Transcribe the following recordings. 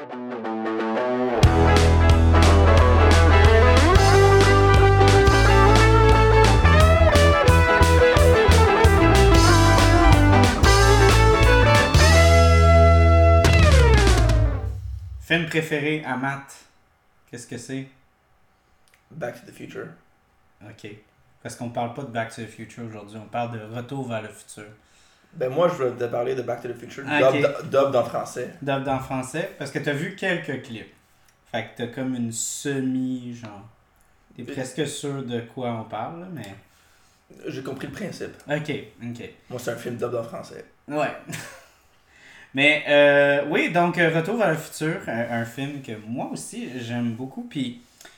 Film préféré à Matt, qu'est-ce que c'est? Back to the Future. Ok. Parce qu'on parle pas de Back to the Future aujourd'hui, on parle de Retour vers le futur. Ben moi, je veux te parler de Back to the Future, Ok. dub en français. Dub en français, parce que t'as vu quelques clips. Fait que t'as comme une genre... T'es presque sûr de quoi on parle, là, mais... J'ai compris le principe. Ok. Moi, c'est un film dub en français. Ouais. Mais oui, donc Retour vers le futur, un film que moi aussi j'aime beaucoup. Puis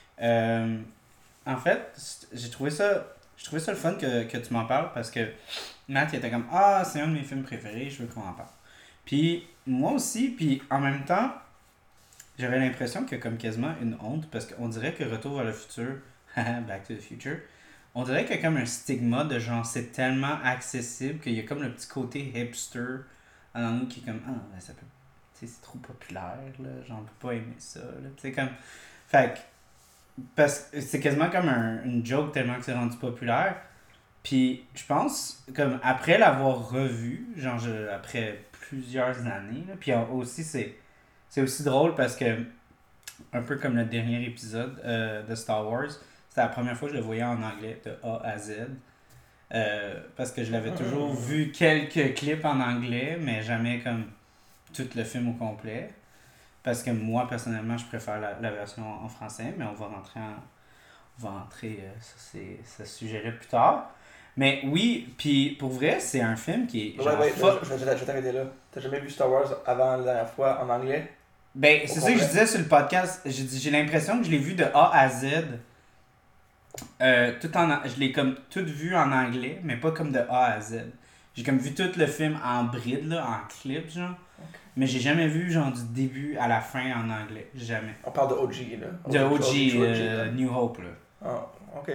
en fait, j'ai trouvé ça le fun que tu m'en parles parce que Matt il était comme ah c'est un de mes films préférés, je veux qu'on en parle. Puis moi aussi, puis en même temps, j'avais l'impression qu'il y a comme quasiment une honte parce qu'on dirait que Retour vers le futur, Back to the Future, on dirait qu'il y a comme un stigma de genre c'est tellement accessible qu'il y a comme le petit côté hipster en nous qui est comme ah ben ça peut tu sais c'est trop populaire là j'en peux pas aimer ça là tu sais comme fait que parce que c'est quasiment comme une joke tellement que c'est rendu populaire puis je pense comme après l'avoir revu genre après plusieurs années là, puis aussi c'est aussi drôle parce que un peu comme le dernier épisode de Star Wars c'était la première fois que je le voyais en anglais de A à Z. Parce que je l'avais toujours vu quelques clips en anglais, mais jamais comme tout le film au complet. Parce que moi, personnellement, je préfère la version en français, mais on va rentrer ce sujet-là plus tard. Mais oui, puis pour vrai, c'est un film qui est genre... je vais t'arrêter là. T'as jamais vu Star Wars avant la dernière fois en anglais? Ben, c'est ça que je disais sur le podcast. J'ai l'impression que je l'ai vu de A à Z... je l'ai comme tout vu en anglais, mais pas comme de A à Z. J'ai comme vu tout le film en bride, là, en clip, genre. Okay. Mais j'ai jamais vu, genre, du début à la fin en anglais. Jamais. On parle de OG, là. De OG, New Hope, là. Ah, ok.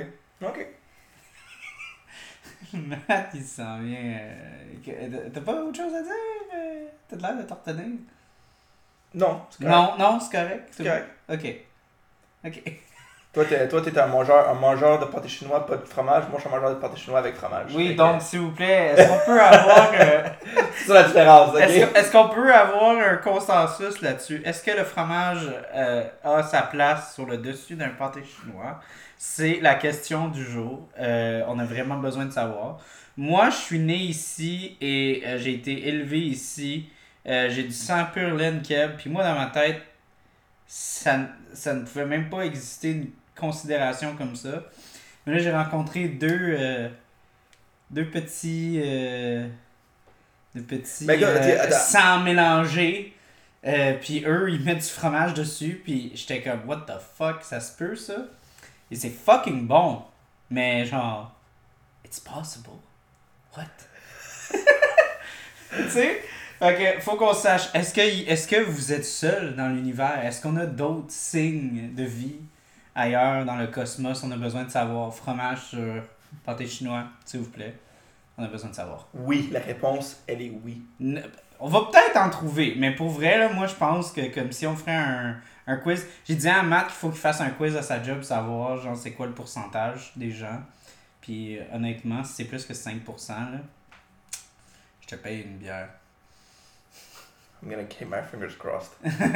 Matt, il s'en vient. T'as pas autre chose à dire? T'as l'air de t'en retenir? Non, c'est correct. Non, c'est correct. C'est correct. Ok. Toi, t'es un mangeur de pâté chinois, pas de fromage. Moi, je suis un mangeur de pâté chinois avec fromage. Oui, donc, s'il vous plaît, est-ce qu'on peut avoir... C'est ça la différence, ok? Est-ce qu'on peut avoir un consensus là-dessus? Est-ce que le fromage a sa place sur le dessus d'un pâté chinois? C'est la question du jour. On a vraiment besoin de savoir. Moi, je suis né ici et j'ai été élevé ici. J'ai du sang pur laine keb. Puis moi, dans ma tête, ça ne pouvait même pas exister une considération comme ça. Mais là, j'ai rencontré deux petits sans mélanger. Puis eux, ils mettent du fromage dessus. Puis j'étais comme, what the fuck, ça se peut ça? Et c'est fucking bon. Mais genre, it's possible. What? Tu sais? Fait que faut qu'on sache, est-ce que vous êtes seul dans l'univers? Est-ce qu'on a d'autres signes de vie ailleurs dans le cosmos? On a besoin de savoir. Fromage sur pâté chinois, s'il vous plaît. On a besoin de savoir. Oui, la réponse, elle est oui. On va peut-être en trouver, mais pour vrai, là, moi je pense que comme si on ferait un quiz. J'ai dit à Matt qu'il faut qu'il fasse un quiz à sa job, savoir genre c'est quoi le pourcentage des gens. Puis honnêtement, si c'est plus que 5%, là, je te paye une bière. I'm gonna keep my fingers crossed.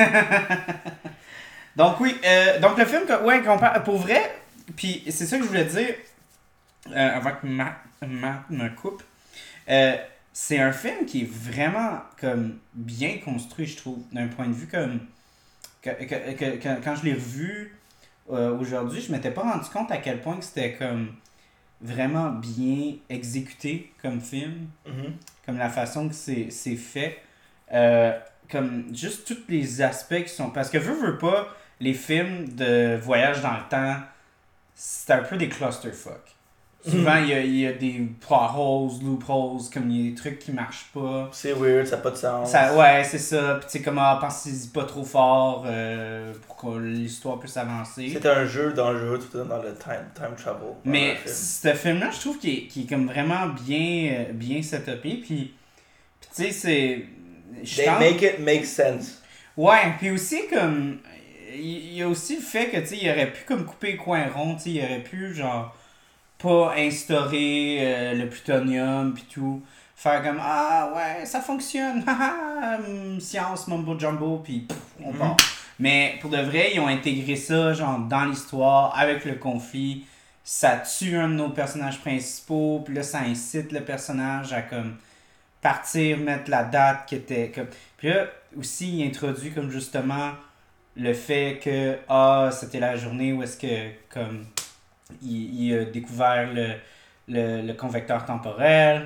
Donc oui, donc le film qu'on parle, pour vrai, puis c'est ça que je voulais dire avant que Matt me coupe. C'est un film qui est vraiment comme bien construit, je trouve, d'un point de vue comme quand je l'ai revu aujourd'hui, je m'étais pas rendu compte à quel point que c'était comme vraiment bien exécuté comme film, comme la façon que c'est fait. Comme juste tous les aspects qui sont... Parce que veux pas, les films de voyage dans le temps, c'est un peu des clusterfuck. Souvent, il y a des loopholes, comme il y a des trucs qui marchent pas. C'est weird, ça n'a pas de sens. Ouais, c'est ça. Puis tu sais, comment pensez-y pas trop fort pour que l'histoire puisse avancer. C'est un jeu dans le time travel. Mais ce film-là, je trouve qu'il est comme vraiment bien setupé. Puis tu sais, c'est... They make it make sense. Ouais, puis aussi, comme. Il y a aussi le fait que, tu sais, il aurait pu, comme, couper les coins ronds, tu sais, il aurait pu, genre, pas instaurer le plutonium, puis tout. Faire comme, ah, ouais, ça fonctionne, haha, science, mumbo jumbo, puis pff, on part. Mais pour de vrai, ils ont intégré ça, genre, dans l'histoire, avec le conflit. Ça tue un de nos personnages principaux, puis là, ça incite le personnage à, comme, partir, mettre la date qui était. Comme... Puis là, aussi, il introduit, comme, justement, le fait que, ah, c'était la journée où est-ce que, comme, il a découvert le convecteur temporel.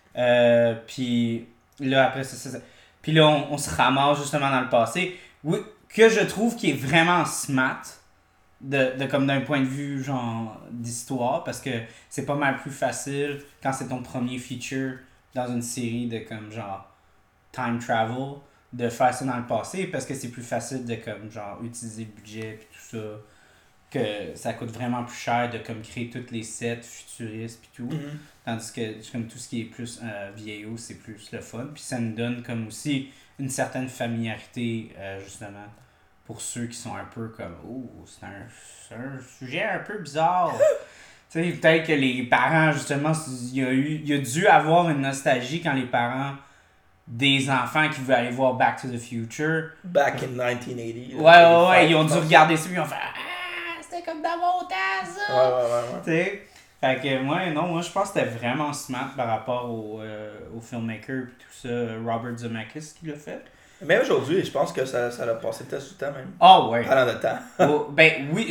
Puis là, après, ça. Puis là, on se ramasse justement dans le passé. Oui, que je trouve qui est vraiment smart. Comme d'un point de vue genre d'histoire, parce que c'est pas mal plus facile quand c'est ton premier feature dans une série de comme genre time travel de faire ça dans le passé, parce que c'est plus facile de comme genre utiliser le budget puis tout ça, que ça coûte vraiment plus cher de comme créer toutes les sets futuristes puis tout. Tandis que comme tout ce qui est plus vieillot, c'est plus le fun. Puis ça nous donne comme aussi une certaine familiarité justement pour ceux qui sont un peu comme oh, c'est un sujet un peu bizarre. Tu sais, peut-être que les parents, justement, il y a dû avoir une nostalgie quand les parents des enfants qui veulent aller voir Back to the Future. Back in 1980. Ouais, ils ont dû regarder ça et ils ont fait ah, c'était comme dans mon temps ça! Ouais. Tu sais? Fait que moi je pense que c'était vraiment smart par rapport au filmmaker et tout ça, Robert Zemeckis qui l'a fait. Mais aujourd'hui, je pense que ça a passé le test du temps même. Ah ouais! Parlant de temps. Oh, ben oui!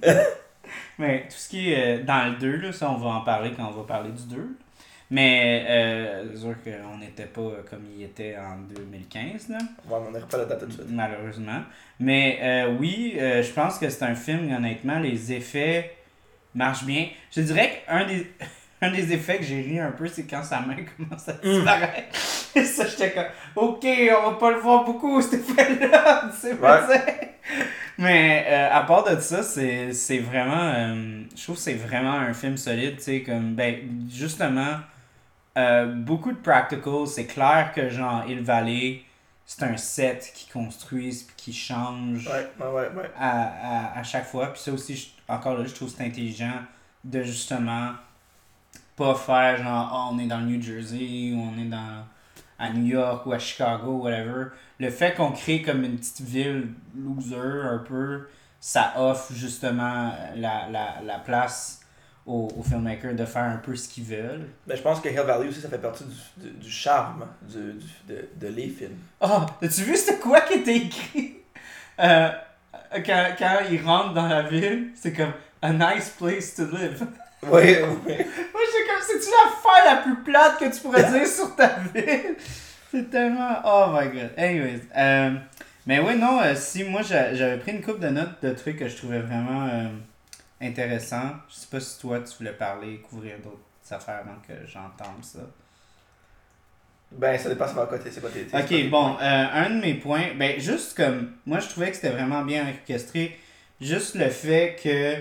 Mais tout ce qui est dans le 2, là, ça on va en parler quand on va parler du 2. Mais c'est sûr qu'on n'était pas comme il était en 2015. Là. Ouais, on n'arrive pas la date tout de suite. Malheureusement. Mais oui, je pense que c'est un film, honnêtement, les effets marchent bien. Je dirais qu'un des, un des effets que j'ai ri un peu, c'est quand sa main commence à disparaître. Et ça, j'étais comme, ok, on va pas le voir beaucoup, cet effet-là. Tu sais pas dire. Mais à part de ça, c'est vraiment. Je trouve que c'est vraiment un film solide, tu sais, comme. Ben, justement, beaucoup de practicals, c'est clair que, genre, Hill Valley, c'est un set qui construisent puis qui change Ouais. à chaque fois. Puis ça aussi, encore là, je trouve que c'est intelligent de justement pas faire genre, oh, on est dans le New Jersey ou on est à New York ou à Chicago, whatever. Le fait qu'on crée comme une petite ville loser un peu, ça offre justement la place aux filmmakers de faire un peu ce qu'ils veulent. Mais je pense que Hill Valley aussi, ça fait partie du charme de les films. Oh, as-tu vu c'était quoi qui était écrit? Quand ils rentrent dans la ville, c'est comme a nice place to live. Oui. Moi, j'étais comme, c'est-tu l'affaire la plus plate que tu pourrais dire sur ta ville? C'est tellement. Oh my god. Anyways. Mais oui, non, si moi j'avais pris une couple de notes de trucs que je trouvais vraiment intéressants. Je sais pas si toi tu voulais parler, couvrir d'autres affaires avant que j'entende ça. Ben, ça dépasse ma côté, c'est pas tes. Ok, bon, un de mes points, ben, juste comme. Moi, je trouvais que c'était vraiment bien orchestré. Juste le fait que.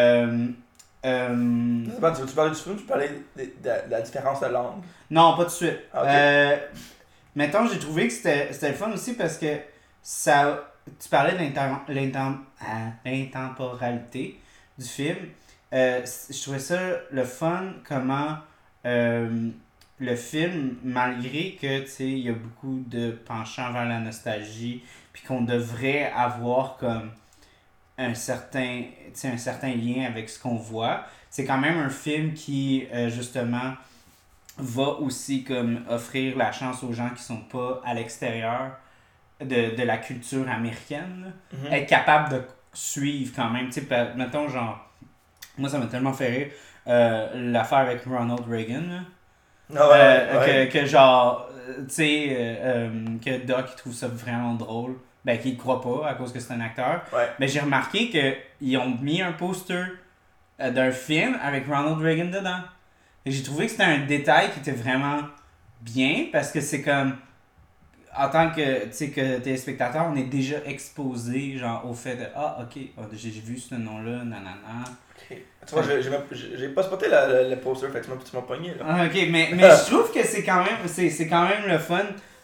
Tu veux parler du film ou tu parlais de la différence de langue? Non, pas tout de suite. Okay. Mettons, j'ai trouvé que c'était le fun aussi parce que ça. Tu parlais de l'intemporalité du film. Je trouvais ça le fun comment le film, malgré que tu sais, il y a beaucoup de penchants vers la nostalgie, puis qu'on devrait avoir comme un certain lien avec ce qu'on voit, c'est quand même un film qui justement va aussi comme offrir la chance aux gens qui sont pas à l'extérieur de la culture américaine, là. Être capable de suivre quand même, tu sais, mettons genre, moi ça m'a tellement fait rire, l'affaire avec Ronald Reagan, là. Que genre, tu sais, que Doc il trouve ça vraiment drôle, ben qu'il ne croit pas à cause que c'est un acteur, mais j'ai remarqué qu'ils ont mis un poster d'un film avec Ronald Reagan dedans. Et j'ai trouvé que c'était un détail qui était vraiment bien parce que c'est comme en tant que tu sais que téléspectateur, on est déjà exposé genre au fait de ah ok, j'ai vu ce nom là, nanana. Okay. Tu vois, j'ai pas spoté le poster, fait que tu m'as pogné là. Ah, ok, mais je trouve que c'est quand même le fun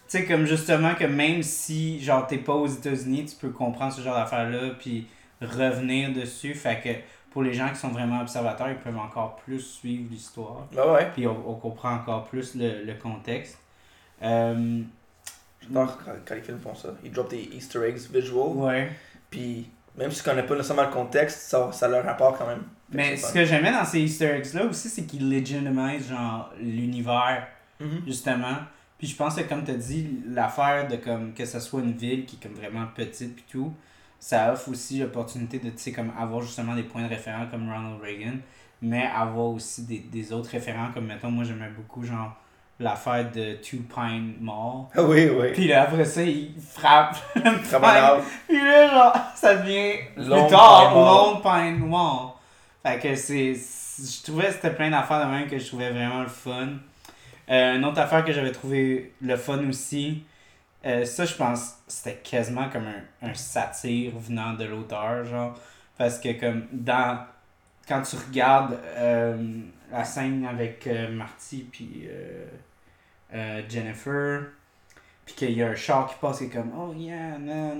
sais, comme justement que même si, genre, t'es pas aux États-Unis, tu peux comprendre ce genre d'affaires-là, puis revenir dessus. Fait que pour les gens qui sont vraiment observateurs, ils peuvent encore plus suivre l'histoire. Ouais. Puis on comprend encore plus le contexte. Euh, J'adore quand les films font ça. Ils drop des Easter eggs visual. ouais. Puis même si tu connais pas nécessairement le contexte, ça a leur rapport quand même. Mais ce que j'aimais dans ces Easter eggs-là aussi, c'est qu'ils légitimisent genre l'univers, justement. Puis je pense que comme tu as dit, l'affaire de comme que ce soit une ville qui est comme vraiment petite puis tout, ça offre aussi l'opportunité de, tu sais, comme avoir justement des points de référence comme Ronald Reagan, mais avoir aussi des autres référents comme, mettons, moi j'aimais beaucoup genre l'affaire de Two Pine Mall. Ah oui. Puis là, après ça, il frappe le Pine. Puis là, genre, ça devient Long plus tard Pine Mall. Long Pine Mall. Fait que je trouvais que c'était plein d'affaires de même que je trouvais vraiment le fun. Une autre affaire que j'avais trouvé le fun aussi, ça je pense c'était quasiment comme un satire venant de l'auteur, genre. Parce que comme quand tu regardes la scène avec Marty puis Jennifer, puis qu'il y a un char qui passe et comme oh yeah,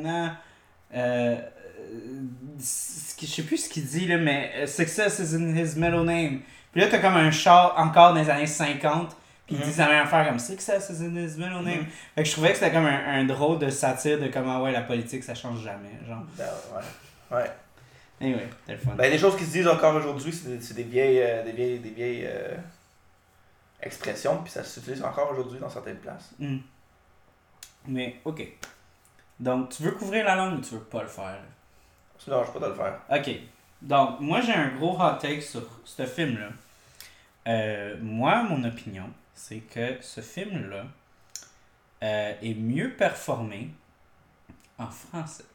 je sais plus ce qu'il dit là, mais success is in his middle name. Puis là t'as comme un char encore dans les années 50, puis il dit la même affaire comme success is in his middle name. Fait que je trouvais que c'était comme un drôle de satire de comment ouais la politique ça change jamais, genre. Ouais. Anyway, c'était le fun. Ben, des choses qui se disent encore aujourd'hui, c'est des vieilles expressions, puis ça s'utilise encore aujourd'hui dans certaines places. Mais, ok. Donc, tu veux couvrir la langue ou tu veux pas le faire? Ça ne dérange pas de le faire. Ok. Donc, moi, j'ai un gros hot take sur ce film-là. Moi, mon opinion, c'est que ce film-là est mieux performé en français.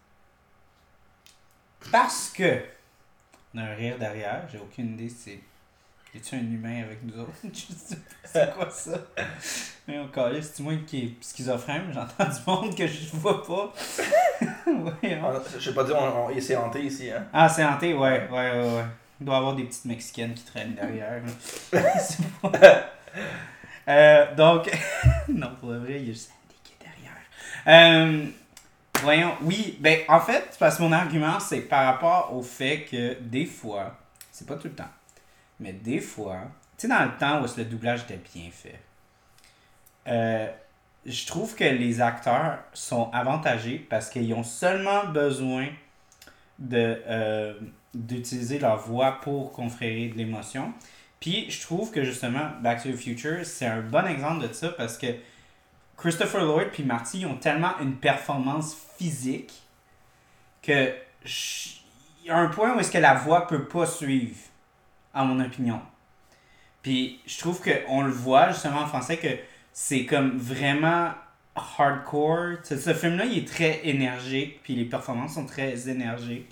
Parce que, on a un rire derrière, j'ai aucune idée si y a-tu un humain avec nous autres? Je sais pas c'est quoi ça. Mais on calait, c'est moi qui est schizophrène, j'entends du monde que je vois pas. Ouais, je sais pas dire, c'est hanté ici, hein. Ah, c'est hanté, ouais. Il doit y avoir des petites Mexicaines qui traînent derrière. C'est pas... donc, non, pour le vrai, il y a juste Andy qui est derrière. Voyons, oui, ben en fait, parce que mon argument, c'est par rapport au fait que des fois, c'est pas tout le temps, mais des fois, tu sais, dans le temps où le doublage était bien fait, je trouve que les acteurs sont avantagés parce qu'ils ont seulement besoin d'utiliser leur voix pour conférer de l'émotion. Puis je trouve que justement, Back to the Future, c'est un bon exemple de ça parce que Christopher Lloyd puis Marty ont tellement une performance physique que il y a un point où est-ce que la voix peut pas suivre, à mon opinion. Puis je trouve qu'on le voit justement en français que c'est comme vraiment hardcore. Ce film-là, il est très énergique, puis les performances sont très énergiques.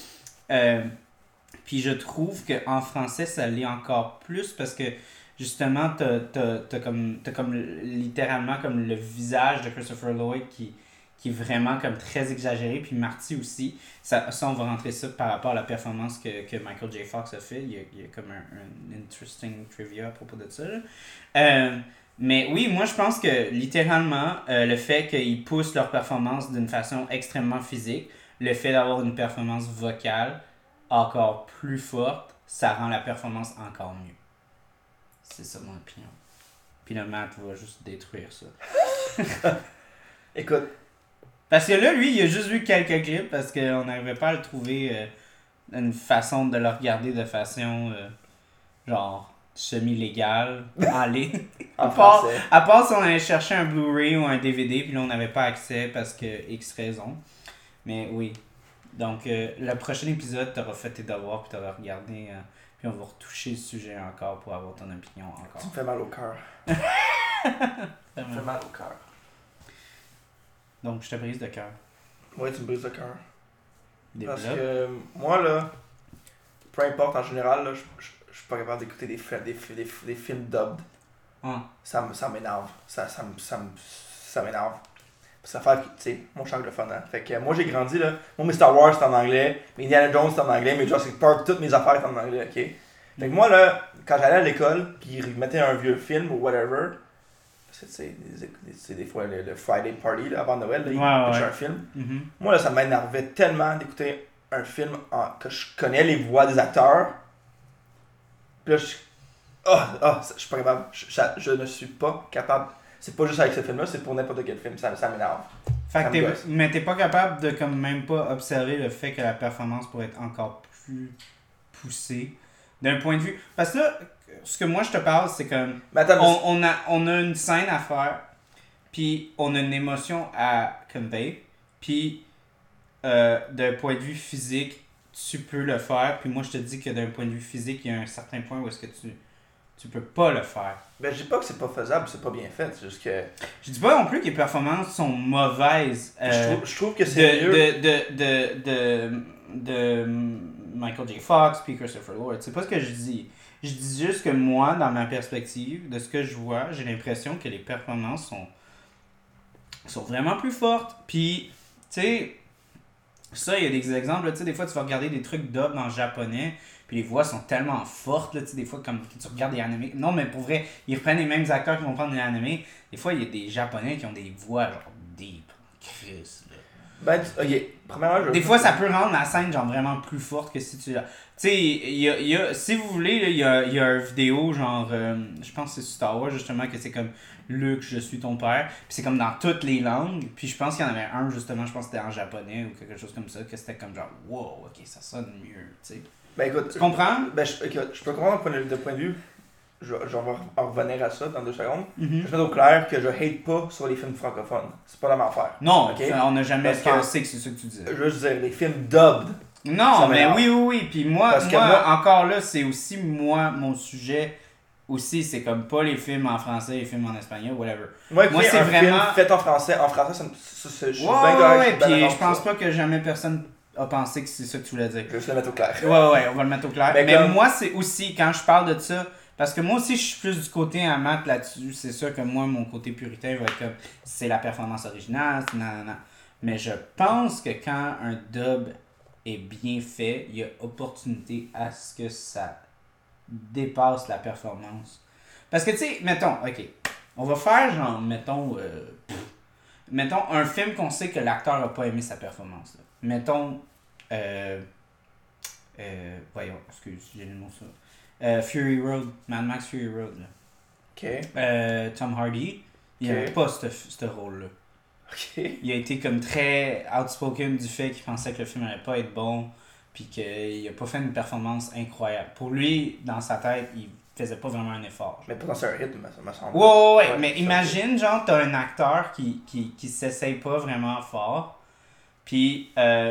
Puis je trouve qu'en français, ça l'est encore plus parce que justement, t'as comme littéralement comme le visage de Christopher Lloyd qui est vraiment comme très exagéré, puis Marty aussi. Ça, on va rentrer ça par rapport à la performance que Michael J. Fox a fait. Il y a comme un interesting trivia à propos de ça. Mais oui, moi je pense que littéralement, le fait qu'ils poussent leur performance d'une façon extrêmement physique, le fait d'avoir une performance vocale encore plus forte, ça rend la performance encore mieux. C'est ça mon opinion. Puis le Matt va juste détruire ça. Écoute. Parce que là, lui, il a juste vu quelques clips parce qu'on n'arrivait pas à le trouver une façon de le regarder de façon genre semi-légale en ligne. à part si on allait chercher un Blu-ray ou un DVD, puis là on n'avait pas accès parce que X raison. Mais oui. Donc le prochain épisode, tu auras fait tes devoirs puis tu auras regardé. Puis on va retoucher le sujet encore pour avoir ton opinion encore. Tu me fais mal au cœur. Tu me fais mal au cœur. Donc, je te brise le cœur. Oui, tu me brises le cœur. Développe. Parce que moi, là, peu importe en général, là, je suis pas capable d'écouter des films dubbed. Ça m'énerve. Ça m'énerve. Ça fait que, tu sais, moi je suis anglophone, hein. Fait que moi j'ai grandi là. Moi mes Star Wars c'est en anglais, mes Indiana Jones c'est en anglais, mes Jurassic Park, toutes mes affaires c'est en anglais, ok? Fait que moi là, quand j'allais à l'école, pis ils mettaient un vieux film ou whatever, c'est des fois le Friday Party là, avant Noël, là, ils pitchent un film. Mm-hmm. Moi, là, ça m'énervait tellement d'écouter un film que je connais les voix des acteurs. Puis là, je suis pas capable. Je ne suis pas capable. C'est pas juste avec ce film-là, c'est pour n'importe quel film. Ça m'énerve. Fait que mais t'es pas capable de comme même pas observer le fait que la performance pourrait être encore plus poussée d'un point de vue. Parce que là, ce que moi je te parle, c'est comme on a une scène à faire, puis on a une émotion à convey, puis d'un point de vue physique, tu peux le faire, puis moi je te dis que d'un point de vue physique, il y a un certain point où est-ce que tu peux pas le faire. Ben, je dis pas que c'est pas faisable, c'est pas bien fait, c'est juste que... Je dis pas non plus que les performances sont mauvaises. Je trouve que c'est mieux... De Michael J. Fox puis Christopher Lloyd. C'est pas ce que je dis. Je dis juste que moi, dans ma perspective, de ce que je vois, j'ai l'impression que les performances sont vraiment plus fortes. Puis, tu sais, ça, il y a des exemples. Tu sais, des fois, tu vas regarder des trucs dub en japonais, puis les voix sont tellement fortes. Là, tu sais, des fois, comme tu regardes des animés. Non, mais pour vrai, ils reprennent les mêmes acteurs qui vont prendre des animés. Des fois, il y a des japonais qui ont des voix genre deep. Chris, là. Ben, ok, premièrement, des fois, ça peut rendre la scène genre vraiment plus forte que si tu... Tu sais, il y a, si vous voulez, il y a une vidéo genre, je pense que c'est Star Wars justement, que c'est comme Luke, je suis ton père. Puis c'est comme dans toutes les langues. Puis je pense qu'il y en avait un justement, je pense que c'était en japonais ou quelque chose comme ça, que c'était comme genre, wow, ok, ça sonne mieux, tu sais. Ben écoute, tu comprends? Ben je peux comprendre de point de vue. Je vais en revenir à ça dans 2 secondes. Mm-hmm. Je mets au clair que je hate pas sur les films francophones. C'est pas la même affaire. Non, okay? On n'a jamais pensé que c'est ça que tu disais. Je veux juste dire, les films dubbed. Non, mais oui. Puis moi, encore là, c'est aussi mon sujet aussi. C'est comme pas les films en français, les films en espagnol, whatever. Moi c'est vraiment. Film fait en français, je suis bien correct. Puis je pense pas que jamais personne a pensé que c'est ça que tu voulais dire. Je vais juste le mettre au clair. Ouais, on va le mettre au clair. Mais moi, c'est aussi, quand je parle de ça. Parce que moi aussi, je suis plus du côté amateur là-dessus. C'est sûr que moi, mon côté puritain va être comme c'est la performance originale, non. Mais je pense que quand un dub est bien fait, il y a opportunité à ce que ça dépasse la performance. Parce que, tu sais, mettons, ok, on va faire genre, mettons un film qu'on sait que l'acteur n'a pas aimé sa performance. Là. Mettons, voyons, excuse, j'ai le mot ça. Fury Road, Mad Max Fury Road. Là. Ok. Tom Hardy, il n'avait pas ce rôle-là. Ok. Il a été comme très outspoken du fait qu'il pensait que le film n'allait pas être bon, puis qu'il n'a pas fait une performance incroyable. Pour lui, dans sa tête, il faisait pas vraiment un effort. Mais pourtant, c'est un hit, me semble. Ouais, mais imagine, genre, t'as un acteur qui s'essaye pas vraiment fort, puis,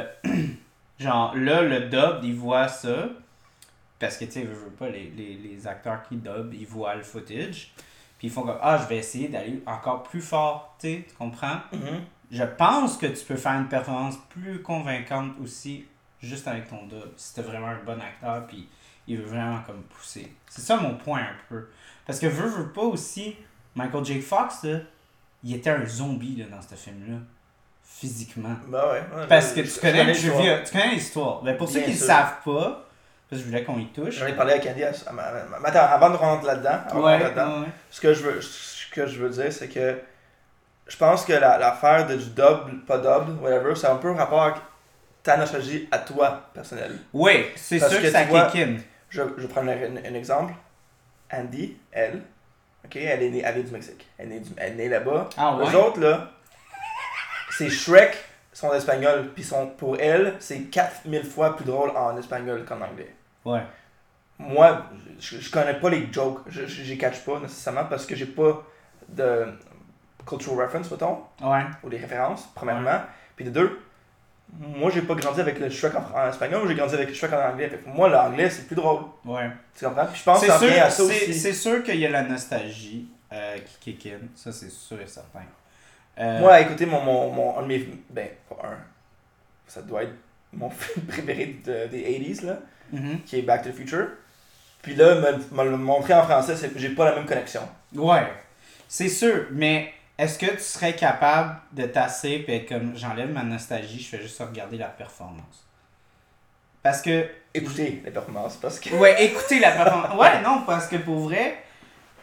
genre, là, le dub, il voit ça. Parce que, tu sais, je veux pas, les acteurs qui dub, ils voient le footage. Puis ils font comme, je vais essayer d'aller encore plus fort, tu comprends? Mm-hmm. Je pense que tu peux faire une performance plus convaincante aussi, juste avec ton dub. Si t'es vraiment un bon acteur, puis il veut vraiment comme pousser. C'est ça mon point un peu. Parce que veux pas aussi, Michael J. Fox, là, il était un zombie là, dans ce film-là. Physiquement. Bah ouais. Parce que tu connais l'histoire. Mais pour ceux qui ne savent pas, je voulais qu'on y touche. J'en ai parlé avec Andy. Attends, avant de rentrer là-dedans, ce que je veux dire, c'est que je pense que l'affaire du dub, pas dub, whatever, c'est un peu un rapport avec ta nostalgie à toi, personnelle. Oui, c'est sûr que ça kick in. Je prends un exemple. Andy, elle est du Mexique. Elle est née là-bas. Ah ouais? Les autres, là, c'est Shrek, sont espagnols, puis pour elle, c'est 4000 fois plus drôle en espagnol qu'en anglais. Ouais. Moi, je connais pas les jokes, je catch pas nécessairement parce que j'ai pas de cultural reference, mettons. Ouais. Ou des références, premièrement. Puis de deux, moi j'ai pas grandi avec le Shrek en espagnol, j'ai grandi avec le Shrek en anglais. Fait que moi, l'anglais c'est plus drôle. Ouais. Tu comprends? Puis je pense que ça revient à ça aussi. C'est sûr qu'il y a la nostalgie qui kick in, ça c'est sûr et certain. Moi, écoutez, un de mes. Ben, pas un. Ça doit être mon film préféré des 80s, là. Mm-hmm. Qui est Back to the Future. Puis là, me le montrer en français, j'ai pas la même connexion. Ouais, c'est sûr, mais est-ce que tu serais capable de tasser et être comme j'enlève ma nostalgie, je fais juste regarder la performance? Parce que. Écoutez la performance, parce que. Ouais, écoutez la performance. Ouais, non, parce que pour vrai,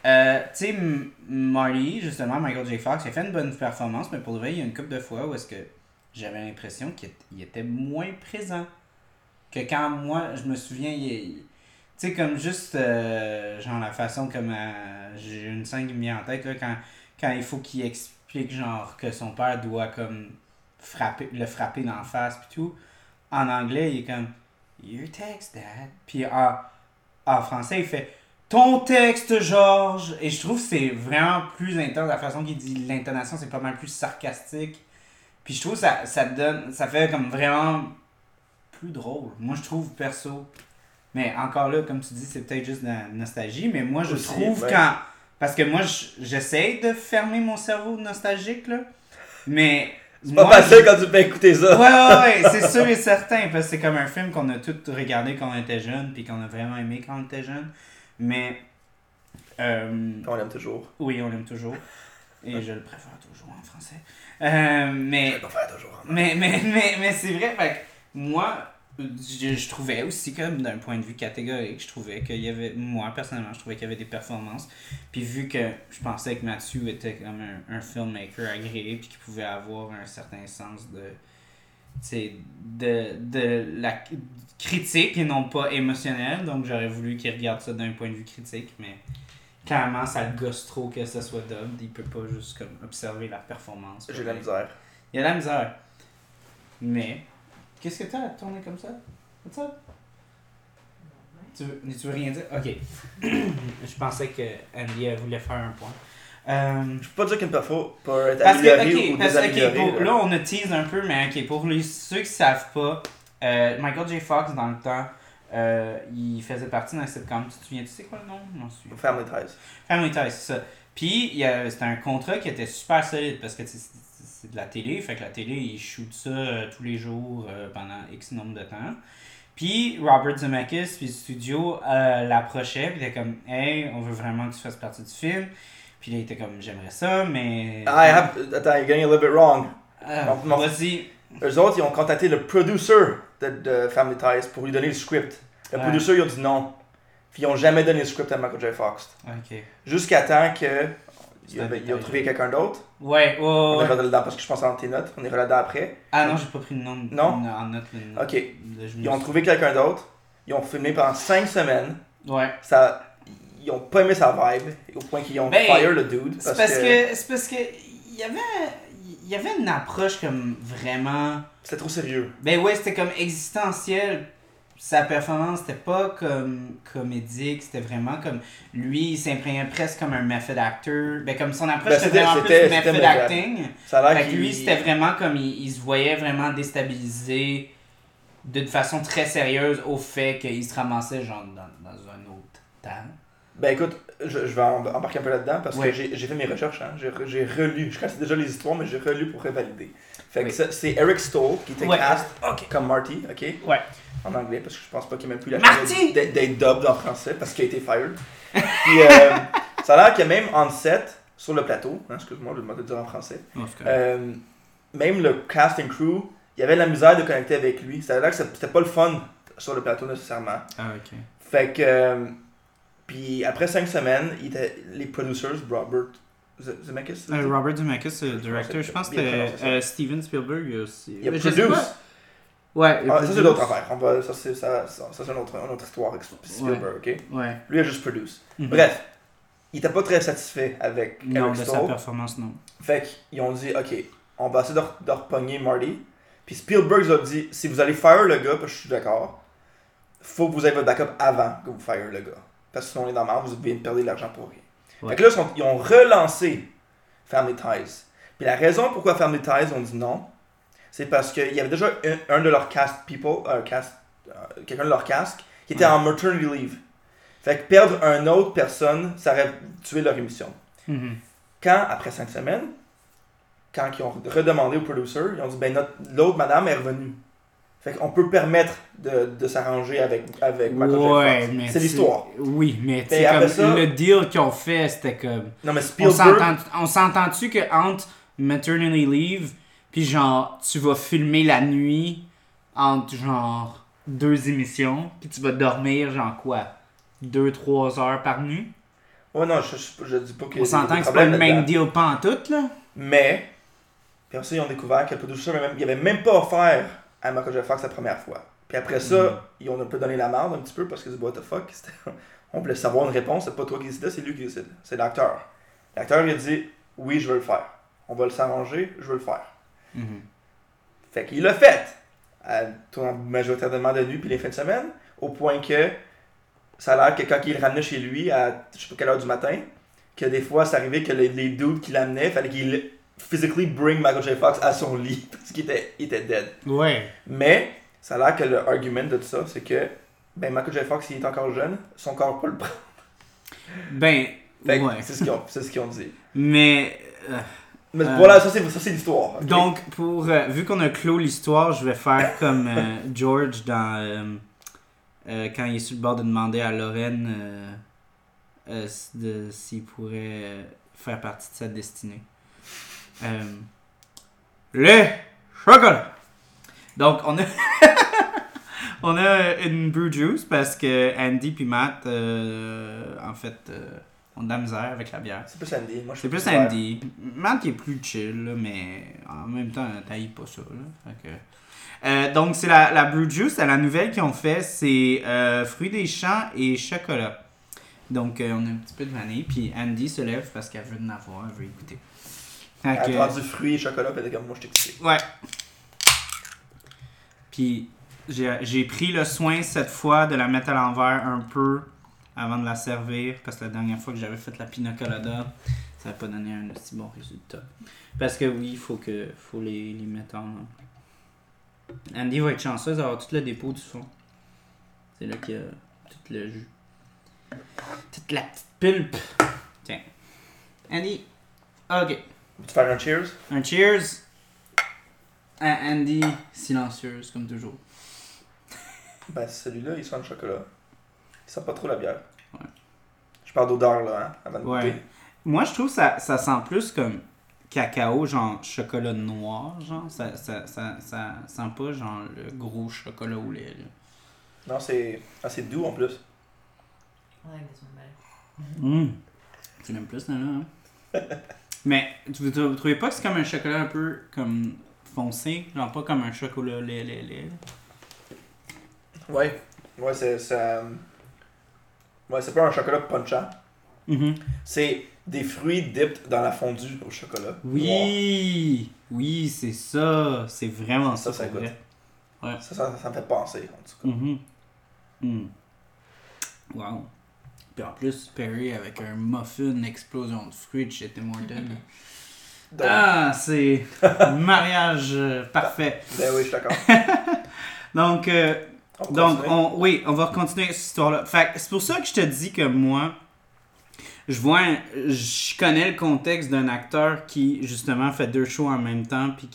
Tu sais, Marty, justement, Michael J. Fox, il a fait une bonne performance, mais pour le vrai, il y a une couple de fois où est-ce que j'avais l'impression qu'il était moins présent que quand moi, je me souviens, tu sais, comme juste, genre, la façon comme, j'ai une scène qui me vient en tête, là, quand il faut qu'il explique, genre, que son père doit, comme, le frapper dans la face, pis tout, en anglais, il est comme, your text, dad. Puis en français, il fait, ton texte, Georges. Et je trouve que c'est vraiment plus intense, la façon qu'il dit l'intonation, c'est pas mal plus sarcastique. Puis je trouve que ça fait comme vraiment plus drôle. Moi, je trouve, perso. Mais encore là, comme tu dis, c'est peut-être juste de la nostalgie. Mais moi, je trouve quand... Parce que moi, j'essaie de fermer mon cerveau nostalgique, là. Mais... C'est pas facile quand tu peux écouter ça. Ouais, c'est sûr et certain. Parce que c'est comme un film qu'on a tous regardé quand on était jeune. Puis qu'on a vraiment aimé quand on était jeune. Mais... on l'aime toujours. Oui, on l'aime toujours. Et je le préfère toujours en français. Mais... Je le préfère toujours en mais c'est vrai, fait que moi, je trouvais aussi comme d'un point de vue catégorique, je trouvais qu'il y avait, moi personnellement, je trouvais qu'il y avait des performances. Puis vu que je pensais que Mathieu était comme un filmmaker agréé, puis qu'il pouvait avoir un certain sens de la critique et non pas émotionnel, donc j'aurais voulu qu'il regarde ça d'un point de vue critique, mais clairement ça le gosse trop que ça soit dubbed, il peut pas juste comme observer la performance. J'ai de la misère. Il y a de la misère. Mais, qu'est-ce que t'as à tourner comme ça? What's up? Tu veux rien dire? Ok. Je pensais que Andy voulait faire un point. Je peux pas dire qu'une perfo peut être améliorée ou désaméliorée. Là, on a tease un peu, mais ok, pour ceux qui savent pas, Michael J. Fox, dans le temps, il faisait partie d'un sitcom. Tu te souviens, tu sais quoi le nom? Non, je suis... Family Ties. Family Ties, c'est ça. Puis, c'était un contrat qui était super solide parce que c'est de la télé. Fait que la télé, ils shootent ça tous les jours pendant X nombre de temps. Puis, Robert Zemeckis puis le studio l'approchait. Puis, il était comme, hey, on veut vraiment que tu fasses partie du film. Puis, là, il était comme, j'aimerais ça, mais. Attends, you're getting a little bit wrong. Vas-y. Eux autres, ils ont contacté le producer de Family Ties pour lui donner le script. Le producer, ils ont dit non. Puis ils n'ont jamais donné le script à Michael J. Fox. Ok. Jusqu'à temps qu'ils ont trouvé quelqu'un d'autre. Ouais. On est redé dedans parce que je pense dans tes notes. On est redé après. Ah non, j'ai pas pris le nom. Non? En note. Ok. Ils ont trouvé quelqu'un d'autre. Ils ont filmé pendant 5 semaines. Ouais. Ils ont pas aimé sa vibe. Au point qu'ils ont fire le dude. C'est parce que il y avait une approche comme vraiment... C'était trop sérieux. Ben ouais, c'était comme existentiel. Sa performance, c'était pas comme comédique, c'était vraiment comme... Lui, il s'imprégnait presque comme un method actor. Ben comme son approche, c'était vraiment plus method acting. Ça a l'air fait que lui, c'était vraiment comme... Il se voyait vraiment déstabilisé d'une façon très sérieuse au fait qu'il se ramassait genre dans un autre temps. Ben écoute, je vais embarquer un peu là-dedans parce que j'ai fait mes recherches. Hein. J'ai relu. Je connaissais déjà les histoires, mais j'ai relu pour revalider. Fait que c'est Eric Stoll qui était cast comme Marty, ok? Ouais. En anglais, parce que je pense pas qu'il ait même plus la chance d'être dubbed en français parce qu'il a été fired. Puis ça a l'air qu'il y a même on set sur le plateau, hein, excuse-moi, je vais te dire en français. Même le casting crew, il y avait la misère de connecter avec lui. Ça a l'air que c'était pas le fun sur le plateau nécessairement. Ah, ok. Fait que. Puis après 5 semaines, les producers, Robert Zemeckis. Robert Zemeckis, le directeur, je pense que c'était Steven Spielberg aussi. Il a produce. Ouais. Ça c'est d'autres affaires. Ça c'est une autre histoire avec Spielberg, ok? Ouais. Lui il a juste produce. Bref, il était pas très satisfait avec Eric Stoll. Sa performance, non. Fait qu'ils ont dit, ok, on va essayer de repogner Marty. Puis Spielberg a dit, si vous allez fire le gars, parce que je suis d'accord, faut que vous ayez votre backup avant que vous fire le gars. Parce que sinon on est dans le mal, vous allez perdre de l'argent pour rien. Fait que là, ils ont relancé Family Ties. Puis la raison pourquoi Family Ties ont dit non, c'est parce qu'il y avait déjà un de leurs quelqu'un de leur cast qui était en maternity leave. Fait que perdre une autre personne, ça aurait tué leur émission. Quand, après 5 semaines, quand ils ont redemandé au producer, ils ont dit ben l'autre madame est revenue. Fait qu'on peut permettre de s'arranger avec Michael J. Fox. C'est l'histoire. Oui, mais tu sais, comme ça, le deal qu'ils ont fait, c'était comme... Non, mais Spielberg... On s'entend-tu que entre maternity leave, puis genre, tu vas filmer la nuit entre genre 2 émissions, puis tu vas dormir genre quoi? 2-3 heures par nuit? Ouais, non, je dis pas que. On s'entend que c'est pas le même deal pantoute, là. Mais, puis après ça, ils ont découvert que le producer, il avait même pas offert à Michael J. Fox la première fois. Puis après ça, ils ont un peu donné la merde un petit peu parce que what the fuck, on voulait savoir une réponse, c'est pas toi qui décidais, c'est lui qui décide. C'est l'acteur. L'acteur, il a dit oui, je veux le faire. On va le s'arranger, je veux le faire. Fait qu'il l'a fait. Majoritairement de nuit puis les fins de semaine, au point que ça a l'air que quand il le ramenait chez lui à je sais pas quelle heure du matin, que des fois ça arrivait que les dudes qui l'amenaient, fallait qu'il physically bring Michael J. Fox à son lit parce qu'il était dead. Ouais. Mais ça a l'air que le argument de tout ça, c'est que Michael J. Fox, il est encore jeune, son corps peut le prendre. Ouais. C'est ce qu'ils ont dit. Mais voilà, ça c'est l'histoire. Okay? Donc, vu qu'on a clos l'histoire, je vais faire comme George dans quand il est sur le bord de demander à Lorraine s'il pourrait faire partie de sa destinée. Le chocolat! Donc, on a une brew juice parce que Andy puis Matt, en fait, ont de la misère avec la bière. C'est plus Andy. Moi, c'est plus Andy. Matt, il est plus chill, là, mais en même temps, t'haïs pas ça. Là. Fait que, donc, c'est la brew juice. La nouvelle qu'ils ont fait, c'est fruits des champs et chocolat. Donc, on a un petit peu de vanille. Puis Andy se lève parce qu'elle veut en avoir, elle veut écouter. Elle a du fruit et chocolat, puis elle est comme moi, je t'explique. Ouais. Puis j'ai pris le soin cette fois de la mettre à l'envers un peu avant de la servir, parce que la dernière fois que j'avais fait la pina colada, ça n'a pas donné un aussi bon résultat. Parce que oui, il faut les mettre en... Andy va être chanceuse d'avoir tout le dépôt du fond. C'est là qu'il y a tout le jus. Toute la petite pulpe. Tiens. Andy. Ok. Tu faire un cheers? Un cheers. À Andy, silencieuse, comme toujours. Celui-là, il sent le chocolat. Il sent pas trop la bière. Ouais. Je parle d'odeur, là, hein, avant de goûter. Moi, je trouve que ça sent plus comme cacao, genre chocolat noir, genre. Ça sent pas, genre, le gros chocolat au lait, là. Non, c'est doux, en plus. I like this one better. Tu l'aimes plus, là, hein? Mais, vous trouvez pas que c'est comme un chocolat un peu, comme... foncé, genre pas comme un chocolat lait. Ouais, c'est pas un chocolat punchant. C'est des fruits dipped dans la fondue au chocolat. Oui, wow. Oui, c'est ça. C'est vraiment ça. Ça goûte. Ouais. Ça me fait penser, en tout cas. Wow. Puis en plus, Perry avec un muffin, explosion de fruits de chez Tim Hortons. C'est un mariage parfait. Ben oui, je suis d'accord. Donc, on va continuer cette histoire-là. Fait c'est pour ça que je te dis que moi, je connais le contexte d'un acteur qui, justement, fait 2 shows en même temps, puis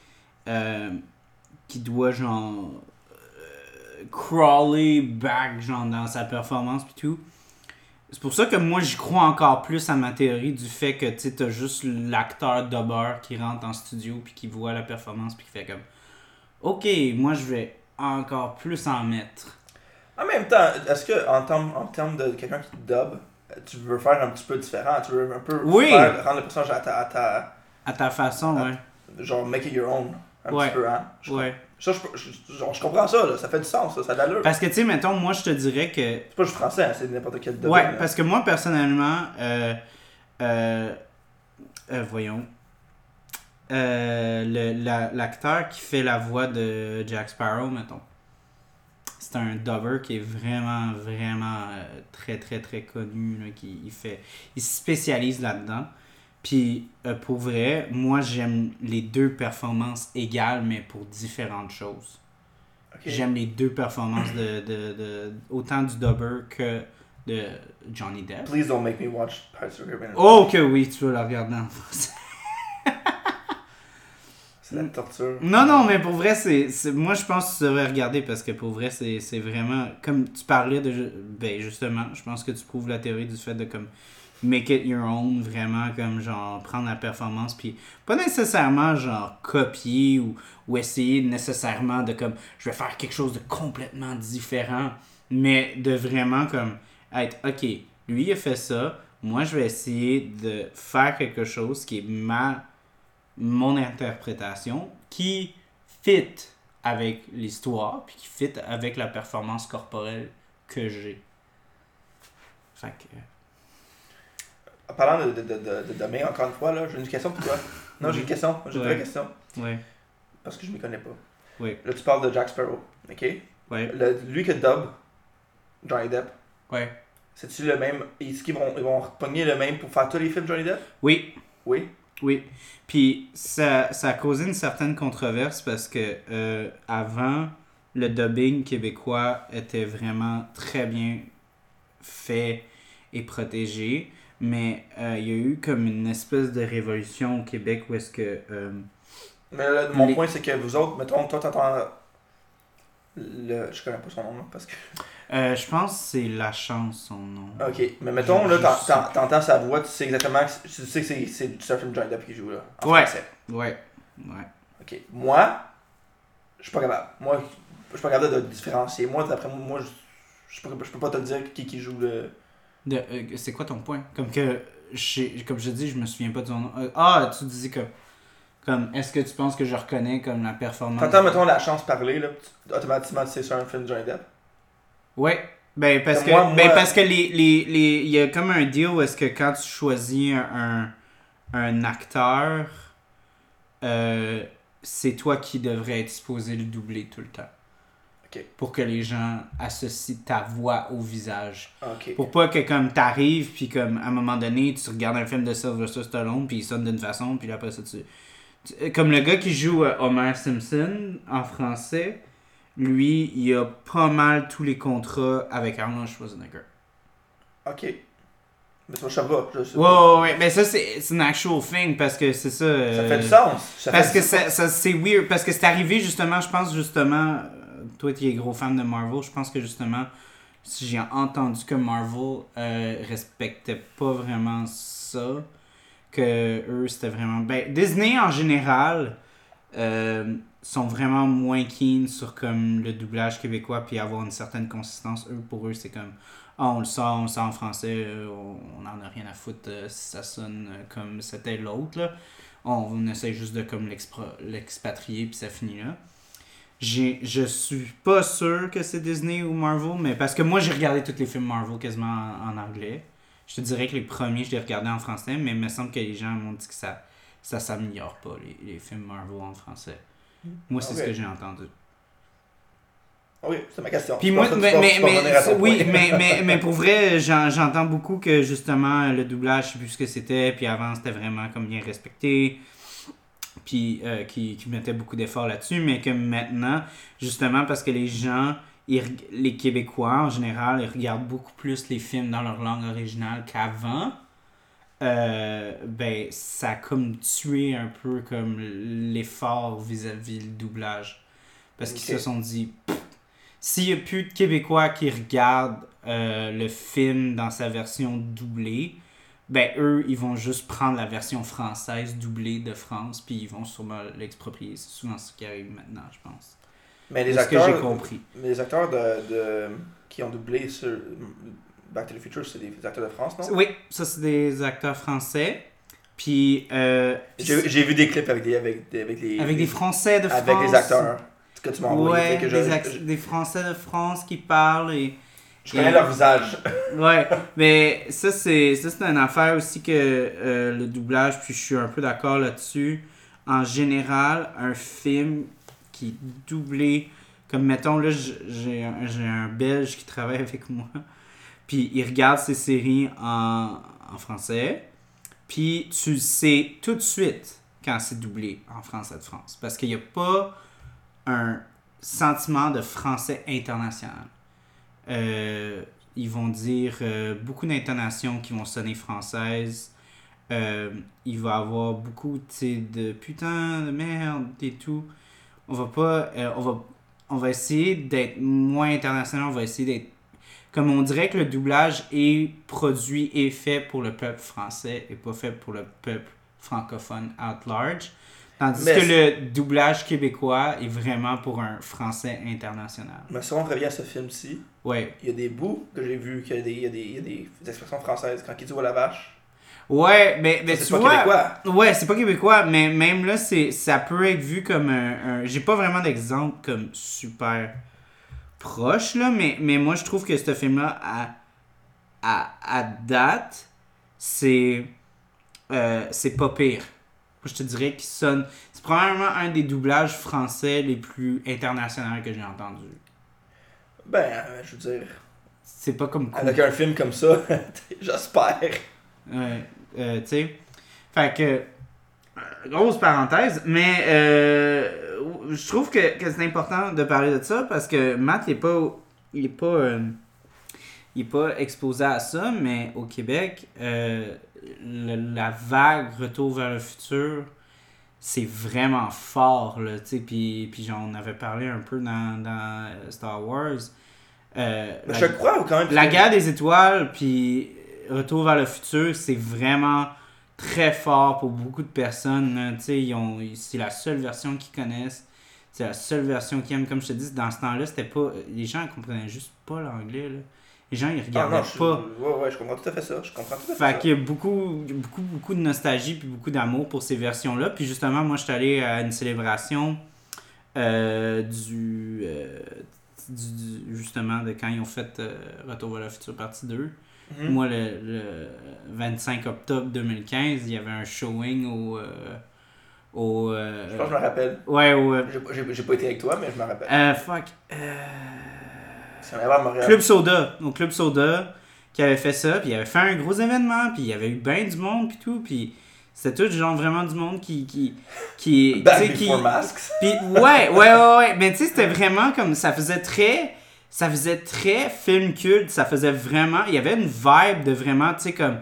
qui doit, genre, crawler back, genre, dans sa performance, puis tout. C'est pour ça que moi, j'y crois encore plus à ma théorie du fait que tu t'as juste l'acteur dubber qui rentre en studio puis qui voit la performance puis qui fait comme OK, moi je vais encore plus en mettre. En même temps, est-ce que en termes de quelqu'un qui dub, tu veux faire un petit peu différent, tu veux un peu rendre le personnage à ta façon, ouais. Genre make it your own un petit peu, hein. Je comprends ça, là, ça fait du sens, ça a de l'allure. Parce que, tu sais, mettons, moi, je te dirais que... C'est pas juste français, hein, c'est n'importe quel domaine. Ouais, parce que moi, personnellement, voyons, l'acteur qui fait la voix de Jack Sparrow, mettons, c'est un dubber qui est vraiment, vraiment très, très, très connu, là, il se spécialise là-dedans. Puis, pour vrai, moi, j'aime les 2 performances égales, mais pour différentes choses. Okay. J'aime les 2 performances de autant du dubber que de Johnny Depp. Please don't make me watch Pirates of the Caribbean. Oh, que oui, tu veux la regarder en français. C'est la torture. Non, mais pour vrai, moi, je pense que tu devrais regarder parce que pour vrai, c'est vraiment... Comme tu parlais de... Ben, justement, je pense que tu prouves la théorie du fait de comme... make it your own, vraiment comme genre prendre la performance puis pas nécessairement genre copier ou essayer nécessairement de comme je vais faire quelque chose de complètement différent, mais de vraiment comme être OK, lui il a fait ça, Moi, je vais essayer de faire quelque chose qui est mon interprétation, qui fit avec l'histoire, puis qui fit avec la performance corporelle que j'ai. Fait que... En parlant de demain, encore une fois, là, j'ai une question pour toi. Non, j'ai une question. J'ai une vraie question. Oui. Parce que je m'y connais pas. Oui. Là, tu parles de Jack Sparrow, ok? Oui. Lui que dub, Johnny Depp. Oui. C'est-tu le même? Est-ce qu'ils vont pogner le même pour faire tous les films Johnny Depp? Oui. Oui. Oui. Puis ça a causé une certaine controverse parce que avant, le dubbing québécois était vraiment très bien fait et protégé. Mais il y a eu comme une espèce de révolution au Québec où est-ce que... Mais là, mon point, c'est que vous autres, mettons, toi, t'entends... Je connais pas son nom, là, parce que... je pense que c'est La Chance, son nom. Ok, mais mettons, là, t'entends sa voix, tu sais exactement... Tu sais que c'est un film Johnny Depp qui joue, là, en français. Ouais. Ok, moi, je suis pas capable. Moi, je suis pas capable de différencier. Moi, d'après moi, je peux pas te dire qui joue le... c'est quoi ton point? Comme je dis, je me souviens pas de son nom. Tu disais que... Comme, est-ce que tu penses que je reconnais comme la performance... T'entends, mettons, La Chance parler, là, automatiquement, tu sais c'est un film de Johnny Depp? Ouais. Ben, parce que, parce que il y a comme un deal où est-ce que quand tu choisis un acteur, c'est toi qui devrais être supposé le doubler tout le temps. Okay. Pour que les gens associent ta voix au visage. Okay. Pour pas que comme t'arrives, puis comme à un moment donné, tu regardes un film de Sylvester Stallone, puis il sonne d'une façon, puis après ça, comme le gars qui joue Homer Simpson en français, lui, il a pas mal tous les contrats avec Arnold Schwarzenegger. Ok. Mais ça va. Ouais, mais ça, c'est une actual thing, parce que c'est ça... Ça fait du sens. Parce que c'est weird, parce que c'est arrivé justement, je pense justement, toi qui es gros fan de Marvel, je pense que justement, si j'ai entendu que Marvel respectait pas vraiment ça, que eux c'était vraiment... Ben, Disney en général sont vraiment moins keen sur comme le doublage québécois puis avoir une certaine consistance. Pour eux, c'est comme on le sort en français, on n'en a rien à foutre si ça sonne comme c'était l'autre. Là. On essaie juste de comme l'expatrier puis ça finit là. Je suis pas sûr que c'est Disney ou Marvel, mais parce que moi j'ai regardé tous les films Marvel quasiment en anglais. Je te dirais que les premiers je les regardais en français, mais il me semble que les gens m'ont dit que ça s'améliore pas les films Marvel en français. Moi c'est ce que j'ai entendu. Oui, c'est ma question. Puis moi, mais pour vrai, j'entends beaucoup que justement le doublage, je sais plus ce que c'était, puis avant c'était vraiment comme bien respecté, puis qui mettait beaucoup d'efforts là-dessus, mais que maintenant, justement parce que les gens, les Québécois en général, ils regardent beaucoup plus les films dans leur langue originale qu'avant, ben ça a comme tué un peu comme l'effort vis-à-vis le doublage. Parce qu'ils se sont dit... S'il n'y a plus de Québécois qui regardent le film dans sa version doublée, ben eux, ils vont juste prendre la version française doublée de France, puis ils vont sûrement l'exproprier. C'est souvent ce qui arrive maintenant, je pense. Mais les acteurs, ce que j'ai compris. Mais les acteurs qui ont doublé sur Back to the Future, c'est des acteurs de France, non? Oui, ça c'est des acteurs français. Puis... j'ai vu des clips avec des Français de France. Avec les acteurs. Que tu m'as envoyé. Des Français de France qui parlent et... Je connais leur visage. Ouais, mais ça c'est une affaire aussi que le doublage, puis je suis un peu d'accord là-dessus. En général, un film qui est doublé, comme mettons là, j'ai un Belge qui travaille avec moi, puis il regarde ses séries en français, puis tu sais tout de suite quand c'est doublé en français de France, parce qu'il n'y a pas un sentiment de français international. Ils vont dire beaucoup d'intonations qui vont sonner françaises. Il va y avoir beaucoup de putain, de merde et tout. On va essayer d'être moins international. On va essayer d'être... Comme on dirait que le doublage est produit et fait pour le peuple français et pas fait pour le peuple francophone at large. Tandis que le doublage québécois est vraiment pour un français international. Mais si on revient à ce film-ci, ouais. Il y a des bouts que j'ai vus, qu'il y a des expressions françaises. Quand il dit « la vache », ouais, mais tu c'est pas vois, québécois. Ouais, c'est pas québécois, mais même là, ça peut être vu comme un j'ai pas vraiment d'exemple comme super proche, là, mais moi, je trouve que ce film-là, à date, c'est pas pire. Je te dirais qu'il sonne... C'est probablement un des doublages français les plus internationaux que j'ai entendu. Ben, je veux dire... C'est pas comme cool. Avec un film comme ça, j'espère. Ouais, tu sais. Fait que... grosse parenthèse, mais je trouve que c'est important de parler de ça parce que Matt, il est pas exposé à ça, mais au Québec, la vague Retour vers le futur, c'est vraiment fort, là, tu sais, puis genre, on avait parlé un peu dans Star Wars. Je crois quand même... La guerre des étoiles, puis Retour vers le futur, c'est vraiment très fort pour beaucoup de personnes, tu sais, c'est la seule version qu'ils connaissent, c'est la seule version qu'ils aiment. Comme je te dis, dans ce temps-là, c'était pas... Les gens ne comprenaient juste pas l'anglais, là. Les gens, ils regardaient pas. Ouais, je comprends tout à fait ça. Fait qu'il y a beaucoup de nostalgie puis beaucoup d'amour pour ces versions-là. Puis justement, moi, je suis allé à une célébration justement, de quand ils ont fait Retour vers le futur partie 2. Mm-hmm. Moi, le 25 octobre 2015, il y avait un showing au je pense que je me rappelle. Ouais, j'ai pas été avec toi, mais je me rappelle. Club Soda. Donc Club Soda qui avait fait ça, puis il avait fait un gros événement, puis il y avait eu bien du monde, puis tout, puis c'était tout genre vraiment du monde qui Back before masks. Puis ouais, mais tu sais c'était vraiment comme ça faisait très film culte, ça faisait vraiment, il y avait une vibe de vraiment tu sais comme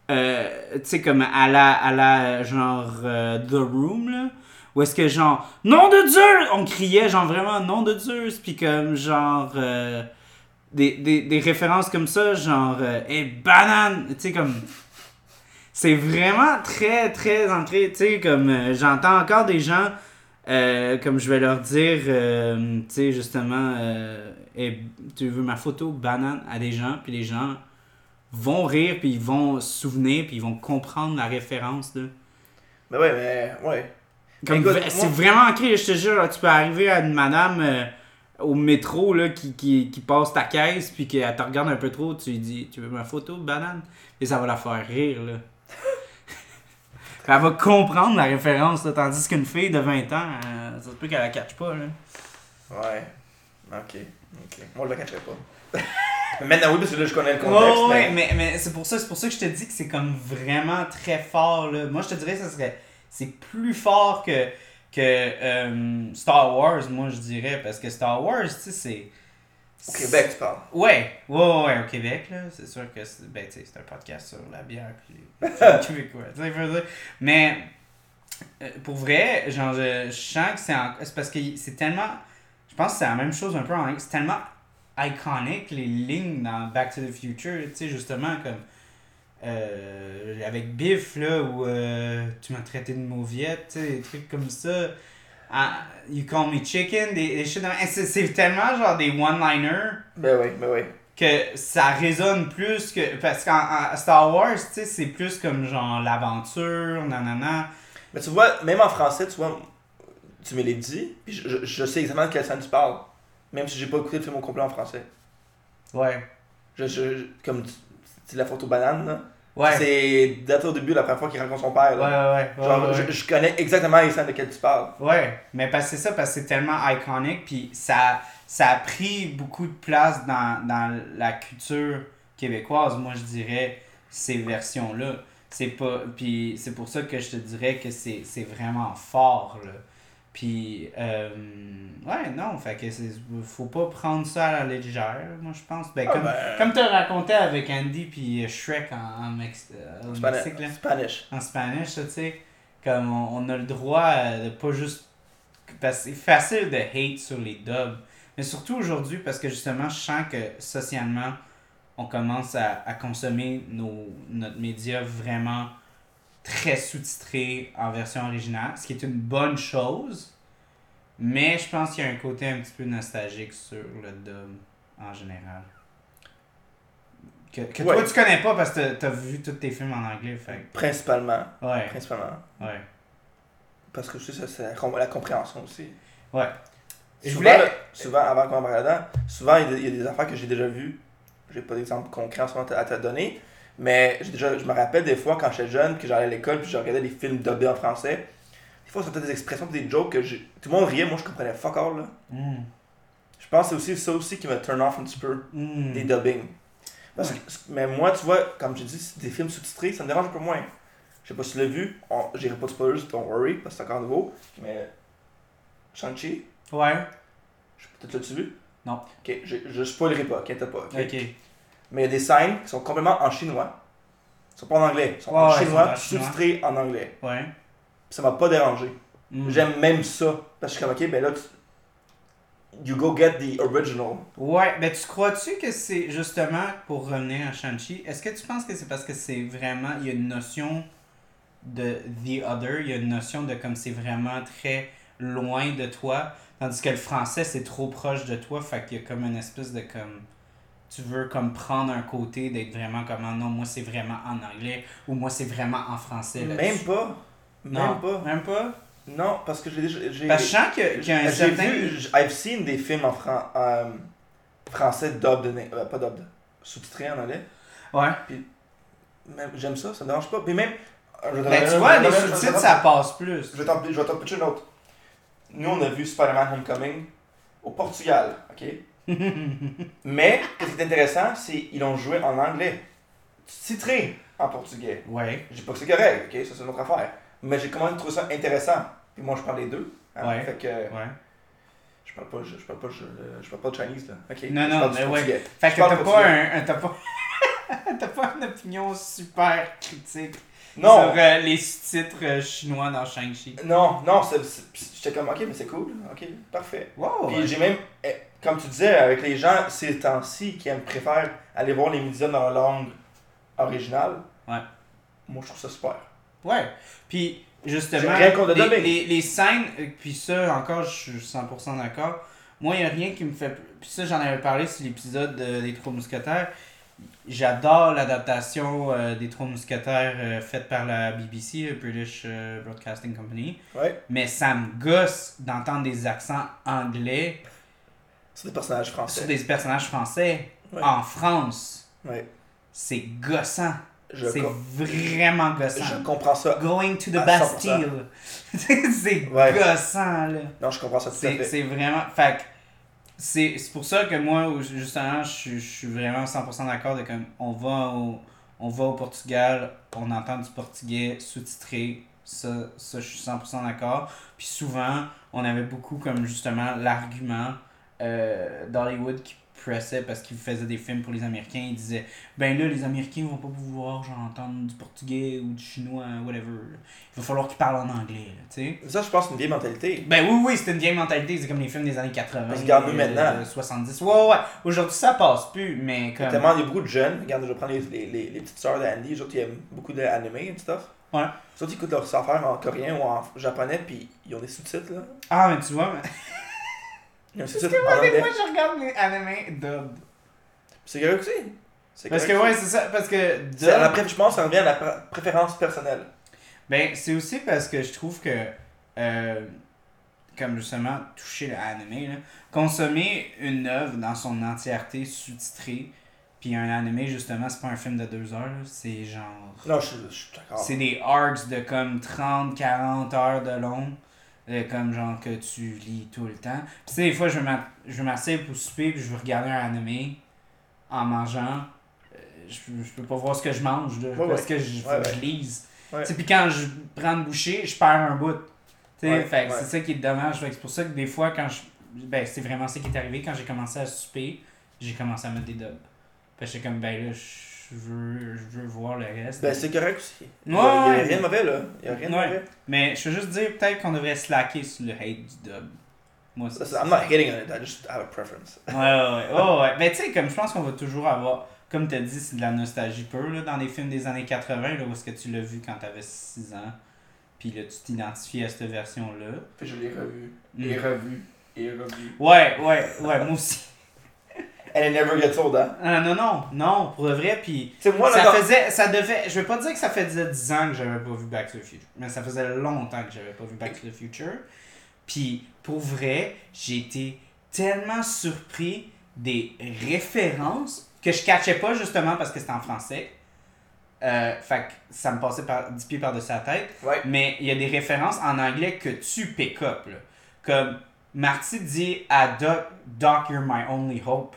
à la genre The Room là. Où est-ce que genre nom de Dieu on criait genre vraiment nom de Dieu puis comme genre des références comme ça genre banane tu sais comme c'est vraiment très très ancré tu sais comme j'entends encore des gens comme je vais leur dire tu sais justement tu veux ma photo banane à des gens puis les gens vont rire puis ils vont se souvenir puis ils vont comprendre la référence là. Mais ouais. Comme, écoute, c'est vraiment ancré, je te jure, là, tu peux arriver à une madame au métro là, qui passe ta caisse puis qu'elle te regarde un peu trop, tu lui dis tu veux ma photo de banane? Et ça va la faire rire là. Elle va comprendre la référence là, tandis qu'une fille de 20 ans, ça se peut qu'elle la catche pas là. Ouais. Ok. Moi je la catcherai pas. Mais maintenant oui parce que là je connais le contexte. Ouais, mais c'est pour ça que je te dis que c'est comme vraiment très fort là. Moi je te dirais que c'est plus fort que Star Wars, moi je dirais, parce que Star Wars, tu sais, c'est... Au Québec, tu parles? Ouais, au Québec, là, c'est sûr que c'est un podcast sur la bière, puis les Québécois, tu sais, mais pour vrai, genre, je sens que c'est parce que c'est tellement... Je pense que c'est la même chose un peu en anglais, c'est tellement iconique, les lignes dans Back to the Future, tu sais, justement, comme... avec Biff là où tu m'as traité de mauviette, tu sais, des trucs comme ça. You call me chicken, des shit dans... c'est tellement genre des one-liners. Ben oui. Que ça résonne plus que. Parce qu'en Star Wars, tu sais, c'est plus comme genre l'aventure, nanana. Mais tu vois, même en français, tu vois, tu me l'as dit, puis je sais exactement de quelle scène tu parles. Même si j'ai pas écouté le film au complet en français. Ouais. Comme c'est la photo banane, là. Ouais. C'est date au début, la première fois qu'il rencontre son père. Là. Ouais. Genre, je connais exactement les scènes de quelles tu parles. Ouais, mais parce que c'est ça, parce que c'est tellement iconique, puis ça a pris beaucoup de place dans la culture québécoise, moi je dirais, ces versions-là. Puis c'est pour ça que je te dirais que c'est vraiment fort, là. Puis, ouais, non, fait que faut pas prendre ça à la légère, moi je pense. Comme tu as raconté avec Andy puis Shrek en Mexique, là. En Spanish, tu sais, comme on a le droit de pas juste... Parce que c'est facile de hate sur les dubs, mais surtout aujourd'hui, parce que justement, je sens que socialement, on commence à consommer notre média vraiment très sous-titré en version originale, ce qui est une bonne chose. Mais je pense qu'il y a un côté un petit peu nostalgique sur le dub en général. Que toi, tu connais pas parce que t'as vu tous tes films en anglais. Fait. Principalement. Ouais. Principalement. Ouais. Parce que je sais, c'est la compréhension aussi. Ouais. Souvent, avant qu'on embarque là-dedans, souvent, il y a des affaires que j'ai déjà vues. J'ai pas d'exemple concret en ce moment à te donner. Mais je me rappelle des fois, quand j'étais jeune, que j'allais à l'école puis je regardais des films dubbés en français. Des fois, c'était des expressions des jokes que tout le monde riait, moi je comprenais fuck all. Là. Je pense que c'est aussi ça aussi qui me turn off un petit peu des dubbings. Mais moi, tu vois, comme j'ai dit, des films sous-titrés, ça me dérange un peu moins. Je sais pas si tu l'as vu, j'irai pas de spoilers, don't worry, parce que c'est encore nouveau. Mais. Shang-Chi. Ouais. Peut-être l'as-tu vu? Non. Ok, je spoilerai pas, inquiète pas. Ok. Mais il y a des scènes qui sont complètement en chinois. Ils sont pas en anglais. Ils sont en chinois, sous-titrés en anglais. Ouais. Puis ça m'a pas dérangé. J'aime même ça. Parce que je suis comme, ok, ben là, you go get the original. Ouais, ben tu crois-tu que c'est justement, pour revenir à Shang-Chi, est-ce que tu penses que c'est parce que c'est vraiment, il y a une notion de the other, il y a une notion de comme c'est vraiment très loin de toi, tandis que le français c'est trop proche de toi, fait qu'il y a comme une espèce de comme, tu veux comme prendre un côté d'être vraiment comme, non, moi c'est vraiment en anglais, ou moi c'est vraiment en français. Même pas. Même pas? Non, parce que j'ai parce que je sens qu'il y a un certain... I've seen des films en français dubbed, pas dubbed, sous-titrés en anglais. Ouais. Puis, même, j'aime ça me dérange pas. Puis même... Ben tu vois, les sous-titres ça passe plus. Je vais t'en pitcher une autre. Nous, on a vu Spider-Man Homecoming au Portugal, ok? Mais, ce qui est intéressant, c'est qu'ils l'ont joué en anglais. Titré en portugais. Ouais. Je dis pas que c'est correct, ok? Ça, c'est une autre affaire. Mais j'ai quand même trouvé ça intéressant. Puis moi, je parle les deux. Hein? Ouais. Fait que... Ouais. Je parle pas de Chinese, là. Ok? Non, mais ouais. Fait que t'as pas une opinion super critique sur les sous-titres chinois dans Shang-Chi. Non, j'étais comme, ok, mais c'est cool. Ok, parfait. Wow. Puis j'ai même, comme tu disais, avec les gens ces temps-ci qui préfèrent aller voir les médias dans la langue originale. Ouais. Moi, je trouve ça super. Ouais. Puis, justement, les scènes, puis ça, encore, je suis 100% d'accord. Moi, il n'y a rien qui me fait... Puis ça, j'en avais parlé sur l'épisode des Trois Mousquetaires. J'adore l'adaptation des Trois Mousquetaires faite par la BBC, British Broadcasting Company. Ouais. Mais ça me gosse d'entendre des accents anglais sur des personnages français. Ouais. En France. Ouais. C'est gossant. C'est vraiment gossant. Je comprends ça. Going to the Bastille. C'est gossant, là. Non, je comprends ça tout à fait. C'est vraiment... Fait que c'est pour ça que moi, justement, je suis vraiment 100% d'accord de comme on va au Portugal, on entend du portugais sous-titré. Ça, je suis 100% d'accord. Puis souvent, on avait beaucoup comme justement l'argument d'Hollywood qui pressait parce qu'ils faisaient des films pour les Américains. Ils disaient, ben là, les Américains vont pas pouvoir genre entendre du portugais ou du chinois, whatever. Il va falloir qu'ils parlent en anglais, tu sais. Ça, je pense, c'est une vieille mentalité. Ben oui, c'est une vieille mentalité. C'est comme les films des années 80, regarde-nous maintenant. 70. Ouais. Aujourd'hui, ça passe plus, mais comme... Il y a beaucoup de jeunes. Regarde, je vais prendre les petites sœurs d'Andy. Les autres, ils aiment beaucoup d'anime et stuff. Ouais. Les autres, ils écoutent leurs affaires en coréen ou en japonais, puis ils ont des sous-titres, là. Ah, mais tu vois... Il y a un sous-titre en anglais. Moi, je regarde les animés dubbed. C'est correct aussi. Parce que, ouais, c'est ça. Parce que... Je pense que ça revient à la préférence personnelle. Ben, c'est aussi parce que je trouve que... comme justement, toucher l'anime, là, consommer une œuvre dans son entièreté sous-titrée, puis un animé, justement, c'est pas un film de 2 heures, là, c'est genre... Non, je suis d'accord. C'est des arcs de comme 30-40 heures de long. Comme genre que tu lis tout le temps. Puis tu sais, des fois, je vais m'asseoir pour souper puis je veux regarder un animé en mangeant. Je peux pas voir ce que je mange là, parce que je lise. Ouais. Puis quand je prends une bouchée, je perds un bout. Fait que c'est ça qui est dommage. Fait que c'est pour ça que des fois, quand c'est vraiment ça qui est arrivé. Quand j'ai commencé à souper, j'ai commencé à mettre des dubs. Fait que j'étais comme, ben là, je veux voir le reste. Ben, c'est correct aussi. Il y a rien de mauvais, là. Il y a rien de mauvais. Mais je veux juste dire, peut-être qu'on devrait slacker sur le hate du dub. Moi, I'm not hating on it, I just have a preference. Ouais. Mais tu sais, comme je pense qu'on va toujours avoir... comme tu as dit, c'est de la nostalgie pure là, dans les films des années 80, là, où est-ce que tu l'as vu quand tu avais 6 ans. Puis là, tu t'identifies à cette version-là. Puis je l'ai revu. Et revu. Et revu. Ouais, moi aussi. And it never gets old, hein? Non, pour de vrai, puis moi, ça devait, je vais pas dire que ça faisait 10 ans que j'avais pas vu Back to the Future, mais ça faisait longtemps que j'avais pas vu Back to the Future, puis pour vrai, j'ai été tellement surpris des références que je catchais pas justement parce que c'était en français, fait que ça me passait 10 pieds par-dessus la tête, mais il y a des références en anglais que tu pick up, là. Comme Marty dit à Doc, you're my only hope.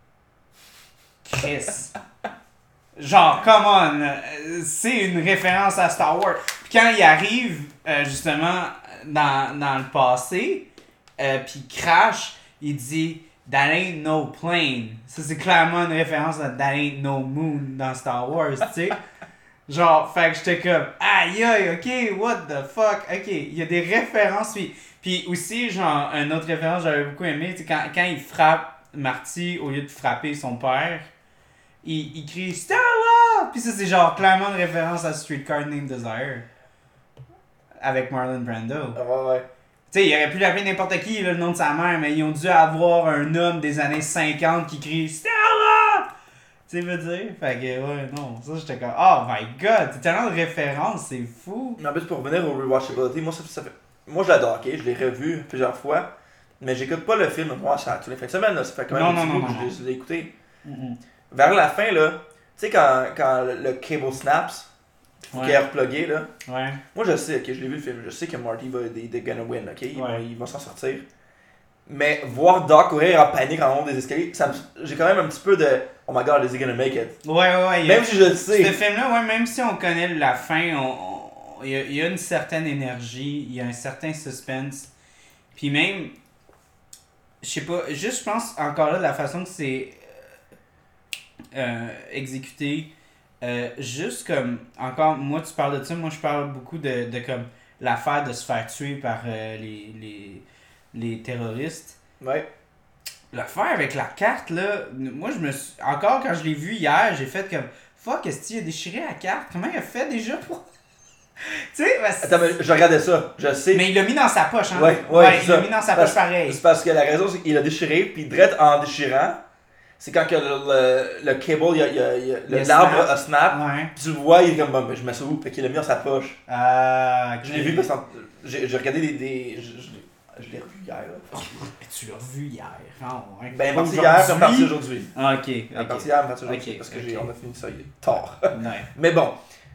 Chris. Genre, come on. C'est une référence à Star Wars. Puis quand il arrive, justement, dans le passé, puis il crash, il dit That ain't no plane. Ça, c'est clairement une référence à That ain't no moon dans Star Wars, tu sais. Genre, fait que j'étais comme aïe aïe, ok, what the fuck. Ok, il y a des références. Puis aussi, genre, une autre référence que j'avais beaucoup aimé, c'est quand il frappe Marty, au lieu de frapper son père, il crie Stella! Puis ça, c'est genre clairement une référence à Streetcar Named Desire. Avec Marlon Brando. Ouais. Tu sais, il aurait pu l'appeler n'importe qui, là, le nom de sa mère, mais ils ont dû avoir un homme des années 50 qui crie Stella! Tu sais, veux dire? Fait que, ouais, non. Ça, j'étais comme, oh my god, c'est tellement de références, c'est fou. Mais en plus, pour revenir au rewatchability, moi, ça fait. Moi, je l'adore, ok? Je l'ai revu plusieurs fois. Mais j'écoute pas le film, moi, ça tous les fins de semaine, là. Ça fait quand même un petit bout que je l'ai écouté. Vers la fin, là, tu sais, quand le cable snaps, faut qu'il est replugué, là. Ouais. Moi, je sais, ok, je l'ai vu le film, je sais que Marty va gonna win, ok? Il va s'en sortir. Mais voir Doc courir en panique en haut des escaliers, j'ai quand même un petit peu de oh my god, is he gonna make it? Ouais. Même si je le sais. Ce film-là, ouais, même si on connaît la fin, il y a une certaine énergie, il y a un certain suspense. Puis même, je sais pas, juste je pense encore là de la façon que c'est exécuté, juste comme, encore, moi tu parles de ça, moi je parle beaucoup de comme l'affaire de se faire tuer par les terroristes. Ouais. L'affaire avec la carte, là, moi je me suis. Encore quand je l'ai vu hier, j'ai fait comme fuck, est-ce qu'il a déchiré la carte? Comment il a fait déjà pour. Tu sais, attends, mais je regardais ça, je sais. Mais il l'a mis dans sa poche, hein? Ouais, il l'a mis dans sa poche pareil. C'est parce que la raison, c'est qu'il l'a déchiré, puis direct en déchirant, c'est quand que le cable, l'arbre a snap, puis tu le vois, il est comme, bon, ben, je mets ça où? Fait qu'il l'a mis dans sa poche. Okay. Je l'ai vu parce que j'ai regardé je l'ai revu hier. Là. Tu l'as revu hier? Oh, ouais. Ben, parti hier, c'est parti aujourd'hui. Ah, ok. Parti hier, parti aujourd'hui. Parce que on a fini ça tard. Ouais. Mais bon.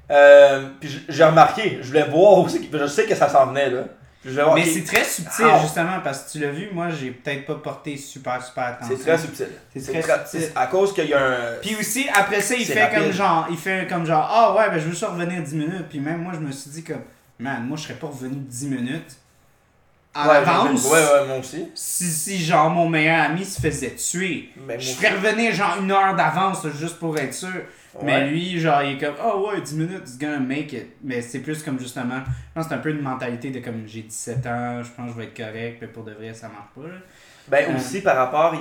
Puis j'ai remarqué, je voulais voir aussi, je sais que ça s'en venait là. Voir, mais c'est très subtil justement parce que tu l'as vu, moi j'ai peut-être pas porté super attention. C'est très subtil. C'est très subtil. À cause qu'il y a un. Puis aussi après ça il fait comme genre ah ouais ben je veux juste revenir 10 minutes. Puis même moi je me suis dit comme man moi je serais pas revenu 10 minutes. En avance. Ouais, moi aussi. Si genre mon meilleur ami se faisait tuer, je ferais revenir genre 1 heure d'avance juste pour être sûr. Ouais. Mais lui, genre, il est comme, oh ouais, 10 minutes, it's gonna make it. Mais c'est plus comme justement, je pense que c'est un peu une mentalité de comme j'ai 17 ans, je pense que je vais être correct, mais pour de vrai, ça marche pas. Là. Ben aussi, par rapport,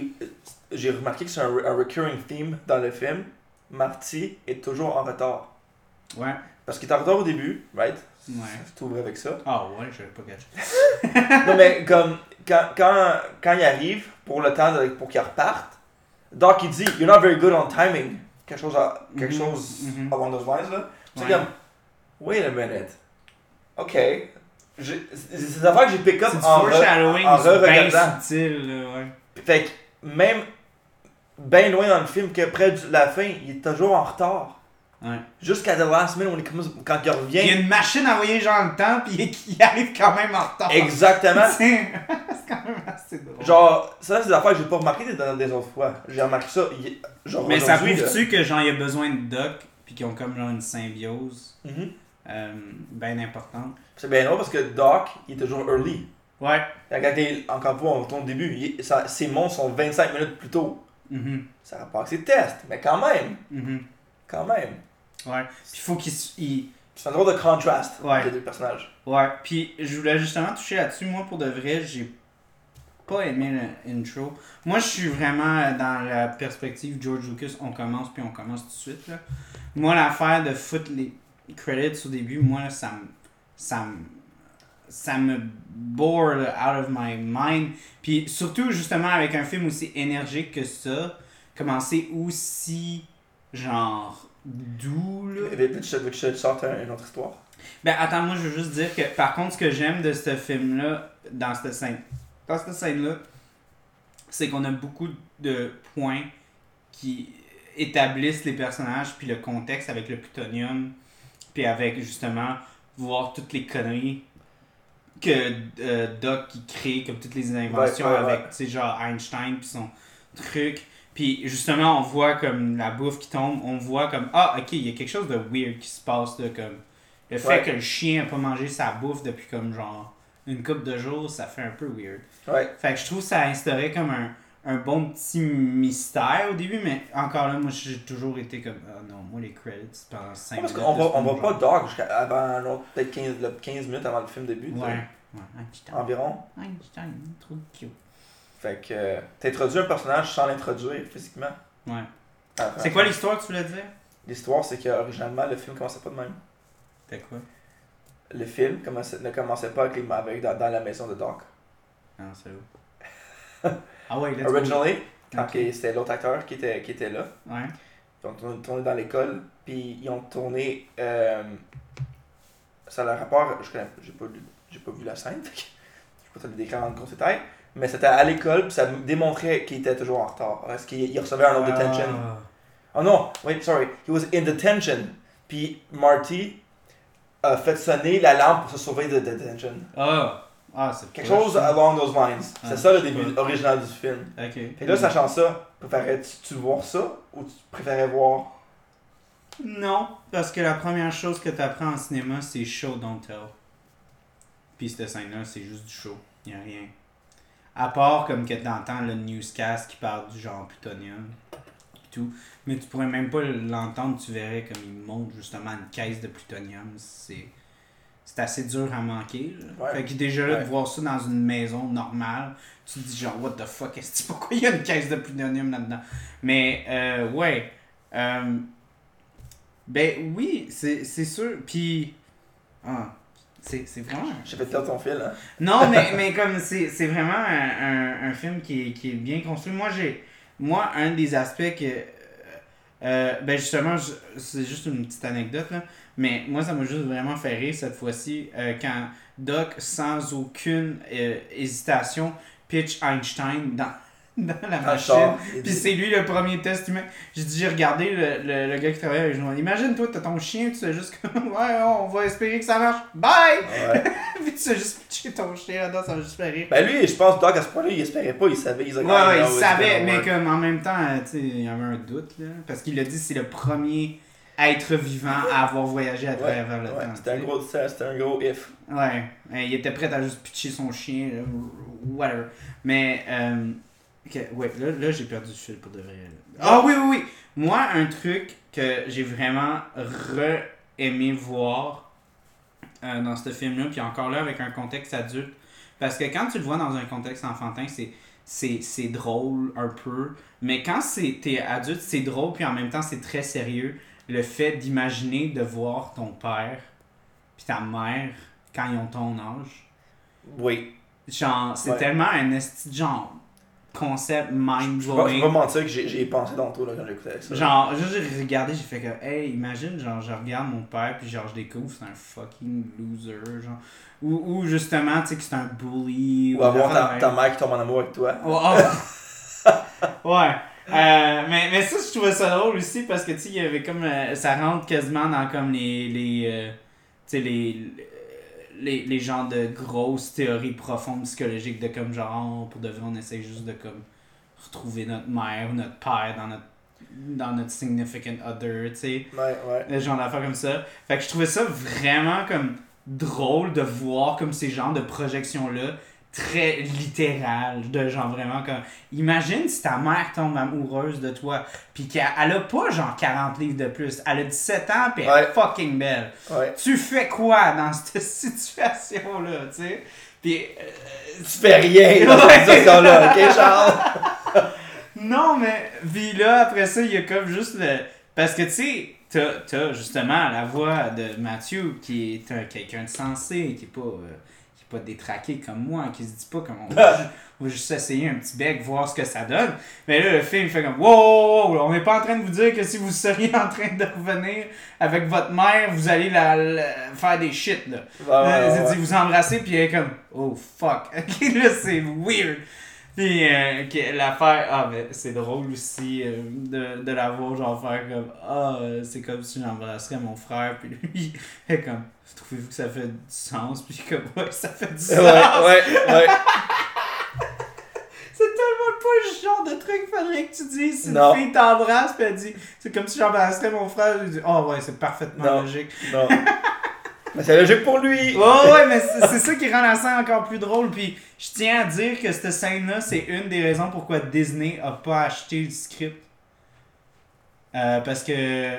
j'ai remarqué que c'est un recurring theme dans le film. Marty est toujours en retard. Ouais. Parce qu'il est en retard au début, right? Ouais. Tu ouvres avec ça. Ah ouais, je vais pas gâcher. Non, mais comme, quand il arrive, pour le temps pour qu'il reparte, Doc il dit, you're not very good on timing. Quelque chose along those lines là. C'est comme, wait a minute. Ok. C'est des affaires que j'ai pick up en re-regardant. C'est subtil, là, ouais. Fait que même bien loin dans le film que près de la fin, il est toujours en retard. Ouais. Jusqu'à the last minute, on est comme quand il revient. Il y a une machine à voyager dans le temps, puis il arrive quand même en retard. Exactement. C'est quand même assez drôle. Genre, ça, c'est des affaires que j'ai pas remarqué dans des autres fois. J'ai remarqué ça. Genre, mais ça prouve-tu que genre, il y a besoin de Doc, puis qu'ils ont comme genre une symbiose bien importante? C'est bien drôle parce que Doc, il est toujours early. Ouais. Regardez, encore une fois, on retourne au début. Ses monstres sont 25 minutes plus tôt. Ça n'a pas que ses tests, mais quand même. Quand même. Ouais. Puis il faut qu'il. C'est un drôle de contraste entre les deux personnages. Ouais. Puis je voulais justement toucher là-dessus. Moi, pour de vrai, j'ai pas aimé l'intro. Moi, je suis vraiment dans la perspective George Lucas, on commence tout de suite. Là. Moi, l'affaire de foutre les credits au début, moi, ça me bore là, out of my mind. Puis surtout, justement, avec un film aussi énergique que ça, commencer aussi, genre, doux, là. Veux-tu que je te sorte une autre histoire? Ben, attends, moi, je veux juste dire que, par contre, ce que j'aime de ce film-là, dans cette scène-là, c'est qu'on a beaucoup de points qui établissent les personnages, puis le contexte avec le plutonium, puis avec, justement, voir toutes les conneries que Doc qui crée, comme toutes les inventions avec, tu sais, genre Einstein, puis son truc. Puis justement, on voit comme la bouffe qui tombe, on voit comme, ah, ok, il y a quelque chose de weird qui se passe, là, comme le fait que le chien a pas mangé sa bouffe depuis comme genre une couple de jours, ça fait un peu weird. Ouais. Fait que je trouve que ça instaurait comme un bon petit mystère au début, mais encore là, moi j'ai toujours été comme, ah non, moi les credits pendant 5 minutes. Parce qu'on voit pas Doc avant peut-être 15 minutes avant le film début. Ouais. Einstein. Environ. Einstein, trop cute. Fait que t'introduis un personnage sans l'introduire physiquement. Ouais. C'est quoi l'histoire que tu voulais dire? L'histoire, c'est qu'originalement, le film commençait pas de même. C'était quoi? Le film ne commençait pas avec dans la maison de Doc. Non, c'est où? Ah ouais, là. Originally, quand c'était l'autre acteur qui était là. Ouais. Ils ont tourné dans l'école, puis ils ont tourné. Ça a le rapport. J'ai pas vu la scène, fait que je peux pas te le décrire en gros détail. Mais c'était à l'école, puis ça démontrait qu'il était toujours en retard. Parce qu'il recevait un autre detention. Oh non, wait, sorry. He was in detention. Puis Marty a fait sonner la lampe pour se sauver de detention. C'est quelque chose along those lines. C'est ça le début original du film. Ok. Et là, sachant ça, préférais-tu voir ça ou tu préférais voir. Non, parce que la première chose que tu apprends en cinéma, c'est show, don't tell. Puis cette scène-là, c'est juste du show. Il n'y a rien. À part comme que tu entends le newscast qui parle du genre plutonium et tout. Mais tu pourrais même pas l'entendre, tu verrais comme il montre justement une caisse de plutonium. C'est assez dur à manquer. Ouais. Fait que déjà là, de voir ça dans une maison normale, tu te dis genre, what the fuck, pourquoi il y a une caisse de plutonium là-dedans? Mais, ouais. Ben oui, c'est sûr. Puis, c'est vraiment. J'ai fait perdre ton fil, hein? Non, mais comme c'est vraiment un film qui est bien construit. Moi, un des aspects que. Ben justement, c'est juste une petite anecdote, là. Mais moi, ça m'a juste vraiment fait rire cette fois-ci quand Doc, sans aucune hésitation, pitch Einstein dans la machine. Puis c'est lui le premier test humain. J'ai regardé le gars qui travaille avec moi. Imagine, toi, t'as ton chien, tu sais juste comme, ouais, on va espérer que ça marche. Bye! Ouais. Puis tu sais juste pitcher ton chien là-dedans, ça va juste faire rire. Ben lui, je pense, Doc, à ce point-là, il espérait pas, il savait. Il savait, mais comme en même temps, tu sais, il y avait un doute, là. Parce qu'il a dit c'est le premier être vivant à avoir voyagé à travers le temps. C'était un gros if. Ouais, il était prêt à juste pitcher son chien, là, whatever. Mais, ouais, là j'ai perdu le fil pour de vrai. Ah oui. Moi, un truc que j'ai vraiment aimé voir dans ce film-là, puis encore là avec un contexte adulte, parce que quand tu le vois dans un contexte enfantin, c'est drôle un peu, mais quand t'es adulte, c'est drôle, puis en même temps c'est très sérieux. Le fait d'imaginer de voir ton père puis ta mère quand ils ont ton âge. Oui. Genre, c'est tellement un esti genre concept mind-blowing. Je vais pas mentir que j'ai pensé tantôt là, quand j'écoutais ça. Genre, j'ai regardé, j'ai fait que, hey, imagine, genre, je regarde mon père puis genre, je découvre c'est un fucking loser, genre. Ou justement, tu sais, que c'est un bully. Ou avoir ta mère qui tombe en amour avec toi. Ouais. Mais ça, je trouvais ça drôle aussi parce que, tu sais, il y avait comme. Ça rentre quasiment dans comme tu sais, les genres de grosses théories profondes psychologiques de comme genre, pour de vrai, on essaie juste de comme retrouver notre mère ou notre père dans notre significant other, tu sais. Ouais. Genre d'affaires comme ça. Fait que je trouvais ça vraiment comme drôle de voir comme ces genres de projections-là très littérales, de genre vraiment comme imagine si ta mère tombe amoureuse de toi pis qu'elle a pas genre 40 livres de plus, elle a 17 ans pis elle est fucking belle. Tu fais quoi dans cette situation là, tu sais? Puis... tu fais rien dans cette situation-là, ok, Charles? Non, mais... Puis là, après ça, il y a comme juste le... Parce que, tu sais, t'as justement la voix de Matthew, qui est quelqu'un de sensé, qui est pas détraqué comme moi, qui se dit pas comme on va juste essayer un petit bec, voir ce que ça donne. Mais là, le film fait comme wow, on n'est pas en train de vous dire que si vous seriez en train de revenir avec votre mère, vous allez faire des shit, là. Ouais. Vous embrasser, puis elle est comme oh fuck. Ok, là, c'est weird. Puis l'affaire, mais c'est drôle aussi de la voir genre faire comme c'est comme si j'embrasserais mon frère, puis lui, il est comme trouvez-vous que ça fait du sens, puis comme ouais, ça fait du sens. Ouais. C'est tellement pas le genre de truc qu'il faudrait que tu dises. Si une fille t'embrasse, puis elle dit c'est comme si j'embrasserais mon frère, je dis ouais, c'est parfaitement logique. Non. Mais c'est logique pour lui! Ouais, mais c'est ça qui rend la scène encore plus drôle. Puis je tiens à dire que cette scène-là, c'est une des raisons pourquoi Disney a pas acheté le script. Parce que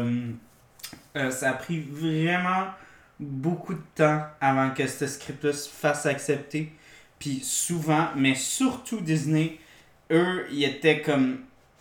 ça a pris vraiment beaucoup de temps avant que ce script-là se fasse accepter. Puis souvent, mais surtout Disney, eux, ils étaient comme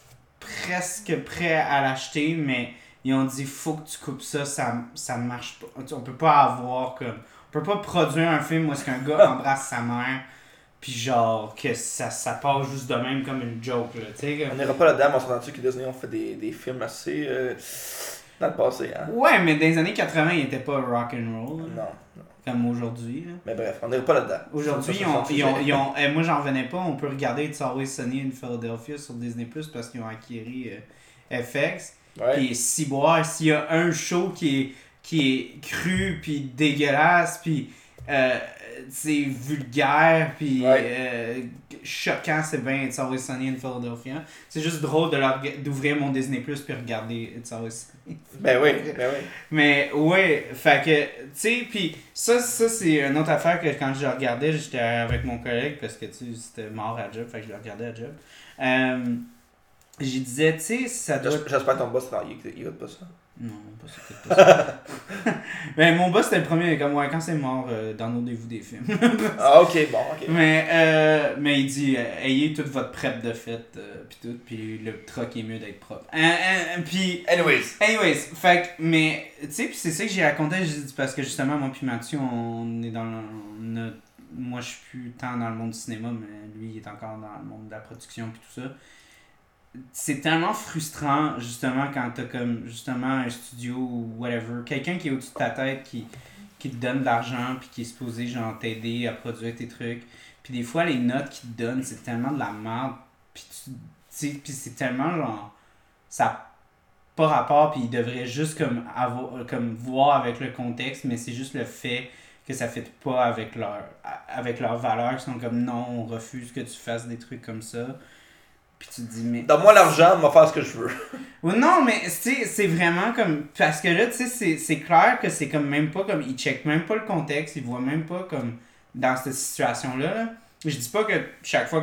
presque prêts à l'acheter, mais... Ils ont dit faut que tu coupes ça marche pas. On peut pas avoir comme. On peut pas produire un film où est-ce qu'un gars embrasse sa mère pis genre que ça passe juste de même comme une joke là, tu sais. On n'ira pas là-dedans, mais on s'entend-tu que Disney ont fait des films assez dans le passé, hein. Ouais, mais dans les années 80, ils étaient pas rock'n'roll. Non. Comme aujourd'hui. Là. Mais bref, on n'ira pas là-dedans. Aujourd'hui, moi j'en revenais pas, on peut regarder It's Always Sunny in Philadelphia sur Disney Plus parce qu'ils ont acquis FX. Ouais. Pis ciboire, s'il y a un show qui est cru pis dégueulasse pis c'est vulgaire pis choquant, c'est bien It's Always Sunny in Philadelphia. C'est juste drôle d'ouvrir mon Disney Plus puis regarder It's Always Sunny. Ben oui. Mais ouais, fait que tu sais, pis ça c'est une autre affaire que quand je le regardais, j'étais avec mon collègue parce que tu sais c'était mort à job, fait que je le regardais à job. J'ai disais, tu sais, ça doit... J'espère que ton boss, il écoute pas ça. Non, mon boss écoute pas ça. Ben, mon boss, c'était le premier, comme, ouais, quand c'est mort, downloadez-vous des films. Ah, ok. Mais il dit, ayez toute votre prep de fête, pis tout, pis le truck est mieux d'être propre. Pis... Anyways, fait que, mais, tu sais, pis c'est ça que j'ai raconté, j'ai dit, parce que justement, moi pis Mathieu, on est dans moi, je suis plus tant dans le monde du cinéma, mais lui, il est encore dans le monde de la production pis tout ça. C'est tellement frustrant justement quand t'as comme justement un studio ou whatever, quelqu'un qui est au-dessus de ta tête qui te donne de l'argent puis qui est supposé genre t'aider à produire tes trucs, puis des fois les notes qu'ils te donnent c'est tellement de la merde puis puis c'est tellement genre ça n'a pas rapport puis ils devraient juste comme voir avec le contexte, mais c'est juste le fait que ça fit pas avec leurs valeurs qui sont comme non on refuse que tu fasses des trucs comme ça. Puis tu te dis, mais. Donne-moi l'argent, on va faire ce que je veux. Non, mais c'est vraiment comme. Parce que là, tu sais, c'est clair que c'est comme même pas comme. Ils checkent même pas le contexte, ils voient même pas comme. Dans cette situation-là. Là. Je dis pas que chaque fois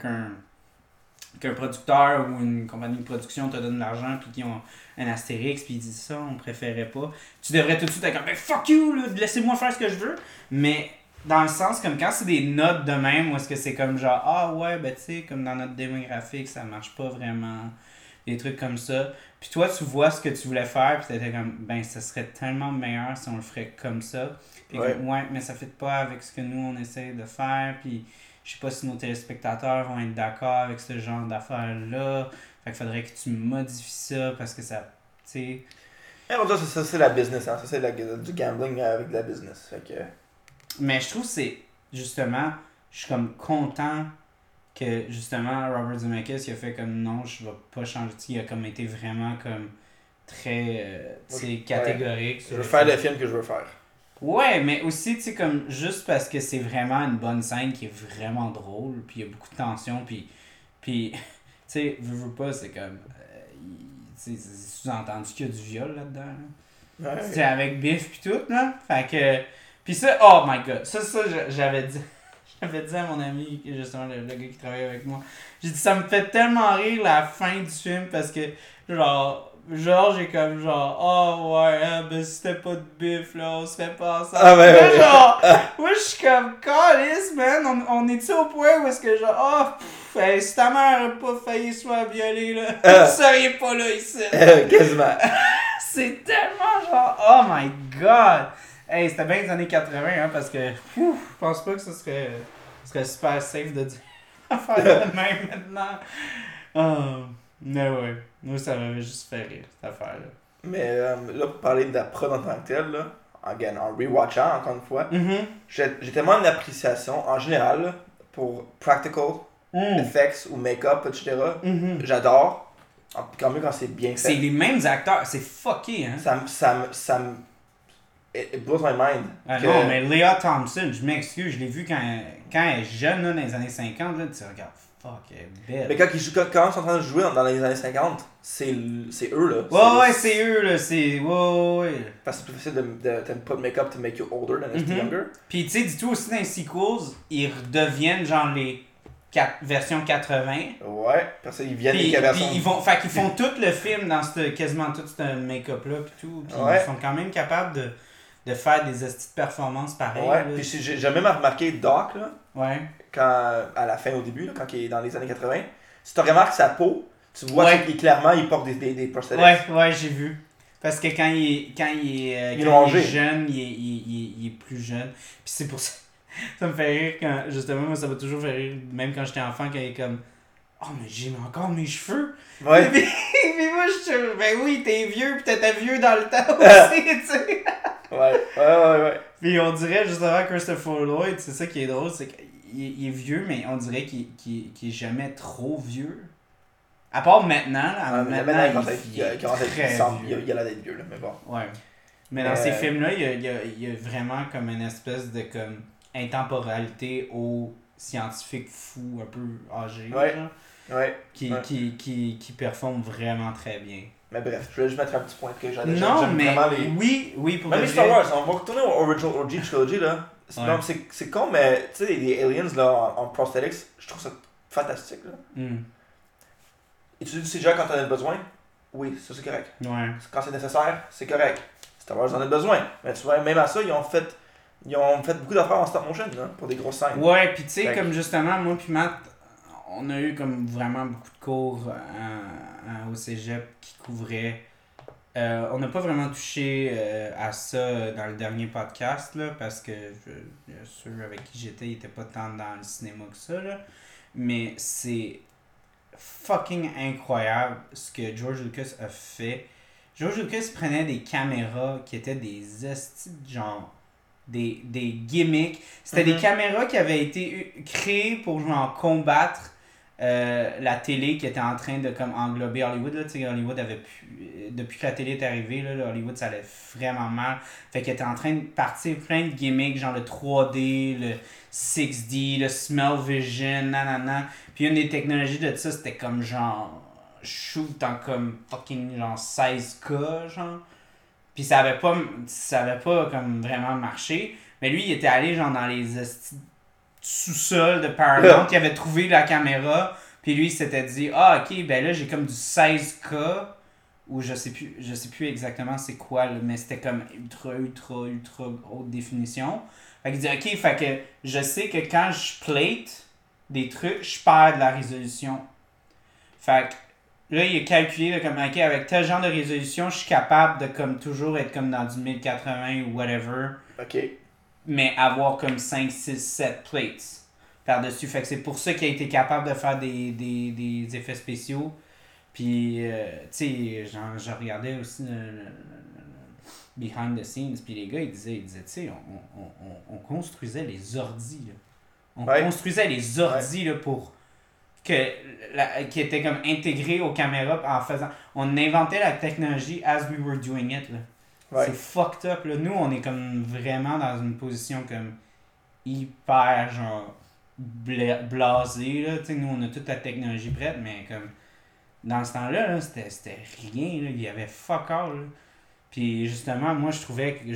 qu'un producteur ou une compagnie de production te donne de l'argent, puis qu'ils ont un astérix, puis ils disent ça, on préférait pas. Tu devrais tout de suite être comme, ben fuck you, là, laissez-moi faire ce que je veux. Mais. Dans le sens, comme quand c'est des notes de même, où est-ce que c'est comme genre, ah ouais, ben tu sais, comme dans notre démographique, ça marche pas vraiment, des trucs comme ça. Puis toi, tu vois ce que tu voulais faire, puis t'étais comme, ben ça serait tellement meilleur si on le ferait comme ça. Puis comme, ouais, mais ça fit pas avec ce que nous on essaie de faire, puis je sais pas si nos téléspectateurs vont être d'accord avec ce genre d'affaires-là. Fait qu'il faudrait que tu modifies ça, parce que ça, tu sais... Ça c'est la business, hein. Ça c'est du gambling avec de la business, fait que... Mais je trouve que c'est, justement, je suis comme content que, justement, Robert Zemeckis, il a fait comme, non, je vais pas changer, il a comme été vraiment comme très, catégorique. Je veux faire le film que je veux faire. Ouais, mais aussi, tu sais, comme, juste parce que c'est vraiment une bonne scène qui est vraiment drôle, puis il y a beaucoup de tension, puis tu sais, veux pas, c'est comme, c'est sous-entendu qu'il y a du viol là-dedans, là. Ouais. C'est avec Biff pis tout, là, fait que... Puis ça, oh my god, ça j'avais dit à mon ami, justement le gars qui travaille avec moi, j'ai dit ça me fait tellement rire la fin du film parce que genre George est comme genre, oh ouais, hein, ben si c'était pas de bif, là, on serait pas ensemble. Ah ouais, Là, ouais. genre, moi je suis comme, calice, man, on est-tu au point où est-ce que genre, hey, si ta mère a pas failli se faire violer, là, vous seriez pas là ici. Quasiment. C'est tellement genre, oh my god. Hey, c'était bien les années 80, hein, parce que, je pense pas que ce serait super safe de dire faire de même maintenant. Mais ouais, moi ça m'avait juste fait rire, cette affaire-là. Mais là, pour parler de la prod en tant que telle, là, again, en rewatchant encore une fois, j'ai tellement une appréciation en général là, pour practical effects ou make-up, etc. J'adore. Quand même quand c'est bien fait. C'est les mêmes acteurs, c'est fucké, hein. Ça me. It blows my mind. Ah non, mais Lea Thompson, je m'excuse, je l'ai vu quand elle est jeune, là, dans les années 50, là, tu regardes, fuck, elle est belle. Mais quand ils sont en train de jouer dans les années 50, c'est eux, là. Ouais, c'est eux, là, c'est. Ouais. Parce que c'est plus facile de put make-up to make you older than younger. Pis tu sais, dis-tu aussi dans les sequels, ils redeviennent genre les versions 80. Ouais, parce qu'ils viennent des versions. Fait qu'ils font tout le film dans quasiment tout ce make-up-là, pis tout. Pis ils sont quand même capables de faire des astuces de performance pareilles. Ouais, pis j'ai même remarqué Doc, là. Ouais. Quand, à la fin, au début, là, quand il est dans les années 80, si tu remarques sa peau, tu vois clairement il porte des prosthetics. Ouais, j'ai vu. Parce que quand il est jeune, il est plus jeune. Puis c'est pour ça. Ça me fait rire quand. Justement, moi, ça m'a toujours fait rire, même quand j'étais enfant, quand il est comme. Oh, mais j'ai encore mes cheveux. Ouais. Puis moi, je suis. Ben oui, t'es vieux, pis t'étais vieux dans le temps aussi, tu sais. Ouais. Puis on dirait justement Christopher Lloyd, c'est ça qui est drôle, c'est qu'il est vieux, mais on dirait qu'il est jamais trop vieux. À part maintenant, là. Maintenant, il a l'air d'être vieux, là, mais bon. Ouais. Mais dans ces films-là, il y a vraiment comme une espèce de comme intemporalité aux scientifiques fous un peu âgés. Qui performent vraiment très bien. Mais bref, je voulais juste mettre un petit point que j'aime mais vraiment les... Oui, pour même les Star Wars, on va retourner au original OG trilogy, là. C'est con, mais tu sais, les aliens là, en prosthetics, je trouve ça fantastique, là. Utiliser du CGI quand t'en as besoin, oui, ça c'est correct. Ouais. Quand c'est nécessaire, c'est correct. Star Wars en a besoin. Mais tu vois, même à ça, ils ont fait beaucoup d'affaires en stop motion, là, pour des grosses scènes. Ouais, pis tu sais, comme justement, moi pis Matt, on a eu comme vraiment beaucoup de cours au cégep qui couvraient. On n'a pas vraiment touché à ça dans le dernier podcast, là, parce que ceux avec qui j'étais, ils étaient pas tant dans le cinéma que ça, là. Mais c'est fucking incroyable ce que George Lucas a fait. George Lucas prenait des caméras qui étaient des estis genre des gimmicks. C'était des caméras qui avaient été créées pour genre combattre la télé qui était en train de comme englober Hollywood. Là, Hollywood avait depuis que la télé est arrivée, là, Hollywood ça allait vraiment mal. Fait qu'il était en train de partir plein de gimmicks, genre le 3D, le 6D, le Smell Vision, nanana. Puis une des technologies de ça, c'était comme genre shoot en comme fucking genre 16K, genre. Puis ça avait pas comme vraiment marché. Mais lui, il était allé genre dans les sous-sols de Paramount, qui avait trouvé la caméra. Puis lui, il s'était dit, ok, ben là, j'ai comme du 16K. Ou je sais plus exactement c'est quoi, là, mais c'était comme ultra haute définition. Fait qu'il dit, ok, fait que je sais que quand je plate des trucs, je perds de la résolution. Fait que là, il a calculé là, comme, ok, avec tel genre de résolution, je suis capable de comme toujours être comme dans du 1080 ou whatever. Ok. Mais avoir comme 5, 6, 7 plates par-dessus. Fait que c'est pour ça qu'il a été capable de faire des effets spéciaux. Puis, tu sais, je regardais aussi le behind the scenes, puis les gars, ils disaient tu sais, on construisait les ordis, là. On construisait les ordis, là, pour qui étaient comme intégrés aux caméras en faisant... On inventait la technologie as we were doing it, là. Ouais. C'est fucked up, là. Nous, on est comme vraiment dans une position comme hyper, genre, blasée, là. Tu sais, nous, on a toute la technologie prête, mais comme... Dans ce temps-là, là, c'était rien, là. Il y avait fuck all, là. Puis justement, moi, je trouvais que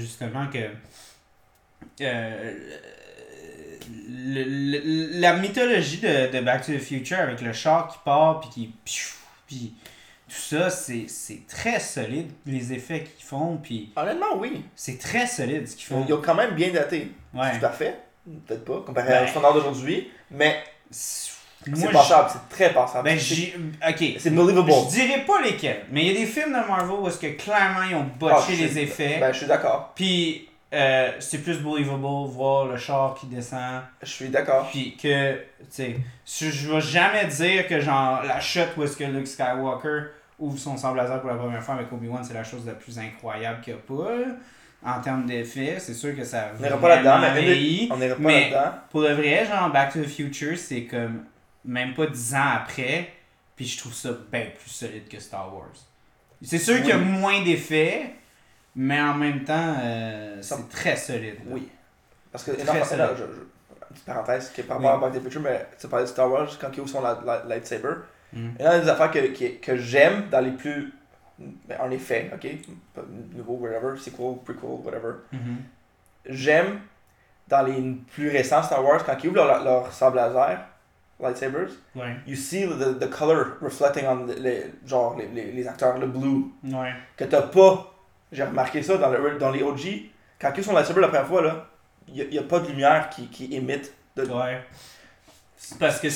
la mythologie de Back to the Future avec le char qui part puis ça, c'est très solide, les effets qu'ils font, puis... Honnêtement, oui. C'est très solide, ce qu'ils font. Ils ont quand même bien daté. Ouais. C'est parfait, peut-être pas, comparé au standard d'aujourd'hui, mais moi, c'est passable, c'est très passable. Ben, ok. C'est believable. Je dirais pas lesquels, mais il y a des films de Marvel où est-ce que clairement ils ont botché les effets. Ben, je suis d'accord. Puis c'est plus believable voir le char qui descend. Je suis d'accord. Puis que, tu sais, je vais jamais dire que genre la shot où est-ce que Luke Skywalker ouvre son sable laser pour la première fois avec Obi-Wan, c'est la chose la plus incroyable qu'il y a pas. En termes d'effets, c'est sûr que ça on n'ira pas là-dedans, mais on n'ira pas mais là-dedans. Pour le vrai, genre Back to the Future, c'est comme même pas 10 ans après, puis je trouve ça bien plus solide que Star Wars. C'est sûr qu'il y a moins d'effets, mais en même temps, c'est très solide. Là. Oui. Parce que, très solide. Là, une petite parenthèse qui est par rapport à Back to the Future, mais tu parlais de Star Wars quand ils ouvrent son lightsaber. Il y en a des affaires que j'aime dans les plus. Ben, en effet, ok? Nouveau, whatever, sequel, prequel, whatever. J'aime dans les plus récents Star Wars, quand ils ouvrent leur sable laser, lightsabers, you see the color reflecting on les acteurs, le blue. Que t'as pas. J'ai remarqué ça dans les OG. Quand ils sont lightsaber la première fois, là, il n'y a pas de lumière qui émite. Parce que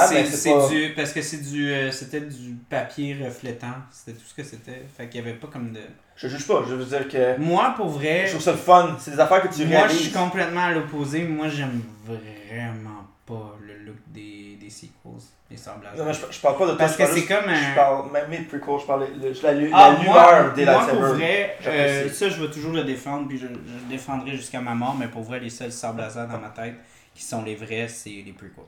c'était du papier reflétant, c'était tout ce que c'était. Fait qu'il y avait pas comme de. Je juge pas, je veux dire que. Moi, pour vrai. Je trouve ça le fun, c'est des affaires que tu réalises. Moi, je suis complètement à l'opposé. Moi, j'aime vraiment pas le look des sequels, des sables laser. Non, mais je parle pas de parce que c'est comme un. Je parle même des prequels, je parle de la lueur des lightsabers. Moi, pour vrai, ça, je vais toujours le défendre, puis je le défendrai jusqu'à ma mort, mais pour vrai, les seuls sables laser dans ma tête qui sont les vrais, c'est les prequels.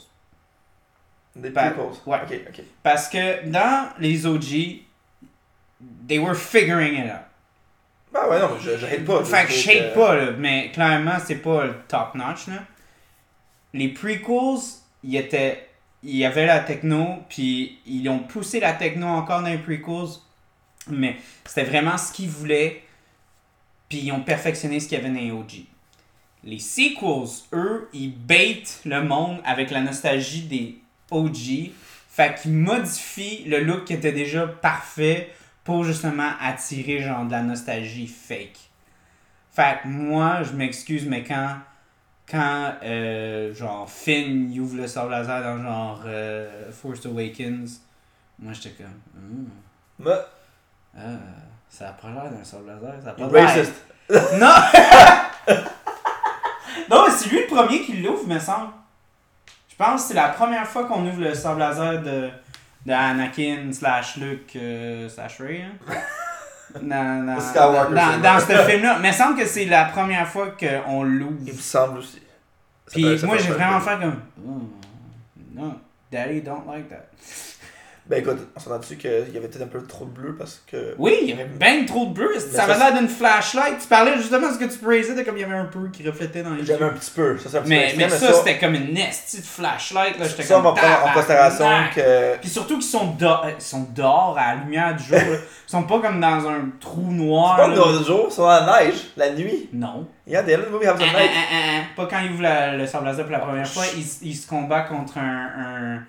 Des prequels? Ouais. Ok. Parce que dans les OG, they were figuring it out. Ben ouais, non, mais je hate pas. Fait que je hate pas, là, mais clairement, c'est pas le top notch, là. Les prequels, il y avait la techno, puis ils ont poussé la techno encore dans les prequels, mais c'était vraiment ce qu'ils voulaient, puis ils ont perfectionné ce qu'il y avait dans les OG. Les sequels, eux, ils baitent le monde avec la nostalgie des OG, fait qu'ils modifient le look qui était déjà parfait pour justement attirer genre de la nostalgie fake. Fait que moi, je m'excuse, mais quand genre Finn il ouvre le sable laser dans genre Force Awakens, moi j'étais comme ça a pas l'air d'un sable laser, ça a pas l'air. Racist. Non. Non, c'est lui le premier qui l'ouvre, me semble. Je pense que c'est la première fois qu'on ouvre le sable laser de Anakin / Luke / Rey. Dans ce film-là. Mais il me semble que c'est la première fois qu'on l'ouvre. Il me semble aussi. Puis moi, j'ai vraiment fait comme... non, Daddy don't like that. Ben écoute, on s'entend dessus qu'il y avait peut-être un peu trop de bleu parce que... Oui, il y avait bien trop de bleu. Ça avait l'air d'une flashlight. Tu parlais justement de ce que tu praisais, de comme il y avait un peu qui reflétait dans les J'avais un petit peu. Ça, c'est un petit mais peu ça, c'était comme une nestie de flashlight. Là. J'étais ça, comme, on va prendre en considération que... Puis surtout qu'ils sont dehors à la lumière du jour. Ils sont pas comme dans un trou noir. C'est pas dehors du jour, ils sont dans la neige, la nuit. Non. Yeah, they have some night. Pas quand ils ouvrent le sable laser pour la première fois. Ils se combattent contre un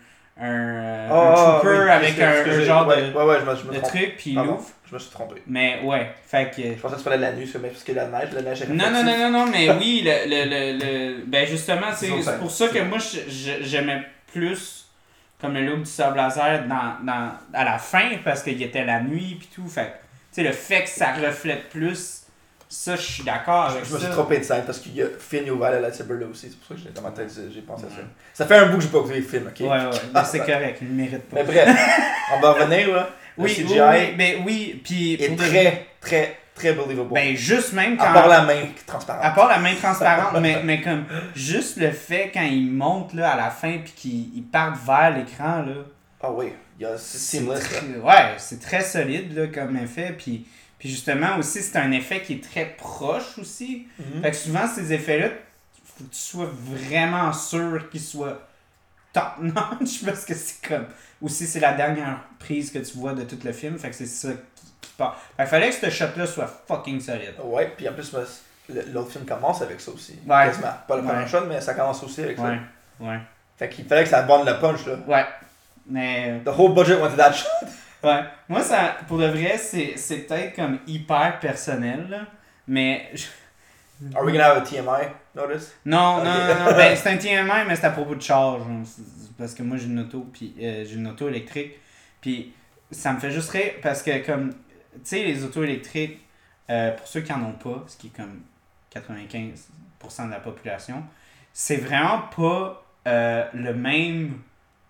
trooper avec un genre de truc, puis il l'ouvre. Je me suis trompé. Mais ouais, fait que... Je pensais que tu parlais de la nuit, parce que la neige est Non, mais oui, ben justement, c'est pour ça que moi, j'aimais plus comme le look du sable laser à la fin, parce qu'il était la nuit, puis tout, fait tu sais, le fait que ça reflète plus, ça, je suis d'accord avec ça. Je me suis trompé de scène, parce qu'il y a Finn et ouvert la lightsaber là aussi, c'est pour ça que dans ma tête, j'ai pensé à ça. Ça fait un bout que j'ai pas écouté les films, ok? Ouais, mais c'est correct, il le mérite pas. Mais bref, on va revenir, là. Oui, puis est très, très, très believable. Ben, juste même quand... À part la main transparente. À part la main transparente, mais comme, juste le fait quand il monte, là, à la fin, puis qu'il parte vers l'écran, là... Ah oui, c'est seamless, ouais, c'est très solide, là, comme effet, puis justement, aussi, c'est un effet qui est très proche, aussi. Fait que souvent, ces effets-là, faut que tu sois vraiment sûr qu'ils soient top notch, parce que c'est comme... Aussi, c'est la dernière prise que tu vois de tout le film, fait que c'est ça qui part. Fait que fallait que ce shot-là soit fucking solide. Ouais, puis en plus, l'autre film commence avec ça aussi. Ouais. Quasiment. Pas le premier shot, mais ça commence aussi avec ça. Ouais. Fait qu'il fallait que ça bonne le punch, là. Ouais. Mais... The whole budget went to that shot. Ouais. Moi, ça, pour de vrai, c'est peut-être comme hyper personnel, là. Mais. Are we gonna have a TMI notice? Non, Ok. non. Ben, c'est un TMI, mais c'est à propos de charge. Hein. Parce que moi, j'ai une auto, puis j'ai une auto électrique. Puis ça me fait juste rire parce que, comme. Tu sais, les autos électriques, pour ceux qui en ont pas, ce qui est comme 95% de la population, c'est vraiment pas le même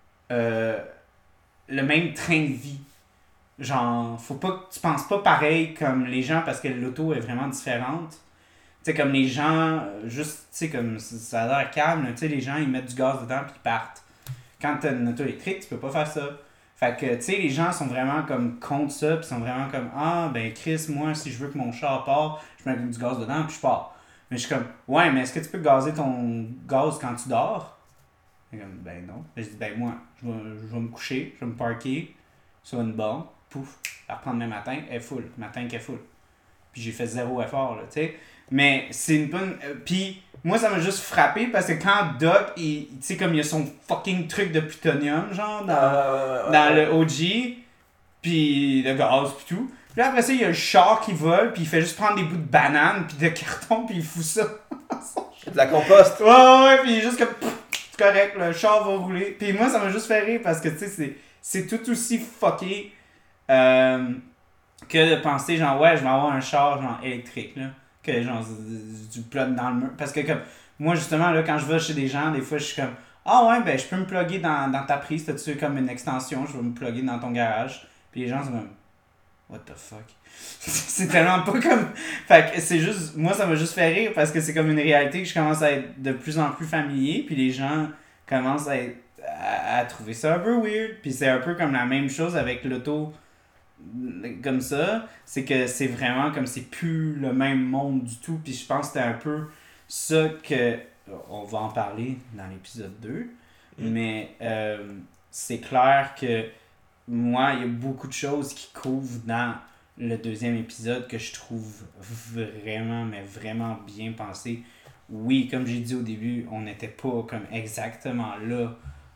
train de vie. Genre, faut pas que tu penses pas pareil comme les gens parce que l'auto est vraiment différente. Tu sais, comme les gens, juste, tu sais, comme ça a l'air calme, tu sais, les gens ils mettent du gaz dedans puis ils partent. Quand t'as une auto électrique, tu peux pas faire ça. Fait que, tu sais, les gens sont vraiment comme contre ça, puis sont vraiment comme, ah, ben Chris, moi, si je veux que mon char part, je mets du gaz dedans puis je pars. Mais je suis comme, ouais, mais est-ce que tu peux gazer ton gaz quand tu dors? Comme, ben non. Je dis, ben moi, je vais me coucher, je vais me parker sur une borne, pouf, la reprendre demain matin, elle est full. Le matin qu'elle est full. Puis j'ai fait zéro effort, là, tu sais. Mais c'est une bonne. Puis moi, ça m'a juste frappé parce que quand Doc, tu sais, comme il a son fucking truc de plutonium, genre, dans le OG, puis le gaz, puis tout. Puis après ça, il y a le char qui vole, puis il fait juste prendre des bouts de banane, puis de carton, puis il fout ça. C'est de la compost. Ouais, puis il est juste comme. C'est correct, le char va rouler. Puis moi, ça m'a juste fait rire parce que, tu sais, c'est tout aussi fucké que de penser, genre, ouais, je vais avoir un char, genre, électrique, là. Que, genre, du plug dans le mur. Parce que, comme, moi, justement, là, quand je vais chez des gens, des fois, je suis comme, ah ouais, ben, je peux me plugger dans ta prise, t'as-tu comme une extension, je vais me plugger dans ton garage. Puis les gens sont comme, what the fuck? C'est tellement pas comme. Fait que c'est juste. Moi, ça m'a juste fait rire parce que c'est comme une réalité que je commence à être de plus en plus familier. Puis les gens commencent à trouver ça un peu weird. Puis c'est un peu comme la même chose avec l'auto comme ça. C'est que c'est vraiment comme c'est plus le même monde du tout. Puis je pense que c'était un peu ça que. On va en parler dans l'épisode 2. Mais c'est clair que moi, il y a beaucoup de choses qui couvrent dans le deuxième épisode que je trouve vraiment, mais vraiment bien pensé. Oui, comme j'ai dit au début, on n'était pas comme exactement là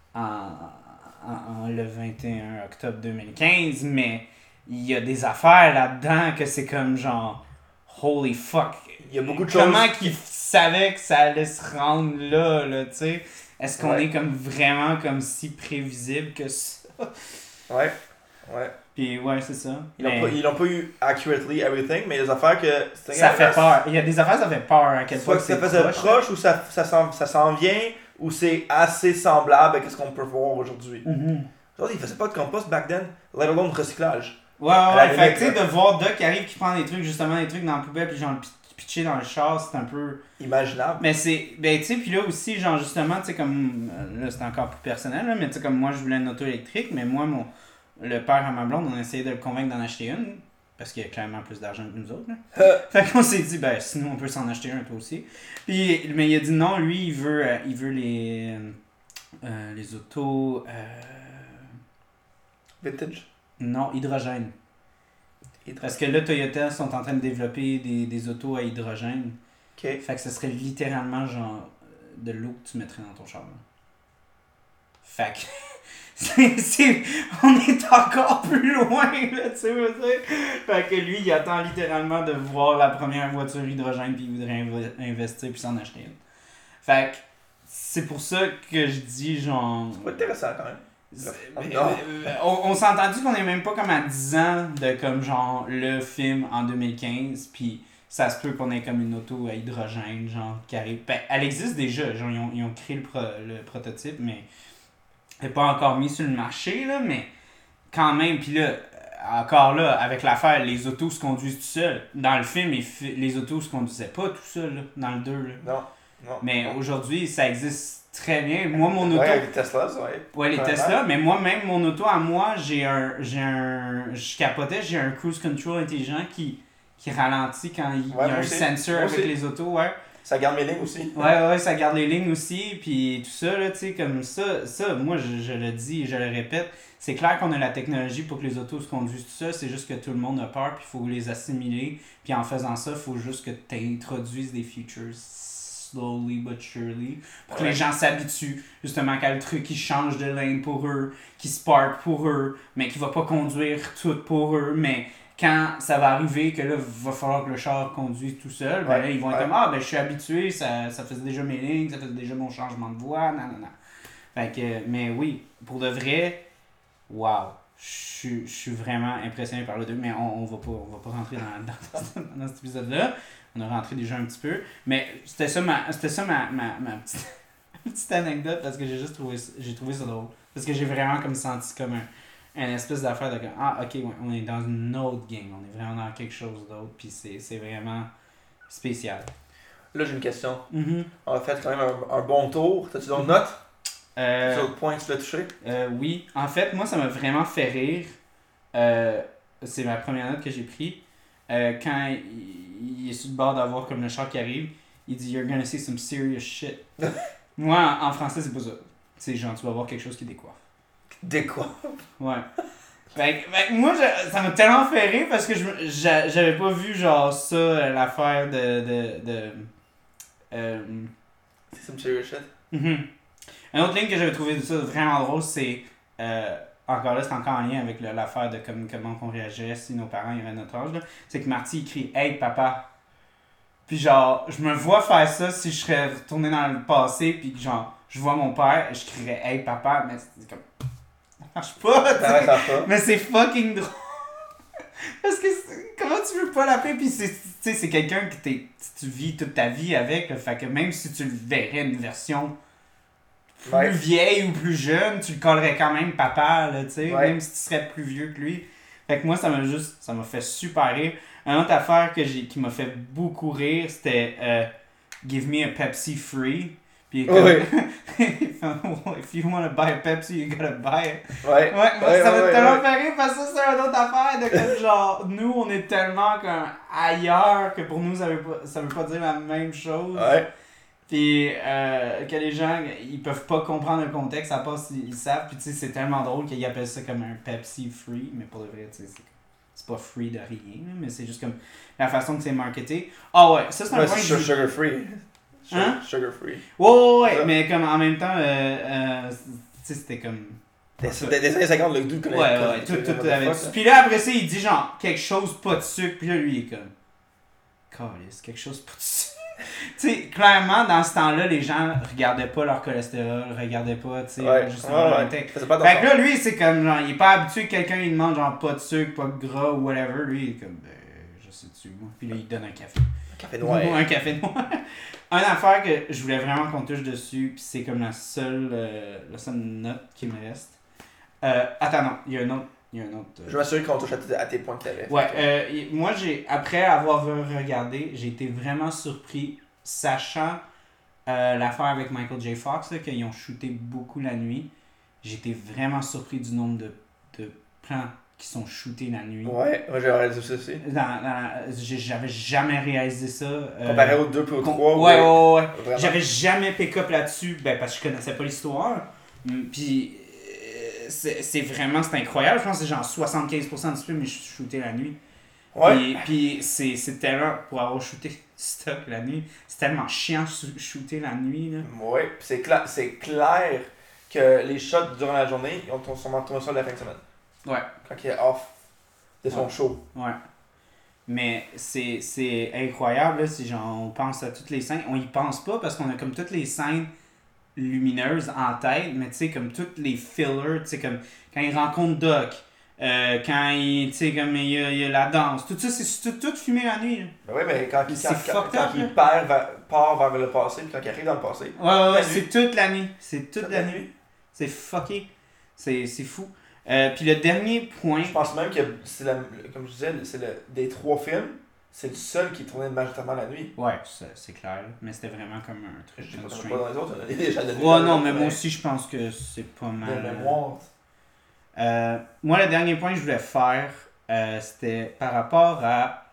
en le 21 octobre 2015, mais il y a des affaires là-dedans que c'est comme genre holy fuck. Il y a beaucoup de choses. Comment qu'ils savaient que ça allait se rendre là, tu sais? Est-ce qu'on est comme vraiment comme si prévisible que ça? Ouais. Puis ouais, c'est ça. Ils l'ont pas eu accurately everything, mais les affaires que... Ça fait peur. Il y a des affaires, ça fait peur à quel point c'est faisait proche ou ça s'en vient, ou c'est assez semblable à ce qu'on peut voir aujourd'hui. Ils faisaient pas de compost back then, let alone recyclage. Ouais, fait que tu sais, de voir Doc qui arrive, qui prend des trucs dans la poubelle, puis genre le pitcher dans le char, c'est un peu... imaginable. Mais c'est... Ben tu sais, puis là aussi, genre justement, tu sais, comme... Là, c'est encore plus personnel, là, mais tu sais, comme moi, je voulais une auto électrique, mais moi, le père à ma blonde, on a essayé de le convaincre d'en acheter une, parce qu'il y a clairement plus d'argent que nous autres. Là. Fait qu'on s'est dit, ben sinon on peut s'en acheter un toi aussi. Puis, mais il a dit non, lui, il veut les autos... Vintage? Non, hydrogène. Parce que là, Toyota sont en train de développer des autos à hydrogène. Okay. Fait que ce serait littéralement genre de l'eau que tu mettrais dans ton char. Là. Fait que... on est encore plus loin, là, tu sais, fait que lui, il attend littéralement de voir la première voiture hydrogène puis il voudrait investir puis s'en acheter une. Fait que c'est pour ça que je dis genre... C'est pas intéressant quand même. On s'est entendu qu'on est même pas comme à 10 ans de comme genre le film en 2015 puis ça se peut qu'on ait comme une auto à hydrogène genre qui arrive. Ben, elle existe déjà, genre ils ont créé le prototype mais elle n'est pas encore mise sur le marché, là, mais quand même, puis là, encore là, avec l'affaire, les autos se conduisent tout seuls. Dans le film, les autos se conduisaient pas tout seuls, là, dans le 2. Là. Non. Mais aujourd'hui, ça existe très bien. Moi, mon auto... Ouais, les Teslas, ouais. Ouais, les Tesla, mais moi-même, mon auto à moi, je capotais, j'ai un cruise control intelligent qui ralentit quand il y a un sensor avec les autos, ouais. Ça garde mes lignes aussi. Ouais, ça garde les lignes aussi, puis tout ça, là, tu sais, comme ça, moi, je le dis et je le répète, c'est clair qu'on a la technologie pour que les autos se conduisent tout ça, c'est juste que tout le monde a peur, puis il faut les assimiler, puis en faisant ça, il faut juste que tu introduises des features slowly but surely. Pour que les gens s'habituent, justement, qu'à le truc qui change de lane pour eux, qui spark pour eux, mais qui va pas conduire tout pour eux, mais quand ça va arriver que là, va falloir que le char conduise tout seul, ben là, ils vont être comme, ah, ben je suis habitué, ça faisait déjà mes lignes, ça faisait déjà mon changement de voie, nanana. Fait que, mais oui, pour de vrai, wow. Je suis vraiment impressionné par le 2, mais on va pas rentrer dans cet épisode-là. On a rentré déjà un petit peu. Mais c'était ça ma petite anecdote parce que j'ai trouvé ça drôle. Parce que j'ai vraiment comme senti comme un espèce d'affaire de ah ok, ouais, on est dans une autre game. On est vraiment dans quelque chose d'autre. Puis c'est vraiment spécial. Là, j'ai une question. Mm-hmm. On a fait quand même un bon tour. T'as-tu d'autres notes? D'autres points que tu l'as touché? Oui. En fait, moi, ça m'a vraiment fait rire. C'est ma première note que j'ai prise. Quand il est sur le bord d'avoir comme le char qui arrive, il dit You're gonna see some serious shit. Moi, en français, c'est pas ça. C'est genre, tu vas voir quelque chose qui décoiffe. Décoiffe? Ouais. Fait que moi, ça m'a tellement fait rire parce que j'avais pas vu genre ça, l'affaire de C'est some serious shit? Mm-hmm. Un autre ligne que j'avais trouvé ça vraiment drôle, c'est encore là, c'est encore en lien avec l'affaire de comment on réagirait si nos parents iraient à notre âge. C'est que Marty il crie Hey papa. Puis genre, je me vois faire ça si je serais retourné dans le passé, puis genre, je vois mon père et je crierais Hey papa, mais c'est comme. Ça marche pas, ça marche pas. Mais c'est fucking drôle. Parce que comment tu veux pas l'appeler, puis c'est quelqu'un que tu vis toute ta vie avec, là, fait que même si tu le verrais une version plus vieille ou plus jeune, tu le collerais quand même papa, là, tu sais, même si tu serais plus vieux que lui. Fait que moi, ça m'a fait super rire. Une autre affaire qui m'a fait beaucoup rire, c'était Give me a Pepsi free. Puis comme, if you want to buy a Pepsi, you gotta buy it. Ouais, ça m'a tellement fait rire parce que ça, c'est une autre affaire de comme genre, nous, on est tellement comme ailleurs que pour nous, ça veut pas dire la même chose. Ouais. Puis que les gens, ils peuvent pas comprendre le contexte, à part s'ils savent. Puis tu sais, c'est tellement drôle qu'ils appellent ça comme un Pepsi free, mais pour le vrai, tu sais, c'est pas free de rien, mais c'est juste comme la façon que c'est marketé. Ah ouais, ça c'est un point c'est sugar free. Hein? Sugar free. Ouais, mais comme en même temps, tu sais, c'était comme. Des années 50, le dude connaît. Ouais, tout avec. Puis là, après ça, il dit genre quelque chose pas de sucre, puis là, lui, il est comme. Calice, quelque chose pas de sucre. Tu sais, clairement, dans ce temps-là, les gens regardaient pas leur cholestérol, regardaient pas, tu sais, justement leur intake. Fait que là, lui, c'est comme, genre, il est pas habitué que quelqu'un lui demande, genre, pas de sucre, pas de gras ou whatever. Lui, il est comme, je sais-tu, moi. Puis là, il donne un café. Un café noir. Un café noir. Une affaire que je voulais vraiment qu'on touche dessus, puis c'est comme la seule note qui me reste. Attends, non, il y a un autre. Je vais m'assurer qu'on touche à tes points que tu avais. Ouais, moi, après avoir regardé, j'ai été vraiment surpris, sachant l'affaire avec Michael J. Fox, là, qu'ils ont shooté beaucoup la nuit. J'ai été vraiment surpris du nombre de plans qui sont shootés la nuit. Ouais, moi j'ai réalisé ça aussi. J'avais jamais réalisé ça. Comparé aux 2 puis aux 3. Ouais. J'avais jamais pick-up là-dessus, parce que je connaissais pas l'histoire. Puis c'est incroyable. Je pense que c'est genre 75% du film, mais je suis shooté la nuit. Ouais. Puis c'est tellement, pour avoir shooté stock la nuit, c'est tellement chiant shooter la nuit. Là. Ouais, puis c'est clair que les shots durant la journée, ils sont tombés sur la fin de semaine. Ouais. Quand il est off de son show. Ouais. Mais c'est incroyable, là, si genre, on pense à toutes les scènes. On y pense pas parce qu'on a comme toutes les scènes lumineuses en tête, mais tu sais, comme toutes les fillers, tu sais, comme quand il rencontre Doc, quand il, tu sais, comme il y a la danse, tout ça, c'est tout filmé la nuit. Là. Ben oui, mais quand il part vers le passé, puis quand il arrive dans le passé. Ouais, c'est toute la nuit. C'est toute la nuit. C'est fucké. C'est fou. Puis le dernier point. Je pense même que c'est comme je disais, des 3 films, c'est le seul qui tournait majoritairement la nuit. Ouais, c'est clair. Mais c'était vraiment comme un truc. Je sais pas dans les autres, on a déjà de nuit. Ouais, non, mais moi aussi, je pense que c'est pas mal. De mémoire. Moi, le dernier point que je voulais faire, c'était par rapport à.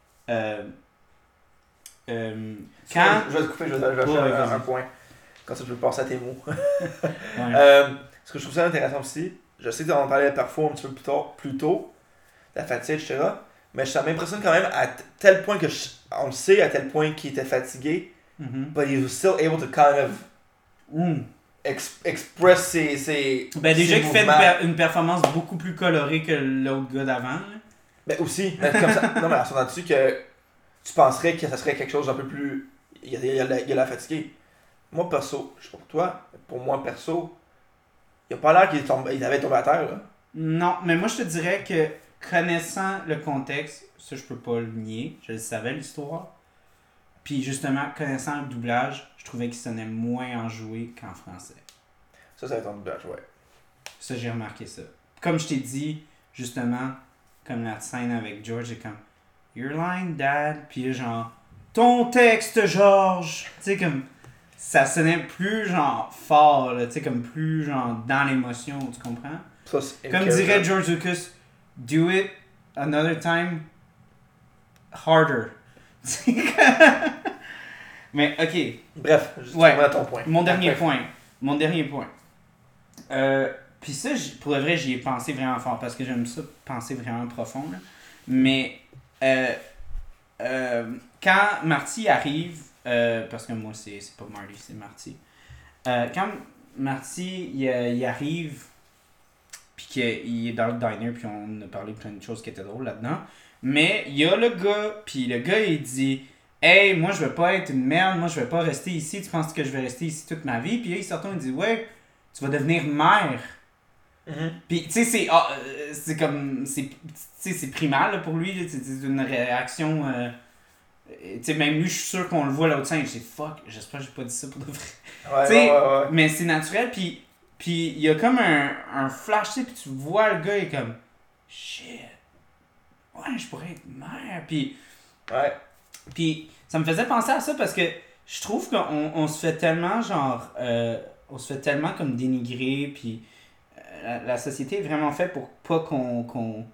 Quand... Je vais te couper, je vais acheter un point. Comme ça, je peux passer à tes mots. Ce que je trouve ça intéressant aussi, je sais que tu en parlais parfois un petit peu plus tôt, la fatigue, etc. Mais ça m'impressionne quand même à tel point que on le sait à tel point qu'il était fatigué but he was still able to kind of express ses déjà ses qu'il fait mouvements. une performance beaucoup plus colorée que l'autre gars d'avant. Là. Mais aussi, mais comme ça, non mais en s'entendant dessus que tu penserais que ça serait quelque chose d'un peu plus... Il y a la fatigué. Moi perso, je sais pas pour toi, mais pour moi perso, il a pas l'air qu'il avait tombé à terre là. Non, mais moi je te dirais que connaissant le contexte, ça je peux pas le nier, je le savais l'histoire. Puis justement, connaissant le doublage, je trouvais qu'il sonnait moins enjoué qu'en français. Ça va être ton doublage, ouais. Ça, j'ai remarqué ça. Comme je t'ai dit, justement, comme la scène avec George, c'est comme Your line, dad. Puis genre, ton texte, George. Tu sais, comme ça sonnait plus genre fort, là, tu sais, comme plus genre dans l'émotion, tu comprends? Ça, Comme dirait George Lucas, do it another time harder. Mais ok. Bref, juste Ouais. à ton point. Mon dernier point. Puis ça, pour le vrai, j'y ai pensé vraiment fort parce que j'aime ça, penser vraiment profond. Là. Mais quand Marty arrive, parce que moi, c'est pas Marty, c'est Marty. Quand Marty il arrive, puis qu'il est dans le diner, puis on a parlé de plein de choses qui étaient drôles là-dedans. Mais il y a le gars, puis le gars, il dit Hey, moi, je veux pas être une merde, moi, je veux pas rester ici, tu penses que je vais rester ici toute ma vie? Puis là, il sort, il dit Ouais, tu vas devenir mère. Puis, tu sais, c'est comme. C'est primal là, pour lui, là, c'est une réaction. Tu sais, même lui, je suis sûr qu'on le voit l'autre scène, je dis Fuck, j'espère que j'ai pas dit ça pour de vrai. Ouais. Mais c'est naturel, puis il y a comme un flash, tu sais, puis tu vois le gars, il est comme Shit, ouais, je pourrais être mère. Puis ça me faisait penser à ça parce que je trouve qu'on se fait tellement, genre, on se fait tellement comme dénigrer, puis la société est vraiment faite pour pas qu'on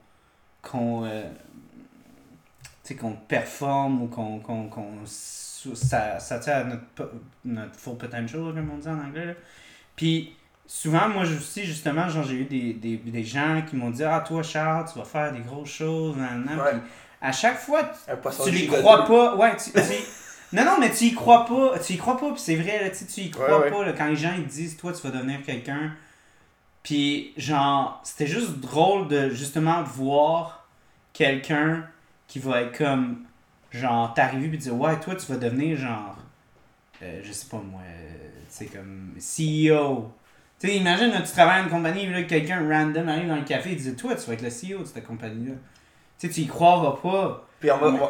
performe ou qu'on s'attire à notre full potential, comme on dit en anglais. Là. Puis souvent, moi aussi, justement, genre, j'ai eu des gens qui m'ont dit Ah, toi, Charles, tu vas faire des grosses choses. Puis à chaque fois, tu les crois pas. Ouais, non, mais tu y crois pas. Tu y crois pas, puis c'est vrai, là, tu y crois pas. Là, quand les gens ils disent Toi, tu vas devenir quelqu'un. Puis, genre, c'était juste drôle de justement voir quelqu'un qui va être comme, genre, t'arriver et dire Ouais, toi, tu vas devenir, genre, je sais pas moi, tu sais, comme CEO. Tu sais, imagine, là, tu travailles dans une compagnie, là, quelqu'un random arrive dans le café et dit Toi, tu vas être le CEO de cette compagnie-là. Tu sais, tu y croiras pas. Puis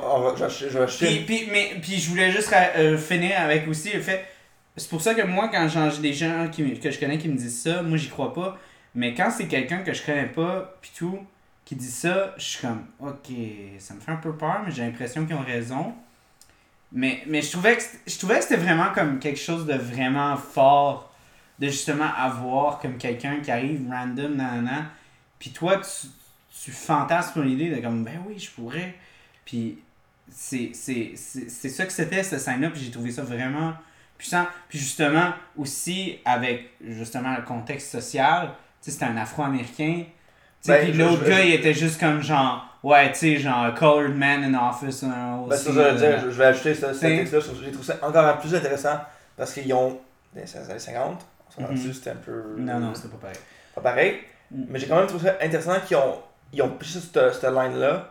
je vais acheter. Puis je voulais juste finir avec aussi le fait. C'est pour ça que moi, quand j'ai des gens que je connais qui me disent ça, moi j'y crois pas. Mais quand c'est quelqu'un que je connais pas, puis tout, qui dit ça, je suis comme, ok, ça me fait un peu peur, mais j'ai l'impression qu'ils ont raison. Mais je trouvais que c'était vraiment comme quelque chose de vraiment fort, de justement avoir comme quelqu'un qui arrive random, nanana, puis toi, tu fantasmes l'idée de comme, ben oui, je pourrais. Puis c'est ça que c'était, cette scène-là, puis j'ai trouvé ça vraiment puissant. Puis justement, aussi, avec justement le contexte social, tu sais, c'était un Afro-Américain. Puis l'autre gars, il était juste comme genre, ouais, tu sais, genre, colored man in office. Aussi, ça, je vais ajouter ce texte-là. J'ai trouvé ça encore plus intéressant parce qu'ils ont. Dans les années 50, on s'en rendu, c'était un peu. Non, c'était pas pareil. Pas pareil. Mais j'ai quand même trouvé ça intéressant qu'ils ont pris cette line-là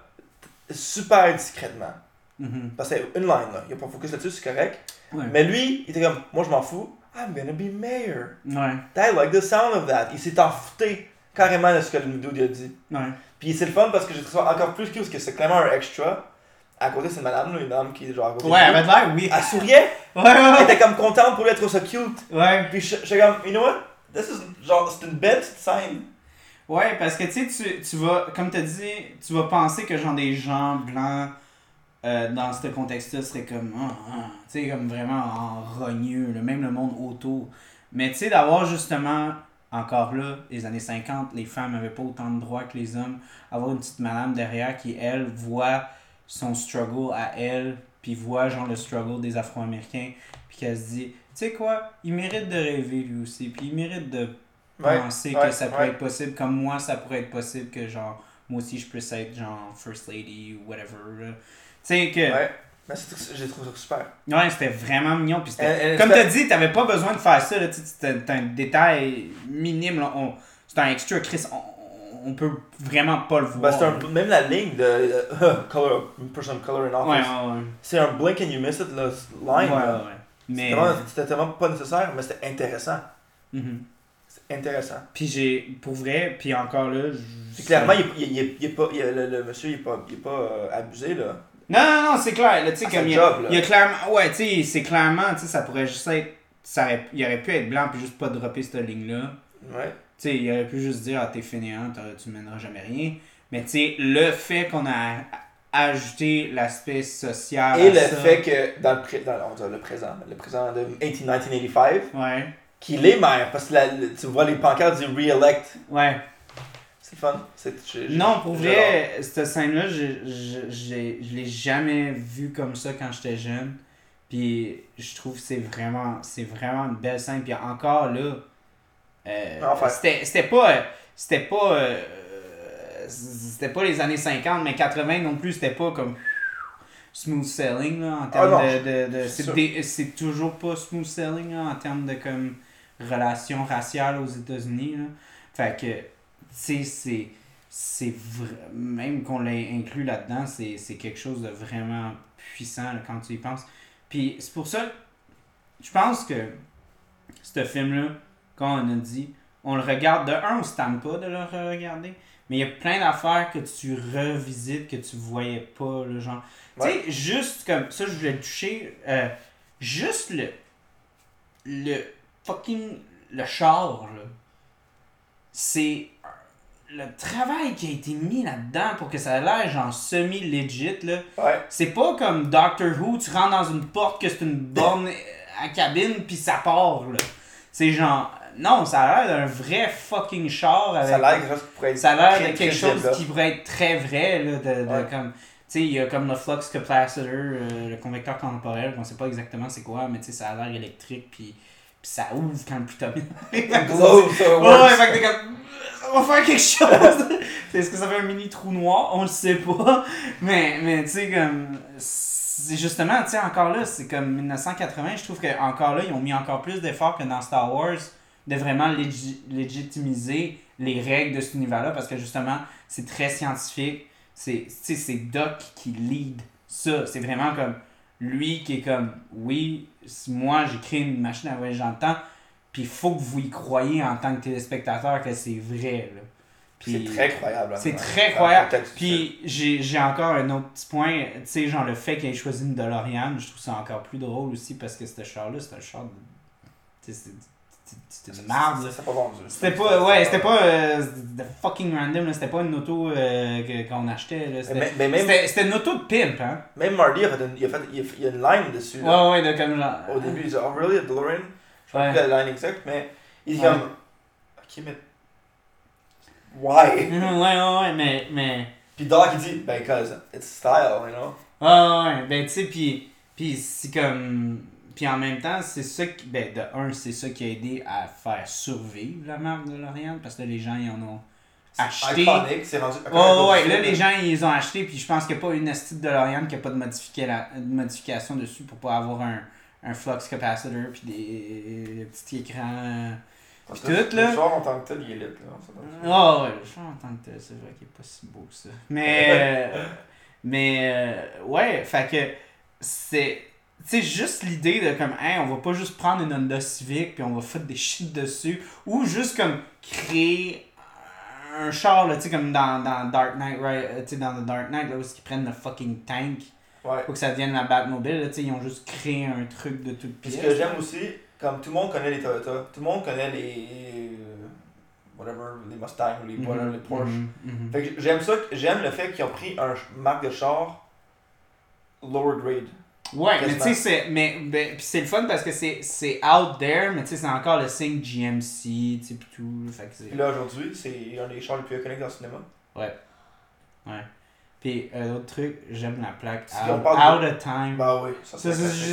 super discrètement. Parce que c'est une line, là. Il a pas focus là-dessus, c'est correct. Ouais. Mais lui, il était comme, moi je m'en fous. I'm gonna be mayor. Ouais. I like the sound of that. Il s'est enfouté carrément de ce que le dude a dit. Ouais. Puis c'est le fun parce que j'ai trouvé ça encore plus cute parce que c'est clairement un extra. À côté, c'est une madame, là, une dame qui est genre à côté. Ouais, elle avait l'air, oui. Elle souriait. Elle était comme contente pour lui, elle trouvait ça cute. Ouais. Puis j'étais comme, you know what? Genre, c'est une belle petite scène. Ouais, parce que tu sais, tu vas, comme t'as dit, tu vas penser que genre des gens blancs dans ce contexte-là seraient comme, tu sais, comme vraiment en rogneux, là, même le monde autour. Mais tu sais, d'avoir justement, encore là, les années 50, les femmes n'avaient pas autant de droits que les hommes. Avoir une petite madame derrière qui, elle, voit son struggle à elle, puis voit genre le struggle des Afro-Américains, puis qu'elle se dit, tu sais quoi, il mérite de rêver lui aussi, puis il mérite de penser que ça peut être possible, comme moi, ça pourrait être possible que genre, moi aussi je puisse être genre First Lady ou whatever. Tu sais que Mais j'ai trouvé ça super. Ouais, c'était vraiment mignon. Puis comme t'as dit, t'avais pas besoin de faire ça. C'était un détail minime. Là. C'est un extra, Chris. On peut vraiment pas le voir. Même la ligne de Person of Color in Office. Ouais. C'est un blink and you miss it, là, line. Ouais. Mais... C'était tellement pas nécessaire, mais c'était intéressant. Mm-hmm. C'est intéressant. Puis pour vrai, puis encore là... Clairement, le monsieur, il est pas abusé, là. Non, c'est clair. Là, comme il y a clairement... Ouais, tu sais, c'est clairement, tu sais, ça pourrait juste être... il aurait pu être blanc puis juste pas dropper cette ligne-là. Ouais. Tu sais, il aurait pu juste dire, t'es fainéant, tu mèneras jamais rien. Mais tu sais, le fait qu'on a ajouté l'aspect social et le fait que dans le présent de 1985, ouais. qu'il est maire, parce que tu vois les pancartes du re-elect. Ouais. C'est fun. Non, pour vrai, cette scène-là, je l'ai jamais vue comme ça quand j'étais jeune. Puis je trouve que c'est vraiment une belle scène. Puis encore là, c'était pas les années 50, mais 80 non plus, c'était pas comme smooth selling là, en termes c'est toujours pas smooth selling là, en termes de comme relations raciales aux États-Unis là. Fait que même qu'on l'ait inclus là-dedans, c'est quelque chose de vraiment puissant là, quand tu y penses. Puis c'est pour ça je pense que ce film-là, quand on a dit, on le regarde de un, on se tente pas de le regarder, mais il y a plein d'affaires que tu revisites que tu voyais pas, le genre. Ouais. Tu sais, juste comme ça, je voulais toucher, juste le fucking, le char, là. C'est le travail qui a été mis là-dedans pour que ça ait l'air genre semi-legit, là. Ouais. C'est pas comme Doctor Who, tu rentres dans une porte que c'est une borne à cabine pis ça part, là. C'est genre... Non, ça a l'air d'un vrai fucking char. Avec, ça a l'air quelque chose qui pourrait être ça a l'air de quelque chose qui pourrait être très vrai, là, de comme... Tu sais, il y a comme le flux capacitor, le convecteur temporel, on sait pas exactement c'est quoi, mais tu sais, ça a l'air électrique, puis ça ouvre quand le plutonnium... ouais, fait que t'es comme... On va faire quelque chose! Est-ce que ça fait un mini trou noir? On le sait pas. Mais tu sais, comme... C'est justement, tu sais, encore là, c'est comme 1980, je trouve qu'encore là, ils ont mis encore plus d'efforts que dans Star Wars de vraiment légitimiser les règles de cet univers-là, parce que justement, c'est très scientifique. C'est Doc qui lead ça. C'est vraiment comme lui qui est comme, oui, moi j'ai créé une machine à voyager dans le temps, puis il faut que vous y croyez en tant que téléspectateur que c'est vrai, là. Puis, c'est très croyable. C'est très croyable. Puis j'ai encore un autre petit point, tu sais, genre le fait qu'il ait choisi une DeLorean, je trouve ça encore plus drôle aussi, parce que ce char-là, c'était un char de... C'était de merde. C'était pas vendu. C'était pas de fucking random, là. C'était pas une auto qu'on achetait, là. C'était une auto de pimp, hein. Même Marty, il y a une line dessus. Là. Ouais, de comme genre... Au début, il dit « Oh, really, a DeLorean? » Je sais pas la line exacte, mais il dit comme... Ok, mais... Why? Ouais, mais... Puis Doc, il dit, ben, cause it's style, you know? Ouais, ben, tu sais, puis c'est comme... Puis en même temps, c'est ça qui... Ben, de un, c'est ça qui a aidé à faire survivre la marque de DeLorean, parce que là, les gens, ils en ont acheté. Iconic, c'est rendu... Ouais, là, les gens, ils ont acheté, puis je pense qu'il n'y a pas une astuce de DeLorean qui n'a pas de modification dessus pour pas avoir un flux capacitor, puis des petits écrans... Pis tout, là. Le char en tant que tel, il est lit, là. Ah ouais, le char en tant que tel, c'est vrai qu'il est pas si beau que ça. Mais ouais, fait que c'est... Tu sais, juste l'idée de comme, hey, on va pas juste prendre une Honda Civic puis on va foutre des shit dessus, ou juste comme créer un char, là, tu sais, comme dans Dark Knight, right? Tu sais, dans The Dark Knight, là, où ils prennent le fucking tank pour que ça devienne la Batmobile, là, tu sais, ils ont juste créé un truc de toute pièce. Ce que j'aime aussi, comme tout le monde connaît les Toyota, tout le monde connaît les whatever, les Mustang ou les Porsche. Fait que j'aime le fait qu'ils ont pris un marque de char lower grade. Ouais, mais tu sais, pis c'est le fun parce que c'est out there, mais tu sais, c'est encore le signe GMC, tu sais, pis tout. Fait que pis là, aujourd'hui, c'est un des chars les plus iconiques dans le cinéma. Ouais. Pis l'autre truc, j'aime la plaque Out of Time. Bah oui, ça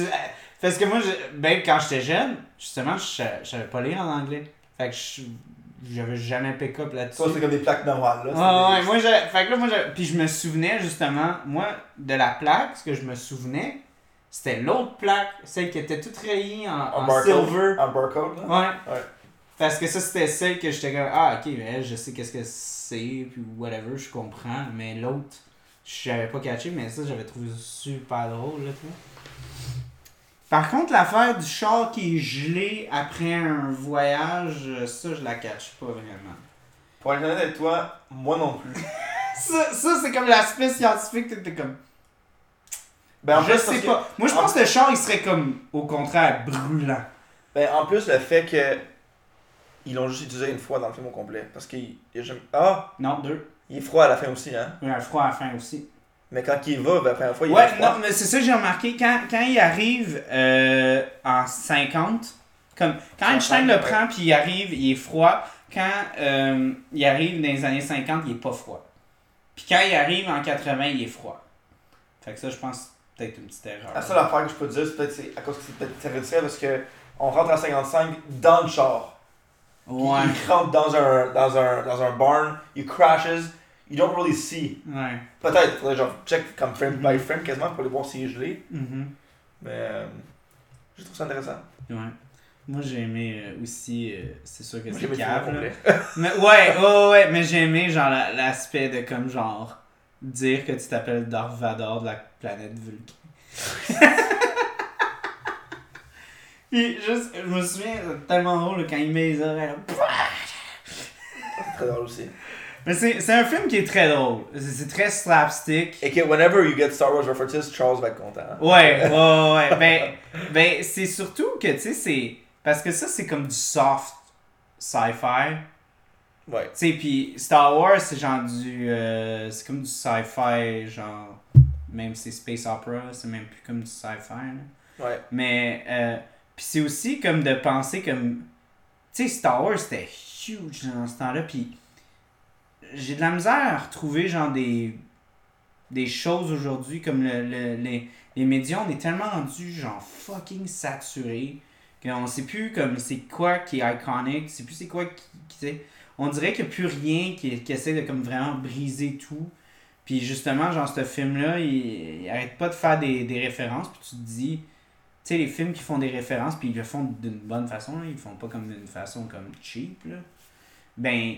parce que moi, quand j'étais jeune, justement, je savais pas lire en anglais. Fait que j'avais jamais pick-up là-dessus. Toi, c'est comme des plaques normales, là. Ouais, moi, fait que là, puis je me souvenais, justement, moi, de la plaque, ce que je me souvenais, c'était l'autre plaque, celle qui était toute rayée en silver. En barcode, là? Ouais. Parce que ça, c'était celle que j'étais comme, ah, ok, mais je sais qu'est-ce que c'est, puis whatever, je comprends, mais l'autre, je savais pas catché, mais ça, j'avais trouvé super drôle, là, tu vois. Par contre, l'affaire du char qui est gelé après un voyage, ça, je la catch pas vraiment. Pour être honnête avec toi, moi non plus. ça c'est comme l'aspect scientifique, t'es comme... Ben, en je sais pas. Moi, je pense que le char, il serait comme, au contraire, brûlant. Ben, en plus, le fait que ils l'ont juste utilisé une fois dans le film au complet. Parce qu'il y a jamais... Ah! Non, 2. Il est froid à la fin aussi, hein? Il a froid à la fin aussi. Mais quand il va, ben, la première fois, il est froid. Non, mais c'est ça que j'ai remarqué. Quand il arrive en 50, comme quand Einstein le prend puis il arrive, il est froid. Quand il arrive dans les années 50, il est pas froid. Puis quand il arrive en 80, il est froid. Fait que ça, je pense, c'est peut-être une petite erreur. La seule affaire que je peux te dire, c'est peut-être à cause que c'est peut-être héréditaire parce que on rentre en 55 dans le char. Ouais. Il rentre dans un barn, il crashes, you don't really see. Ouais. Peut-être, faudrait genre check comme frame by frame quasiment pour aller voir s'il est gelé. Mais je trouve ça intéressant. Ouais. Moi j'ai aimé aussi, c'est sûr que c'est cave. Mais ouais, mais j'ai aimé genre l'aspect de comme genre dire que tu t'appelles Darth Vader de la planète Vulcain. Puis juste, je me souviens, tellement drôle quand il met les oreilles. C'est très drôle aussi. Mais c'est un film qui est très drôle. C'est très slapstick. Et que whenever you get Star Wars references, Charles va être content. Ouais. Ben c'est surtout que, tu sais, c'est... Parce que ça, c'est comme du soft sci-fi. Ouais. Tu sais, pis Star Wars, c'est genre du... c'est comme du sci-fi, genre... Même si c'est space opera, c'est même plus comme du sci-fi, là. Ouais. Mais... Puis c'est aussi comme de penser comme... Tu sais, Star Wars, c'était huge dans ce temps-là, puis j'ai de la misère à retrouver genre des choses aujourd'hui comme les médias, on est tellement rendus genre fucking saturés qu'on sait plus comme c'est quoi qui est iconique, c'est plus c'est quoi qui on dirait qu'il n'y a plus rien qui essaie de comme vraiment briser tout. Puis justement, genre ce film-là, il arrête pas de faire des références, puis tu te dis... Tu sais, les films qui font des références, puis ils le font d'une bonne façon, là, ils le font pas comme d'une façon comme cheap, là. Ben,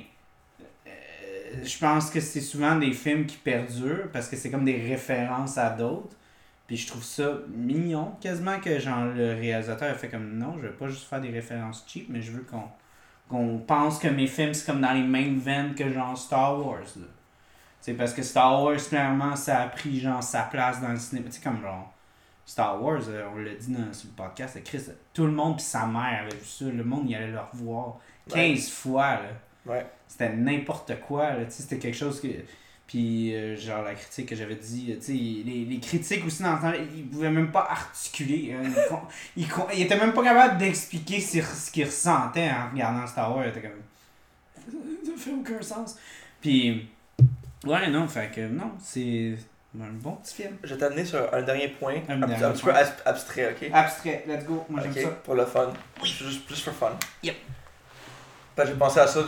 je pense que c'est souvent des films qui perdurent, parce que c'est comme des références à d'autres. Puis je trouve ça mignon, quasiment que genre le réalisateur a fait comme, non, je veux pas juste faire des références cheap, mais je veux qu'on pense que mes films, c'est comme dans les mêmes veines que genre Star Wars, là. C'est parce que Star Wars, clairement, ça a pris genre sa place dans le cinéma. Tu sais, comme genre... Star Wars, on l'a dit sur le podcast, Chris, tout le monde pis sa mère avait vu ça. Le monde, il allait le revoir 15 fois. Là. Ouais. C'était n'importe quoi. Là, c'était quelque chose que... Puis, genre, la critique que j'avais dit, tu sais, les critiques aussi dans le temps, ils pouvaient même pas articuler. Hein, ils étaient même pas capables d'expliquer ce qu'ils ressentaient en regardant Star Wars. Ils étaient comme... Ça fait aucun sens. Puis, ouais, non, fait que non, c'est... un bon petit film. Je vais t'amener sur un dernier point, un petit point. peu abstrait, ok? Abstrait, let's go, moi j'aime ça. Pour le fun. Oui. Juste plus for fun. Yep. J'ai pensé à ça,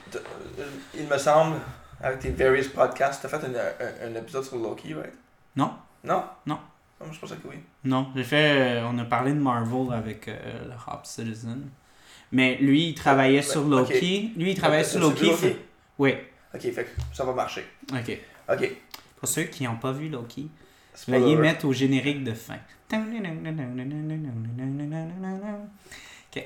il me semble, avec tes various podcasts, t'as fait un épisode sur Loki, right? Non. Non? Non. Je pensais que oui. Non, j'ai fait, on a parlé de Marvel avec le Hop Citizen. Mais lui, il travaillait sur Loki. Okay. Lui, il travaillait sur Loki. Oui. Ok, fait que ça va marcher. Ok. Pour ceux qui n'ont pas vu Loki, veuillez mettre au générique de fin. Ok.